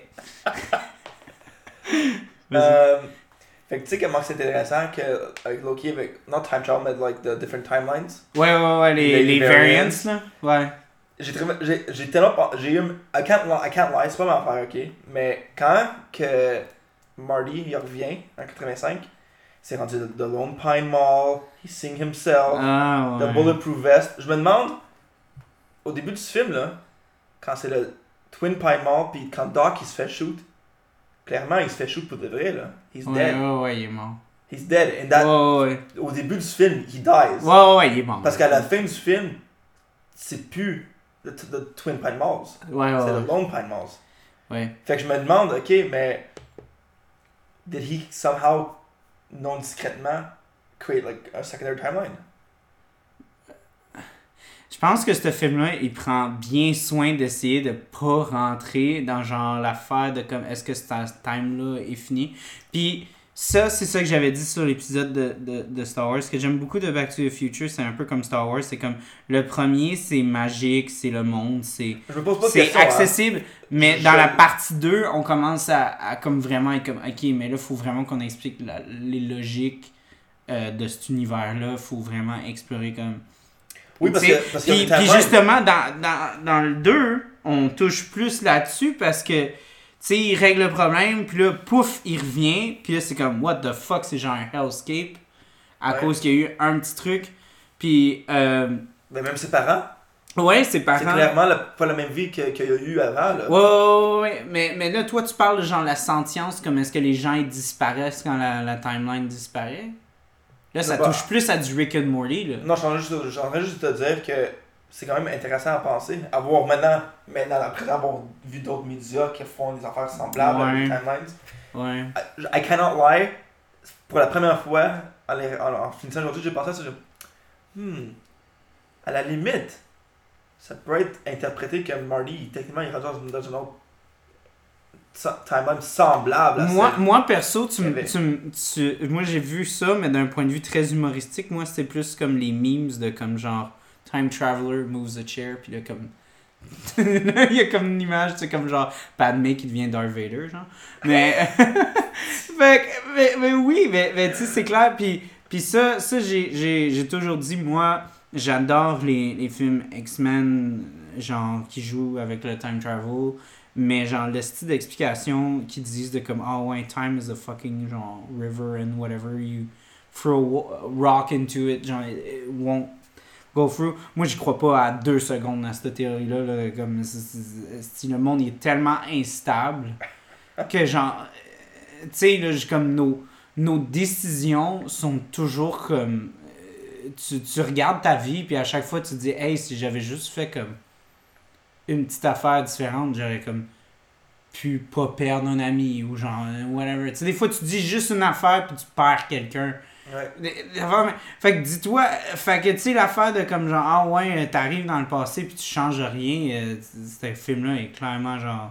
Fait que tu sais comment c'est intéressant qu'avec Loki, avec not time travel, mais like the different timelines. Ouais, les variants là. Ouais. J'ai tellement. J'ai eu. I can't lie, c'est pas ma affaire, ok? Mais quand que Marty il revient en 85, c'est rendu The Lone Pine Mall, he sing himself, The Bulletproof Vest. Je me demande, au début du film, là, quand c'est le Twin Pine Mall, puis quand Doc il se fait shoot, clairement il se fait shoot pour de vrai, là. He's dead. Ouais, il est mort. He's dead. And that, au début du film, he dies. Ouais, il est mort. Parce qu'à la fin du film, c'est plus the Twin Pine Malls. C'est The Lone Pine Malls. Ouais. Fait que je me demande, ok, mais did he somehow, non discrètement, create like a secondary timeline? Je pense que ce film-là, il prend bien soin d'essayer de pas rentrer dans genre l'affaire de comme est-ce que ce time-là est fini. Puis ça, c'est ça que j'avais dit sur l'épisode de Star Wars. Ce que j'aime beaucoup de Back to the Future, c'est un peu comme Star Wars. C'est comme le premier, c'est magique, c'est le monde, c'est accessible. Mais dans la partie 2, on commence à comme vraiment être comme ok, mais là, il faut vraiment qu'on explique les logiques de cet univers-là. Il faut vraiment explorer comme. Oui, parce que puis justement, dans le 2, on touche plus là-dessus parce que, tu sais, il règle le problème, puis là, pouf, il revient, puis là, c'est comme, what the fuck, c'est genre un hellscape, à cause qu'il y a eu un petit truc, puis... Mais même ses parents. Ouais, ses parents. C'est clairement pas la même vie qu'il y a eu avant, là. Ouais, mais là, toi, tu parles de genre la sentience, comme est-ce que les gens ils disparaissent quand la timeline disparaît? Là, ça touche plus à du Rick and Morty, là. Non, je suis en train juste de te dire que c'est quand même intéressant à penser. À voir maintenant après avoir vu d'autres médias qui font des affaires semblables avec les timelines. Ouais. I cannot lie. Pour la première fois, en finissant aujourd'hui, j'ai pensé à ça. À la limite, ça peut être interprété que Marty, techniquement, il est rendu dans une autre timeline semblable à moi perso, moi j'ai vu ça, mais d'un point de vue très humoristique. Moi, c'était plus comme les memes de comme genre Time Traveler moves a chair, puis là, comme. Il y a comme une image, tu sais, comme genre Padmé qui devient Darth Vader, genre. Mais. mais oui, mais tu sais, c'est clair. Puis ça j'ai toujours dit, moi, j'adore les films X-Men, genre, qui jouent avec le time travel. Mais genre, le style d'explication qui disent de comme, oh ouais, time is a fucking genre river and whatever you throw a rock into it, genre, it won't go through. Moi, j'y crois pas à 2 secondes à cette théorie-là. Là, comme, si le monde est tellement instable que genre, tu sais, là, comme nos décisions sont toujours comme, tu regardes ta vie, puis à chaque fois, tu te dis, hey, si j'avais juste fait comme une petite affaire différente, j'aurais comme pu pas perdre un ami ou genre whatever. Tu sais, des fois tu dis juste une affaire puis tu perds quelqu'un. Ouais. Fait que dis-toi, fait que tu sais l'affaire de comme genre ah ouais, t'arrives dans le passé puis tu changes rien, ce film-là est clairement genre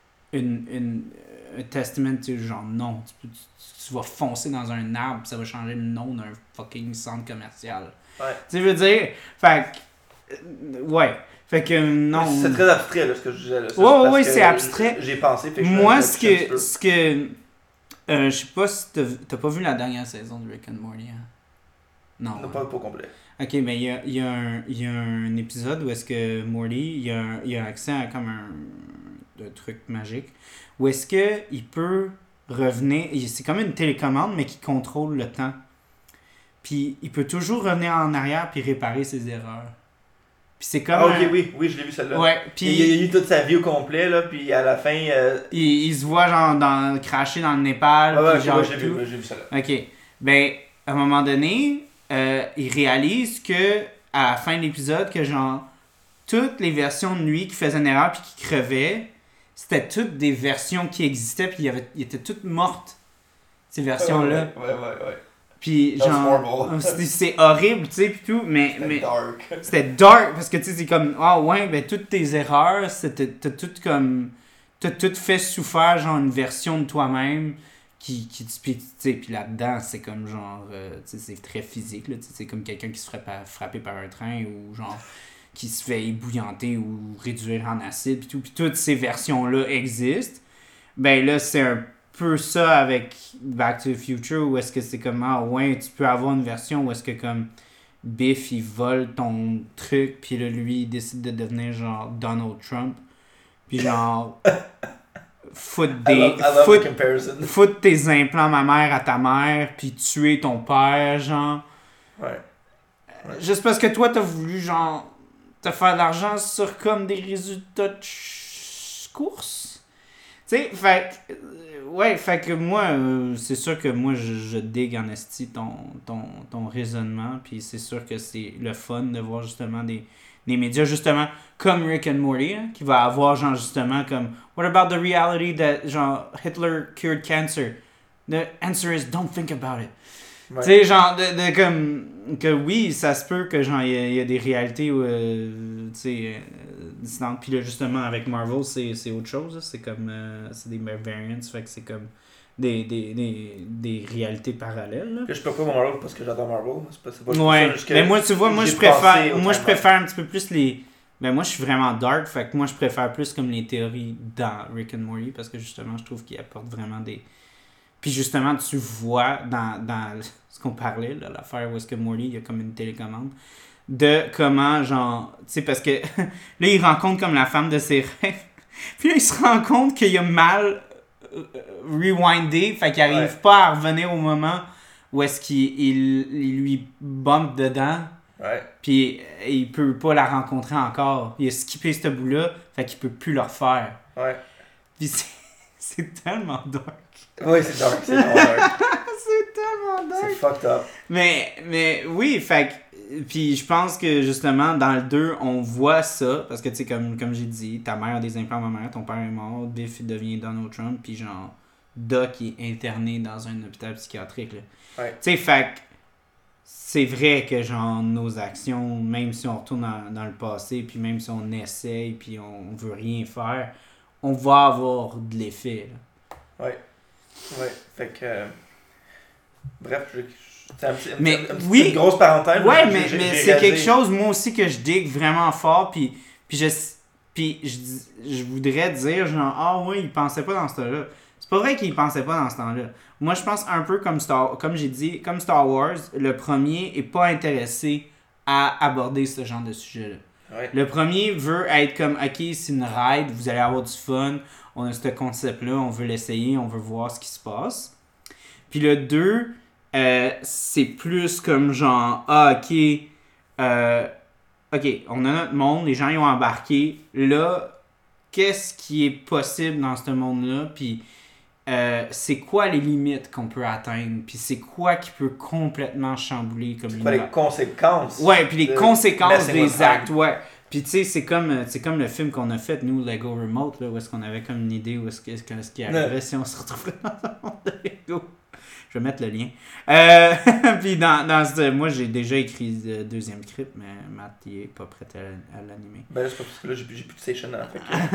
un testament, tu sais, genre non, tu vas foncer dans un arbre pis ça va changer le nom d'un fucking centre commercial. Ouais. Tu veux dire, fait que ouais. Fait que non. C'est très abstrait là, ce que je disais là. Ouais, c'est abstrait. J'ai pensé. Fait que moi, ce que je sais pas si t'as pas vu la dernière saison de Rick and Morty. Hein? Non. Pas complet. Ok, mais il y a un épisode où est-ce que Morty il a accès à comme un truc magique où est-ce que il peut revenir. C'est comme une télécommande mais qui contrôle le temps. Puis il peut toujours revenir en arrière puis réparer ses erreurs. Puis c'est comme oui, je l'ai vu celle-là. Ouais, puis il a eu toute sa vie au complet là, puis à la fin il se voit genre cracher dans le Népal, puis genre j'ai vu celle-là. OK. Ben à un moment donné, il réalise que à la fin de l'épisode que genre toutes les versions de lui qui faisaient une erreur puis qui crevaient, c'était toutes des versions qui existaient puis ils étaient toutes mortes ces versions-là. Ouais. Puis genre c'est horrible, tu sais, puis tout, mais c'était dark parce que tu sais c'est comme ah ouais, ben toutes tes erreurs, t'as tout fait souffrir genre une version de toi-même qui tu sais, puis là-dedans c'est comme genre tu sais c'est très physique là, tu sais c'est comme quelqu'un qui se ferait frapper par un train ou genre qui se fait ébouillanter ou réduire en acide puis tout, puis toutes ces versions là existent. Ben là c'est un peu ça avec Back to the Future où est-ce que c'est comme ah ouais tu peux avoir une version où est-ce que comme Biff il vole ton truc puis là lui il décide de devenir genre Donald Trump puis genre foutre tes implants mammaires à ta mère puis tuer ton père genre juste parce que toi t'as voulu genre te faire de l'argent sur comme des résultats de course. Tu sais, fait que moi, c'est sûr que moi, je digue en esti ton raisonnement, puis c'est sûr que c'est le fun de voir justement des médias, justement, comme Rick and Morty, hein, qui va avoir, genre, justement, comme, what about the reality that, genre, Hitler cured cancer? The answer is don't think about it. Ouais. Tu sais, genre, de comme. Que oui, ça se peut que, genre, il y a des réalités, tu sais, dissidentes. Puis là, justement, avec Marvel, c'est autre chose. Là. C'est comme. C'est des variants, fait que c'est comme. Des réalités parallèles. Là. Que je peux pas Marvel parce que j'adore Marvel. C'est pas Ouais, ça, mais moi, tu vois, moi, je préfère un petit peu plus les. Ben, moi, je suis vraiment dark, fait que moi, je préfère plus comme les théories dans Rick and Morty parce que justement, je trouve qu'ils apportent vraiment des. Puis justement, tu vois dans ce qu'on parlait, là, l'affaire où est-ce que Morty, il y a comme une télécommande, de comment, genre, tu sais, parce que là, il rencontre comme la femme de ses rêves. Puis là, il se rend compte qu'il a mal rewindé, fait qu'il arrive pas à revenir au moment où est-ce qu'il lui bump dedans. Ouais. Puis il peut pas la rencontrer encore. Il a skippé ce bout-là, fait qu'il peut plus le refaire. Ouais. Puis c'est tellement dark. Oui, c'est dark, c'est vraiment dark. C'est tellement dark. C'est fucked up. Mais oui, fait que. Puis je pense que justement, dans le 2, on voit ça. Parce que tu sais, comme j'ai dit, ta mère a des implants mammaires, ton père est mort, Biff devient Donald Trump, puis genre, Doc est interné dans un hôpital psychiatrique. Là. Ouais. Tu sais, fait que c'est vrai que genre nos actions, même si on retourne dans le passé, puis même si on essaye, puis on veut rien faire, on va avoir de l'effet. Là. Ouais. Ouais. Fait que. Bref, c'est oui, une grosse parenthèse. Ouais, mais c'est quelque chose, moi aussi, que je digue vraiment fort, puis je voudrais dire, genre, ah oui, il pensait pas dans ce temps-là. C'est pas vrai qu'il pensait pas dans ce temps-là. Moi, je pense un peu comme j'ai dit, comme Star Wars, le premier est pas intéressé à aborder ce genre de sujet-là. Ouais. Le premier veut être comme, ok, c'est une ride, vous allez avoir du fun, on a ce concept-là, on veut l'essayer, on veut voir ce qui se passe. Puis le 2, c'est plus comme genre, ok, on a notre monde, les gens y ont embarqué, là, qu'est-ce qui est possible dans ce monde-là, puis c'est quoi les limites qu'on peut atteindre, puis c'est quoi qui peut complètement chambouler comme les conséquences. Ouais, puis les conséquences des actes, ouais. Puis tu sais, c'est comme le film qu'on a fait, nous, Lego Remote, là, où est-ce qu'on avait comme une idée où est-ce qu'il arriverait si on se retrouvait dans un monde de Lego. Je vais mettre le lien. Puis moi, j'ai déjà écrit le deuxième script, mais Matt, il est pas prêt à l'animer. Ben là, c'est pas parce que là, j'ai plus de station dans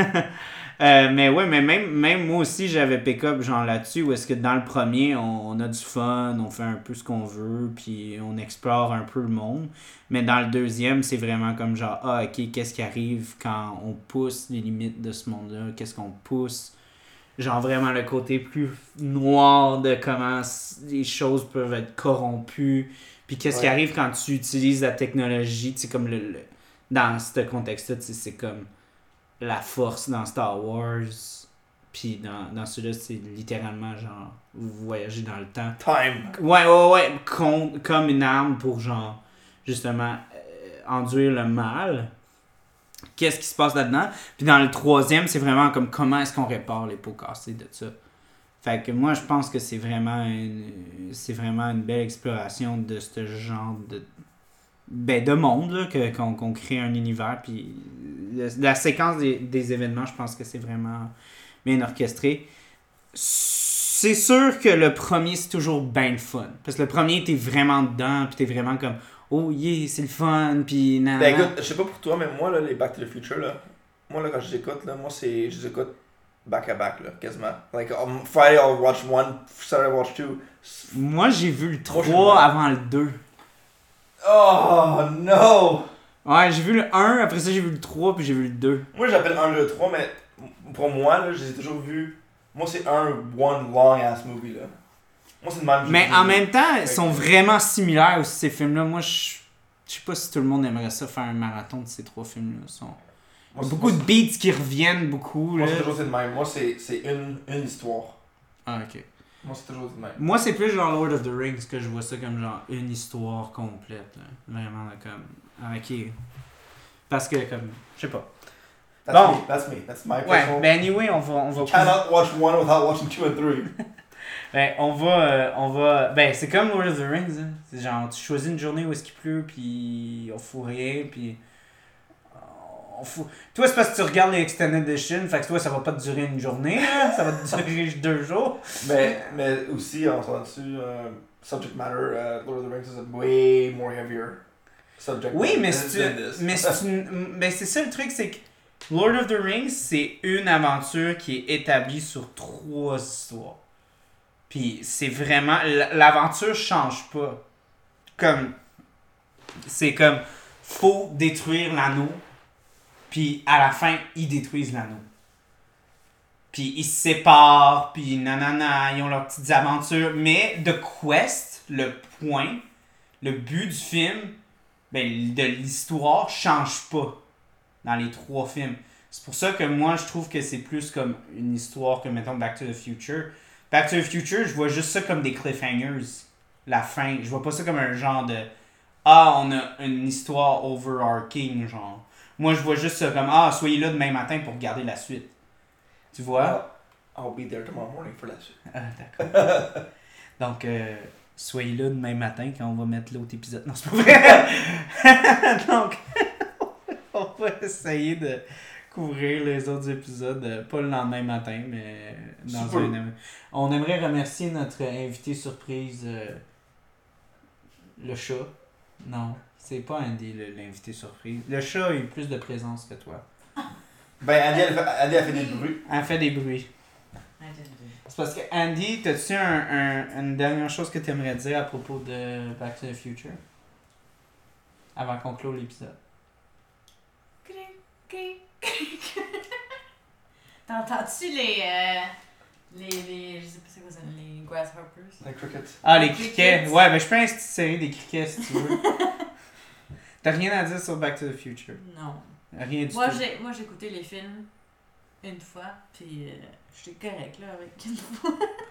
la mais ouais, mais même moi aussi, j'avais pick-up genre là-dessus, où est-ce que dans le premier, on a du fun, on fait un peu ce qu'on veut, puis on explore un peu le monde. Mais dans le deuxième, c'est vraiment comme genre, ok, qu'est-ce qui arrive quand on pousse les limites de ce monde-là? Qu'est-ce qu'on pousse? Genre vraiment le côté plus noir de comment les choses peuvent être corrompues. Puis qu'est-ce qui arrive quand tu utilises la technologie, tu sais, comme dans ce contexte-là, tu sais, c'est comme la force dans Star Wars. Puis dans celui-là, c'est littéralement genre vous voyagez dans le temps. Time. Ouais, comme une arme pour genre justement enduire le mal. Qu'est-ce qui se passe là-dedans? Puis dans le troisième, c'est vraiment comme comment est-ce qu'on répare les pots cassés de ça. Fait que moi, je pense que c'est vraiment une belle exploration de ce genre de monde, là, qu'on crée un univers. Puis la séquence des événements, je pense que c'est vraiment bien orchestré. C'est sûr que le premier, c'est toujours bien le fun. Parce que le premier, t'es vraiment dedans, puis t'es vraiment comme... Oh yeah, c'est le fun, pis nan. Ben écoute, je sais pas pour toi, mais moi, là, les Back to the Future, là, moi, là, quand je les écoute, là, je les écoute back à back, là, quasiment. Like, Friday, I'll watch one, Saturday, I'll watch two. Moi, j'ai vu le 3 avant le 2. Oh, no! Ouais, j'ai vu le 1, après ça, j'ai vu le 3, puis j'ai vu le 2. Moi, j'appelle 1, 2, 3, mais pour moi, là, je les ai toujours vus. Moi, c'est one long-ass movie, là. Moi, c'est le même. Mais en même temps, ils sont vraiment similaires aussi, ces films-là. Moi, je sais pas si tout le monde aimerait ça faire un marathon de ces 3 films-là. Il y a beaucoup de beats qui reviennent beaucoup. Moi, là. c'est toujours le même. Moi, c'est une histoire. Ah, ok. Moi, c'est toujours le même. Moi, c'est plus genre Lord of the Rings que je vois ça comme genre une histoire complète. Là. Vraiment, là, comme. Ok. Parce que, comme. Je sais pas. That's my Ouais, personal... ben anyway, on va... Cannot watch one without watching 2 and 3. Ben, on va... Ben, c'est comme Lord of the Rings, hein. C'est genre, tu choisis une journée où est-ce qu'il pleut, puis on fout rien, puis Toi, c'est parce que tu regardes les Extended Edition, fait que toi, ça va pas te durer une journée, hein? Ça va te durer 2 jours. Mais aussi, on s'en dessus, subject matter, Lord of the Rings is a way more heavier subject Oui, matter mais c'est ça le truc, c'est que Lord of the Rings, c'est une aventure qui est établie sur 3 histoires. Puis c'est vraiment... L'aventure change pas. C'est comme... Faut détruire l'anneau. Puis à la fin, ils détruisent l'anneau. Puis ils se séparent. Puis nanana, ils ont leurs petites aventures. Mais The Quest, le but du film, de l'histoire, change pas dans les 3 films. C'est pour ça que moi, je trouve que c'est plus comme une histoire que, mettons, Back to the Future. Back to the Future, je vois juste ça comme des cliffhangers. La fin. Je vois pas ça comme un genre de... on a une histoire overarching, genre. Moi, je vois juste ça comme... soyez là demain matin pour regarder la suite. Tu vois? I'll be there tomorrow morning for la suite. D'accord. Donc, soyez là demain matin quand on va mettre l'autre épisode. Non, c'est pas vrai! Donc, on va essayer de couvrir les autres épisodes, pas le lendemain matin, mais on aimerait remercier notre invité surprise, le chat. Non, c'est pas Andy l'invité surprise. Le chat a eu plus de présence que toi. Andy a fait des bruits. Elle fait des bruits. C'est parce que Andy, t'as-tu une dernière chose que tu aimerais dire à propos de Back to the Future? Avant qu'on clôt l'épisode. T'entends-tu les je sais pas c'est quoi ça, les grasshoppers? Les crickets. Les crickets. Ouais, mais je peux insérer des crickets si tu veux. T'as rien à dire sur Back to the Future? Non. Rien du moi, tout. Moi, j'ai écouté les films une fois, puis j'étais correct là avec une fois.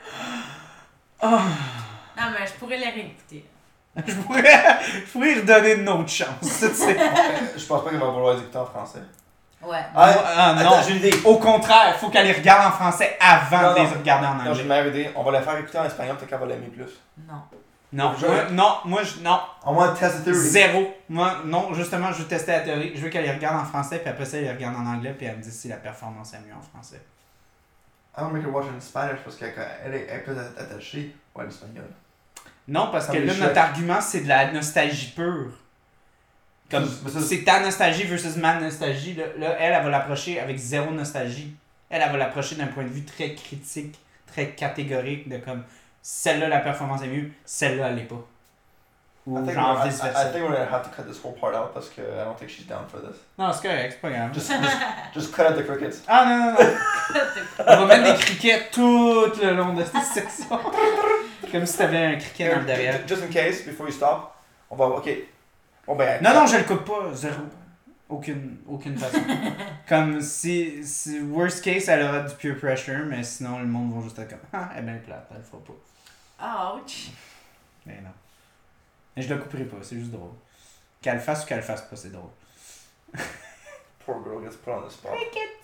Non, mais je pourrais les réécouter. Je pourrais lui redonner une autre chance. Je pense pas qu'elle va vouloir les écouter en français. Ouais. Non, attends, j'ai une idée. Au contraire, il faut qu'elle les regarde en français avant de les regarder en Non, j'ai anglais. une meilleure idée. On va la faire écouter en espagnol, peut-être qu'elle va l'aimer plus. Non. Non, moi, On va tester the theory. 0. Moi, non, justement, je veux tester la théorie. Je veux qu'elle les regarde en français, puis après ça, elle les regarde en anglais, puis elle me dit si la performance est mieux en français. I don't make her watch in Spanish parce qu'elle est plus attachée à l'espagnol. Non, parce que Comme là, les notre Shrek. argument, c'est de la nostalgie pure. Comme, c'est ta nostalgie versus ma nostalgie. Là, elle va l'approcher avec 0 nostalgie. Elle va l'approcher d'un point de vue très critique, très catégorique, de comme, celle-là, la performance est mieux, celle-là, elle l'est pas. Ou genre vice versa. I think we're gonna have to cut this whole part out parce que I don't think she's down for this. Non, c'est correct, c'est pas grave. Just cut out the crickets. Non. On va mettre des crickets tout le long de cette section. Comme si t'avais un cricket dans le derrière. Just in case, before you stop, on va... Ok. Bon ben... Non, je le coupe pas. 0. Aucune façon. Comme si worst case, elle aura du peer pressure, mais sinon le monde va juste être comme elle est bien plate, elle le fera pas. Ouch! Mais non. Mais je le couperai pas, c'est juste drôle. Qu'elle le fasse ou qu'elle le fasse pas, c'est drôle. Poor girl gets put on the spot.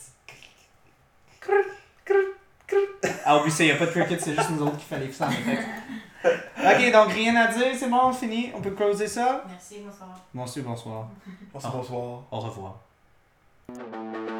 Oui, ça, y a pas de cricket, c'est juste nous autres qui fallait ça en effet. Ok, donc rien à dire, c'est bon, fini, on peut closer ça? Merci, bonsoir. Bonsoir, bonsoir. Bonsoir. Au revoir.